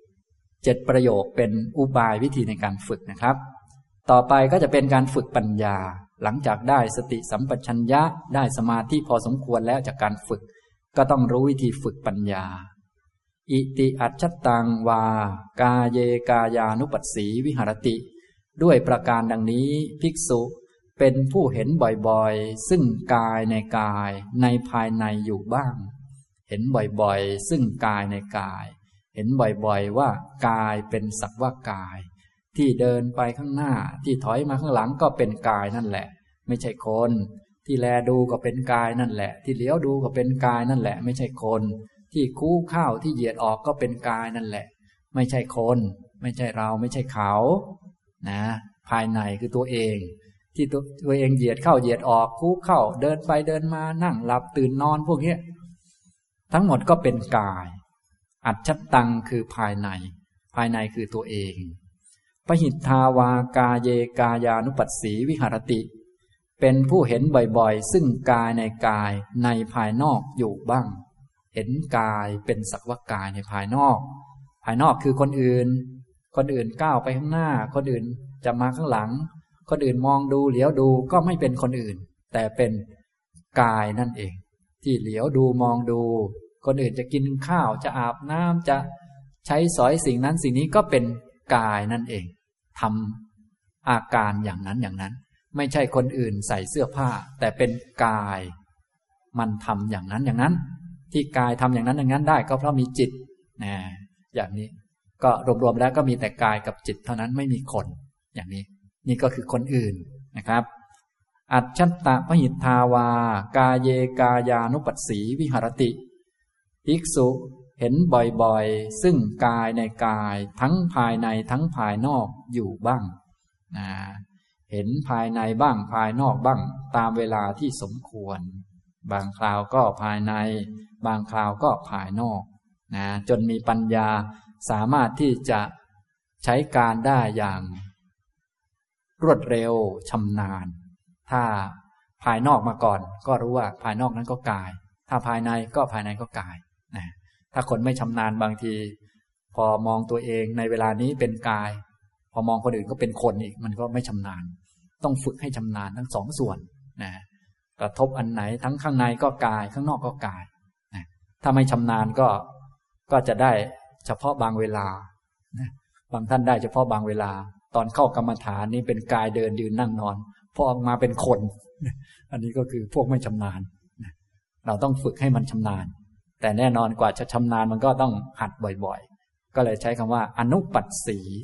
A: 7ประโยคเป็นอุบายวิธีในการฝึกนะครับต่อไปก็จะเป็นการฝึกปัญญาหลังจากได้สติสัมปชัญญะได้สมาธิพอสมควรแล้วจากการฝึกก็ต้องรู้วิธีฝึกปัญญาอิติอัจฉตังวากาเยกายานุปัสสีวิหรติด้วยประการดังนี้ภิกษุเป็นผู้เห็นบ่อยๆซึ่งกายในกายในภายในอยู่บ้างเห็นบ่อยๆซึ่งกายในกายเห็นบ่อยๆว่ากายเป็นสักว่ากายที่เดินไปข้างหน้าที่ถอยมาข้างหลังก็เป็นกายนั่นแหละไม่ใช่คนที่แลดูก็เป็นกายนั่นแหละที่เลี้ยวดูก็เป็นกายนั่นแหละไม่ใช่คนที่คู่เข้าที่เหยียดออกก็เป็นกายนั่นแหละไม่ใช่คนไม่ใช่เราไม่ใช่เขานะภายในคือตัวเองที่ตัวเองเหยียดเข้าเหยียดออกคู่เข้าเดินไปเดินมานั่งหลับตื่นนอนพวกนี้ทั้งหมดก็เป็นกายอัจฉตังคือภายในภายในคือตัวเองปหิทธาวากาเยกายานุปัสสีวิหรติเป็นผู้เห็นบ่อยๆซึ่งกายในกายในภายนอกอยู่บ้างเห็นกายเป็นสักว่ากายในภายนอกภายนอกคือคนอื่นก้าวไปข้างหน้าคนอื่นจะมาข้างหลังคนอื่นมองดูเหลียวดูก็ไม่เป็นคนอื่นแต่เป็นกายนั่นเองที่เหลียวดูมองดูคนอื่นจะกินข้าวจะอาบน้ำจะใช้สอยสิ่งนั้นสิ่งนี้ก็เป็นกายนั่นเองทำอาการอย่างนั้นอย่างนั้นไม่ใช่คนอื่นใส่เสื้อผ้าแต่เป็นกายมันทำอย่างนั้นอย่างนั้นที่กายทำอย่างนั้นอย่างนั้นได้ก็เพราะมีจิตนะอย่างนี้ก็รวมๆแล้วก็มีแต่กายกับจิตเท่านั้นไม่มีคนอย่างนี้นี่ก็คือคนอื่นนะครับอัจฉตะพหิทธาวากาเยกายานุปัสสีวิหรติภิกษุเห็นบ่อยๆซึ่งกายในกายทั้งภายในทั้งภายนอกอยู่บ้างเห็นภายในบ้างภายนอกบ้างตามเวลาที่สมควรบางคราวก็ภายในบางคราวก็ภายนอกจนมีปัญญาสามารถที่จะใช้การได้อย่างรวดเร็วชำนาญถ้าภายนอกมาก่อนก็รู้ว่าภายนอกนั้นก็กายถ้าภายในก็ภายในก็กายถ้าคนไม่ชำนาญบางทีพอมองตัวเองในเวลานี้เป็นกายพอมองคนอื่นก็เป็นคนอีกมันก็ไม่ชำนาญต้องฝึกให้ชำนาญทั้งสองส่วนกระทบอันไหนทั้งข้างในก็กายข้างนอกก็กายถ้าไม่ชำนาญก็จะได้เฉพาะบางเวลาบางท่านได้เฉพาะบางเวลาตอนเข้ากรรมฐานนี้เป็นกายเดินยืนนั่งนอนพอออกมาเป็นคนอันนี้ก็คือพวกไม่ชำนาญเราต้องฝึกให้มันชำนาญแต่แน่นอนกว่าจะชำนาญมันก็ต้องหัดบ่อยๆก็เลยใช้คำว่าอนุปัสสี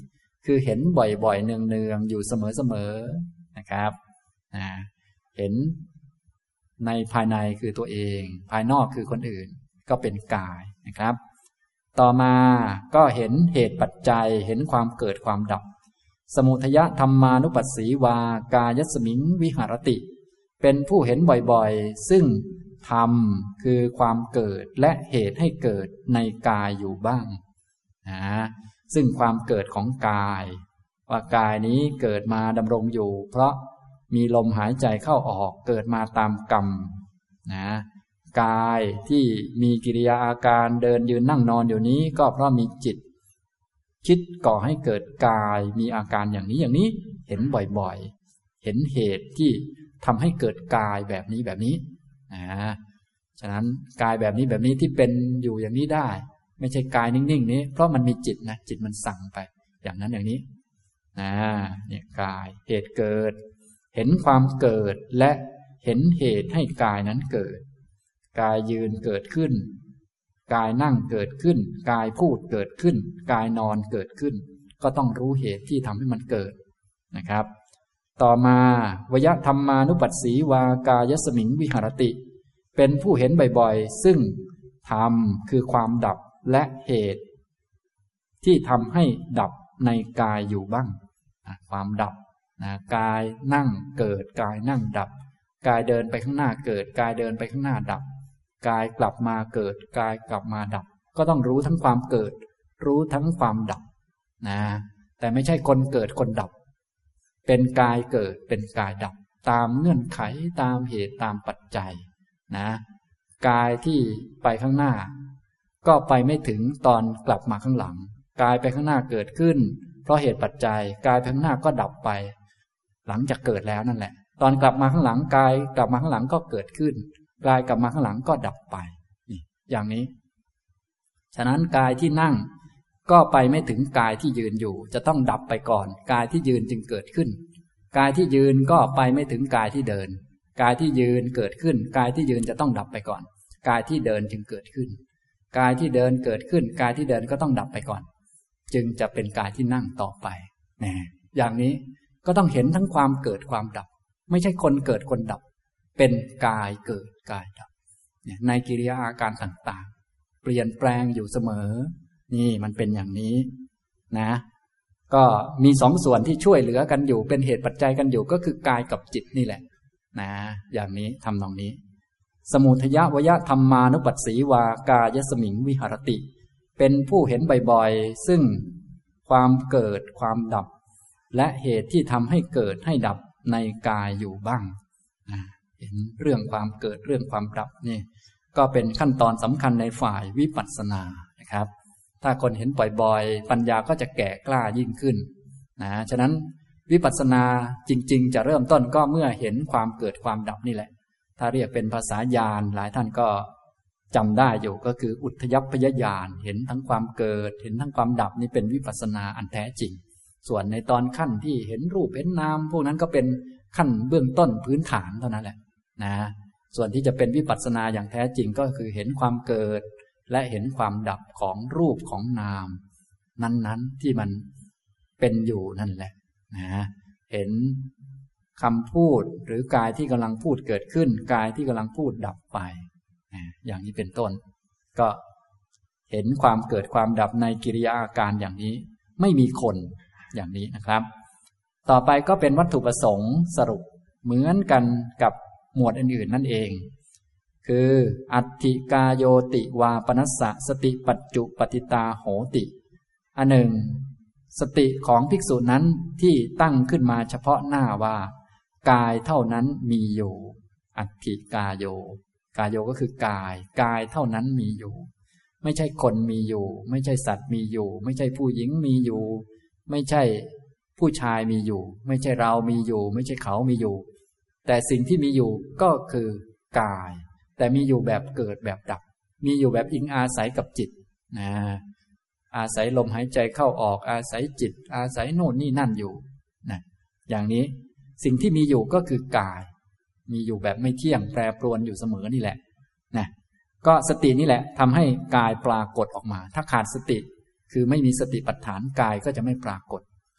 A: คือเห็นบ่อยๆเนืองๆอยู่เสมอๆนะครับเห็นในภายในคือตัวเองภายนอกคือคนอื่นก็เป็นกายนะครับต่อมาก็เห็นเหตุปัจจัยเห็นความเกิดความดับสมุทัยธรรมานุปัสสีวากายสมิงวิหารติเป็นผู้เห็นบ่อยๆซึ่งธรรมคือความเกิดและเหตุให้เกิดในกายอยู่บ้างซึ่งความเกิดของกายว่ากายนี้เกิดมาดำรงอยู่เพราะมีลมหายใจเข้าออกเกิดมาตามกรรมกายที่มีกิริยาอาการเดินยืนนั่งนอนอยู่นี้ก็เพราะมีจิตคิดก่อให้เกิดกายมีอาการอย่างนี้เห็นบ่อยๆเห็นเหตุที่ทำให้เกิดกายแบบนี้ฉะนั้นกายแบบนี้ที่เป็นอยู่อย่างนี้ได้ไม่ใช่กายนิ่งๆนี้เพราะมันมีจิตนะจิตมันสั่งไปอย่างนั้นอย่างนี้เนี่ยกายเหตุเกิดเห็นความเกิดและเห็นเหตุให้กายนั้นเกิดกายยืนเกิดขึ้นกายนั่งเกิดขึ้นกายพูดเกิดขึ้นกายนอนเกิดขึ้นก็ต้องรู้เหตุที่ทำให้มันเกิดนะครับต่อมาวยธรรมานุปัสสีวากายสมิงวิหารติเป็นผู้เห็นบ่อยๆซึ่งธรรมคือความดับและเหตุที่ทำให้ดับในกายอยู่บ้างความดับกายนั่งเกิดกายนั่งดับกายเดินไปข้างหน้าเกิดกายเดินไปข้างหน้าดับกายกลับมาเกิดกายกลับมาดับก็ต้องรู้ทั้งความเกิดรู้ทั้งความดับแต่ไม่ใช่คนเกิดคนดับเป็นกายเกิดเป็นกายดับตามเงื่อนไขตามเหตุตามปัจจัยกายที่ไปข้างหน้าก็ไปไม่ถึงตอนกลับมาข้างหลังกายไปข้างหน้าเกิดขึ้นเพราะเหตุปัจจัยกายไปข้างหน้าก็ดับไปหลังจากเกิดแล้วนั่นแหละตอนกลับมาข้างหลังกายกลับมาข้างหลังก็เกิดขึ้นกายกลับมาข้างหลังก็ดับไปนี่อย่างนี้ฉะนั้นกายที่นั่งก็ไปไม่ถึงกายที่ยืนอยู่จะต้องดับไปก่อนกายที่ยืนจึงเกิดขึ้นกายที่ยืนก็ไปไม่ถึงกายที่เดินกายที่ยืนเกิดขึ้นกายที่ยืนจะต้องดับไปก่อนกายที่เดินจึงเกิดขึ้นกายที่เดินเกิดขึ้นกายที่เดินก็ต้องดับไปก่อนจึงจะเป็นกายที่นั่งต่อไปอย่างนี้ก็ต้องเห็นทั้งความเกิดความดับไม่ใช่คนเกิดคนดับเป็นกายเกิดกายดับในกิริยาอาการต่างๆเปลี่ยนแปลงอยู่เสมอนี่มันเป็นอย่างนี้ก็มีสองส่วนที่ช่วยเหลือกันอยู่เป็นเหตุปัจจัยกันอยู่ก็คือกายกับจิตนี่แหละอย่างนี้ทำตรงนี้สมุทัยวยธรรมานุปัสสีวากายสมิงวิหารติเป็นผู้เห็นบ่อยๆซึ่งความเกิดความดับและเหตุที่ทำให้เกิดให้ดับในกายอยู่บ้างเห็นเรื่องความเกิดเรื่องความดับนี่ก็เป็นขั้นตอนสำคัญในฝ่ายวิปัสสนานะครับถ้าคนเห็นบ่อยๆปัญญาก็จะแก่กล้ายิ่งขึ้นฉะนั้นวิปัสสนาจริงๆจะเริ่มต้นก็เมื่อเห็นความเกิดความดับนี่แหละถ้าเรียกเป็นภาษาญาณหลายท่านก็จำได้อยู่ก็คืออุทธัพพยญาณเห็นทั้งความเกิดเห็นทั้งความดับนี่เป็นวิปัสสนาอันแท้จริงส่วนในตอนขั้นที่เห็นรูปเห็นนามพวกนั้นก็เป็นขั้นเบื้องต้นพื้นฐานเท่านั้นแหละส่วนที่จะเป็นวิปัสสนาอย่างแท้จริงก็คือเห็นความเกิดและเห็นความดับของรูปของนามนั้นๆที่มันเป็นอยู่นั่นแหละเห็นคำพูดหรือกายที่กำลังพูดเกิดขึ้นกายที่กำลังพูดดับไปอย่างนี้เป็นต้นก็เห็นความเกิดความดับในกิริยาอาการอย่างนี้ไม่มีคนอย่างนี้นะครับต่อไปก็เป็นวัตถุประสงค์สรุปเหมือนกันกับหมวดอื่นๆนั่นเองคืออัตถิกายโยติวาปนัสสะสติปัจจุปฏิตาโหติอันหนึ่งสติของภิกษุนั้นที่ตั้งขึ้นมาเฉพาะหน้าว่ากายเท่านั้นมีอยู่อัตถิกายโยกายโยก็คือกายกายเท่านั้นมีอยู่ไม่ใช่คนมีอยู่ไม่ใช่สัตว์มีอยู่ไม่ใช่ผู้หญิงมีอยู่ไม่ใช่ผู้ชายมีอยู่ไม่ใช่เรามีอยู่ไม่ใช่เขามีอยู่แต่สิ่งที่มีอยู่ก็คือกายแต่มีอยู่แบบเกิดแบบดับมีอยู่แบบอิงอาศัยกับจิตอาศัยลมหายใจเข้าออกอาศัยจิตอาศัยโน่นนี่นั่นอยู่อย่างนี้สิ่งที่มีอยู่ก็คือกายมีอยู่แบบไม่เที่ยงแปรปรวนอยู่เสมอนี่แหละก็สตินี่แหละทำให้กายปรากฏออกมาถ้าขาดสติคือไม่มีสติปัฏฐานกายก็จะไม่ปรากฏ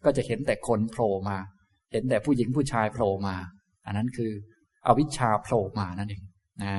A: ก็จะเห็นแต่คนโผล่มาเห็นแต่ผู้หญิงผู้ชายโผล่มาอันนั้นคืออวิชชาโผล่มานั่นเองนะ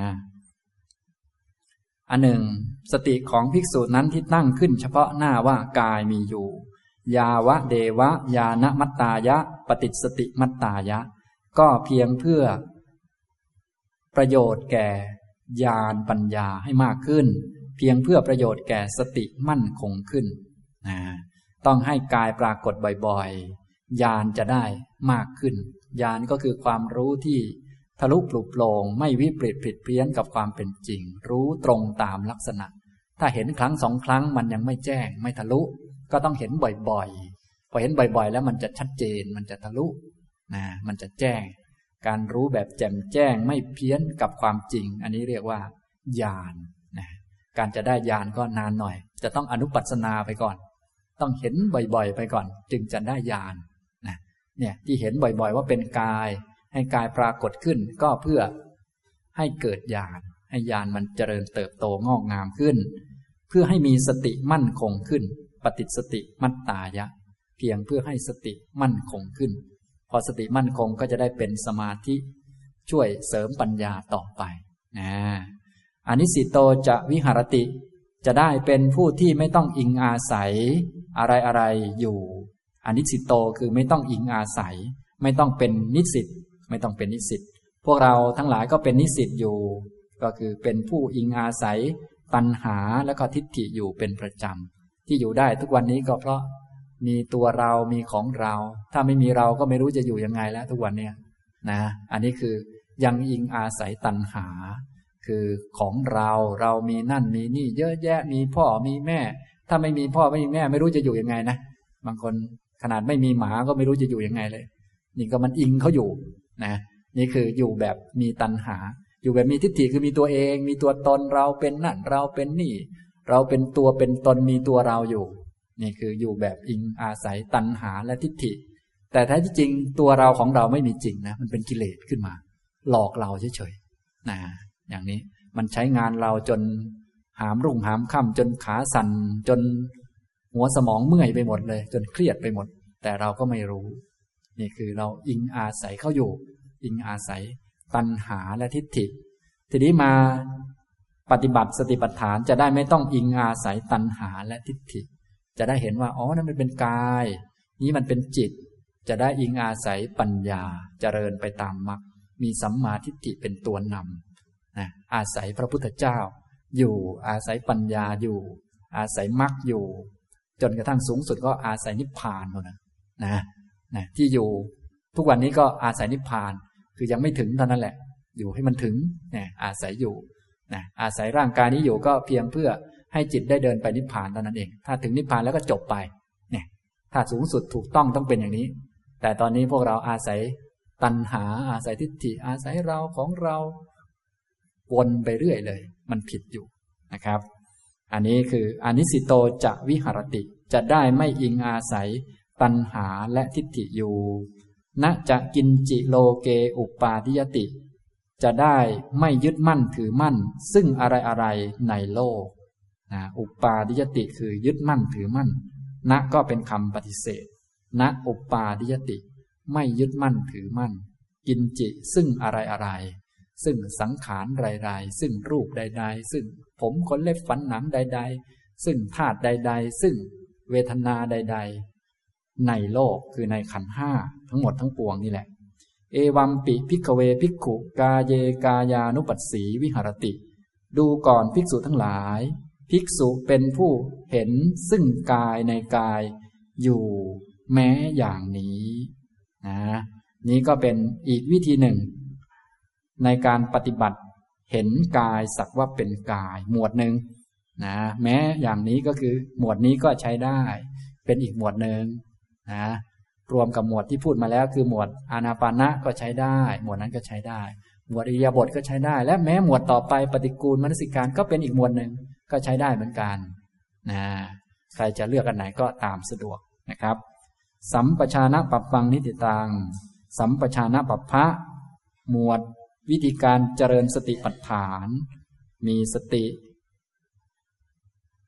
A: อันหนึ่งสติของภิกษุนั้นที่ตั้งขึ้นเฉพาะหน้าว่ากายมีอยู่ยาวะเดวะญาณมัตตายะปฏิสติมัตตายะก็เพียงเพื่อประโยชน์แก่ญาณปัญญาให้มากขึ้นเพียงเพื่อประโยชน์แก่สติมั่นคงขึ้นต้องให้กายปรากฏบ่อยๆญาณจะได้มากขึ้นญาณก็คือความรู้ที่ทะลุปลุกโปร่งไม่วิปริตผิดเพี้ยนกับความเป็นจริงรู้ตรงตามลักษณะถ้าเห็นครั้งสองครั้งมันยังไม่แจ้งไม่ทะลุก็ต้องเห็นบ่อยๆพอเห็นบ่อยๆแล้วมันจะชัดเจนมันจะทะลุมันจะแจ้งการรู้แบบแจ่มแจ้งไม่เพี้ยนกับความจริงอันนี้เรียกว่าญาณการจะได้ญาณก็นานหน่อยจะต้องอนุปัสสนาไปก่อนต้องเห็นบ่อยๆไปก่อนจึงจะได้ญาณเนี่ยที่เห็นบ่อยๆว่าเป็นกายให้กายปรากฏขึ้นก็เพื่อให้เกิดญาณให้ญาณมันเจริญเติบโตงอกงามขึ้นเพื่อให้มีสติมั่นคงขึ้นปฏิสติมัตตายะเพียงเพื่อให้สติมั่นคงขึ้นพอสติมั่นคงก็จะได้เป็นสมาธิช่วยเสริมปัญญาต่อไปอนิสิโตจะวิหรติจะได้เป็นผู้ที่ไม่ต้องอิงอาศัยอะไรๆอยู่อนิสิโตคือไม่ต้องอิงอาศัยไม่ต้องเป็นนิสิตไม่ต้องเป็นนิสิตพวกเราทั้งหลายก็เป็นนิสิตอยู่ก็คือเป็นผู้อิงอาศัยตัณหาและก็ทิฏฐิอยู่เป็นประจำที่อยู่ได้ทุกวันนี้ก็เพราะมีตัวเรามีของเราถ้าไม่มีเราก็ไม่รู้จะอยู่ยังไงแล้วทุกวันนี้อันนี้คือยังอิงอาศัยตัณหาคือของเรามีนั่นมีนี่เยอะแยะมีพ่อมีแม่ถ้าไม่มีพ่อไม่มีแม่ไม่รู้จะอยู่ยังไงนะบางคนขนาดไม่มีหมาก็ไม่รู้จะอยู่ยังไงเลยนี่ก็มันอิงเขาอยู่นี่คืออยู่แบบมีตัณหาอยู่แบบมีทิฏฐิคือมีตัวเองมีตัวตนเราเป็นนั่นเราเป็นนี่เราเป็นตัวเป็นตนมีตัวเราอยู่นี่คืออยู่แบบอิงอาศัยตัณหาและทิฏฐิแต่แท้ที่จริงตัวเราของเราไม่มีจริงนะมันเป็นกิเลสขึ้นมาหลอกเราเฉยๆอย่างนี้มันใช้งานเราจนหามรุ่งหามค่ำจนขาสั่นจนหัวสมองเมื่อยไปหมดเลยจนเครียดไปหมดแต่เราก็ไม่รู้นี่คือเราอิงอาศัยเขาอยู่อิงอาศัยตัณหาและทิฏฐิทีนี้มาปฏิบัติสติปัฏฐานจะได้ไม่ต้องอิงอาศัยตัณหาและทิฏฐิจะได้เห็นว่านั่นมันเป็นกายนี้มันเป็นจิตจะได้อิงอาศัยปัญญาเจริญไปตามมรรคมีสัมมาทิฏฐิเป็นตัวนำอาศัยพระพุทธเจ้าอยู่อาศัยปัญญาอยู่อาศัยมรรคอยู่จนกระทั่งสูงสุดก็อาศัยนิพพานนะที่อยู่ทุกวันนี้ก็อาศัยนิพพานคือยังไม่ถึงเท่านั้นแหละอยู่ให้มันถึงอาศัยอยู่อาศัยร่างกายนี้อยู่ก็เพียงเพื่อให้จิตได้เดินไปนิพพานเท่านั้นเองถ้าถึงนิพพานแล้วก็จบไปถ้าสูงสุดถูกต้องเป็นอย่างนี้แต่ตอนนี้พวกเราอาศัยตัณหาอาศัยทิฏฐิอาศัยเราของเราวนไปเรื่อยเลยมันผิดอยู่นะครับอันนี้คืออนิสิโตจะวิหรติจะได้ไม่อิงอาศัยตัณหาและทิฏฐิอยู่ณจะกินจิโลเกอุปาทิยติจะได้ไม่ยึดมั่นถือมั่นซึ่งอะไรในโลกอุปาทิยติคือยึดมั่นถือมั่นณก็เป็นคำปฏิเสธณอุปาทิยติไม่ยึดมั่นถือมั่นกินจิซึ่งอะไรซึ่งสังขารไรๆซึ่งรูปใดๆซึ่งผมขนเล็บฟันหนังใดๆซึ่งธาตุใดๆซึ่งเวทนาใดๆในโลกคือในขันธ์ห้าทั้งหมดทั้งปวงนี่แหละเอวัมปิภิกขเวภิกขุกาเยกายานุปัสสีวิหรติดูก่อนภิกษุทั้งหลายภิกษุเป็นผู้เห็นซึ่งกายในกายอยู่แม้อย่างนี้นี้ก็เป็นอีกวิธีหนึ่งในการปฏิบัติเห็นกายสักว่าเป็นกายหมวดหนึ่งแม้อย่างนี้ก็คือหมวดนี้ก็ใช้ได้เป็นอีกหมวดหนึ่งรวมกับหมวดที่พูดมาแล้วคือหมวดอานาปานะก็ใช้ได้หมวดนั้นก็ใช้ได้หมวดอิริยาบถก็ใช้ได้และแม้หมวดต่อไปปฏิกูลมนสิการก็เป็นอีกหมวดหนึ่งก็ใช้ได้เหมือนกันใครจะเลือกอันไหนก็ตามสะดวกนะครับสัมปชานะปัปปังนิติตังสัมปชานะปัปพะหมวดวิธีการเจริญสติปัฏฐานมีสติ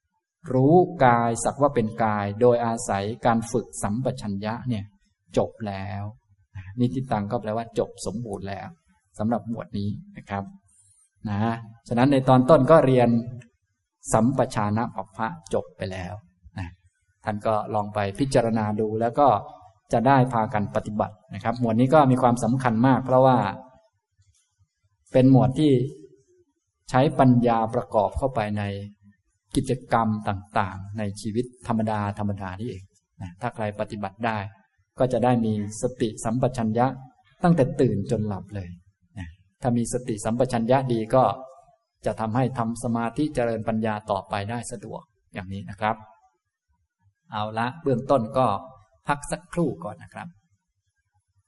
A: รู้กายสักว่าเป็นกายโดยอาศัยการฝึกสัมปชัญญะเนี่ยจบแล้วนิติตังก็แปลว่าจบสมบูรณ์แล้วสำหรับหมวดนี้นะครับนะฉะนั้นในตอนต้นก็เรียนสัมปชานะปัปพะจบไปแล้วนะท่านก็ลองไปพิจารณาดูแล้วก็จะได้พากันปฏิบัตินะครับหมวดนี้ก็มีความสำคัญมากเพราะว่าเป็นหมวดที่ใช้ปัญญาประกอบเข้าไปในกิจกรรมต่างๆในชีวิตธรรมดานี่เองนะถ้าใครปฏิบัติได้ก็จะได้มีสติสัมปชัญญะตั้งแต่ตื่นจนหลับเลยนะถ้ามีสติสัมปชัญญะดีก็จะทำให้ทำสมาธิเจริญปัญญาต่อไปได้สะดวกอย่างนี้นะครับเอาละเบื้องต้นก็พักสักครู่ก่อนนะครับ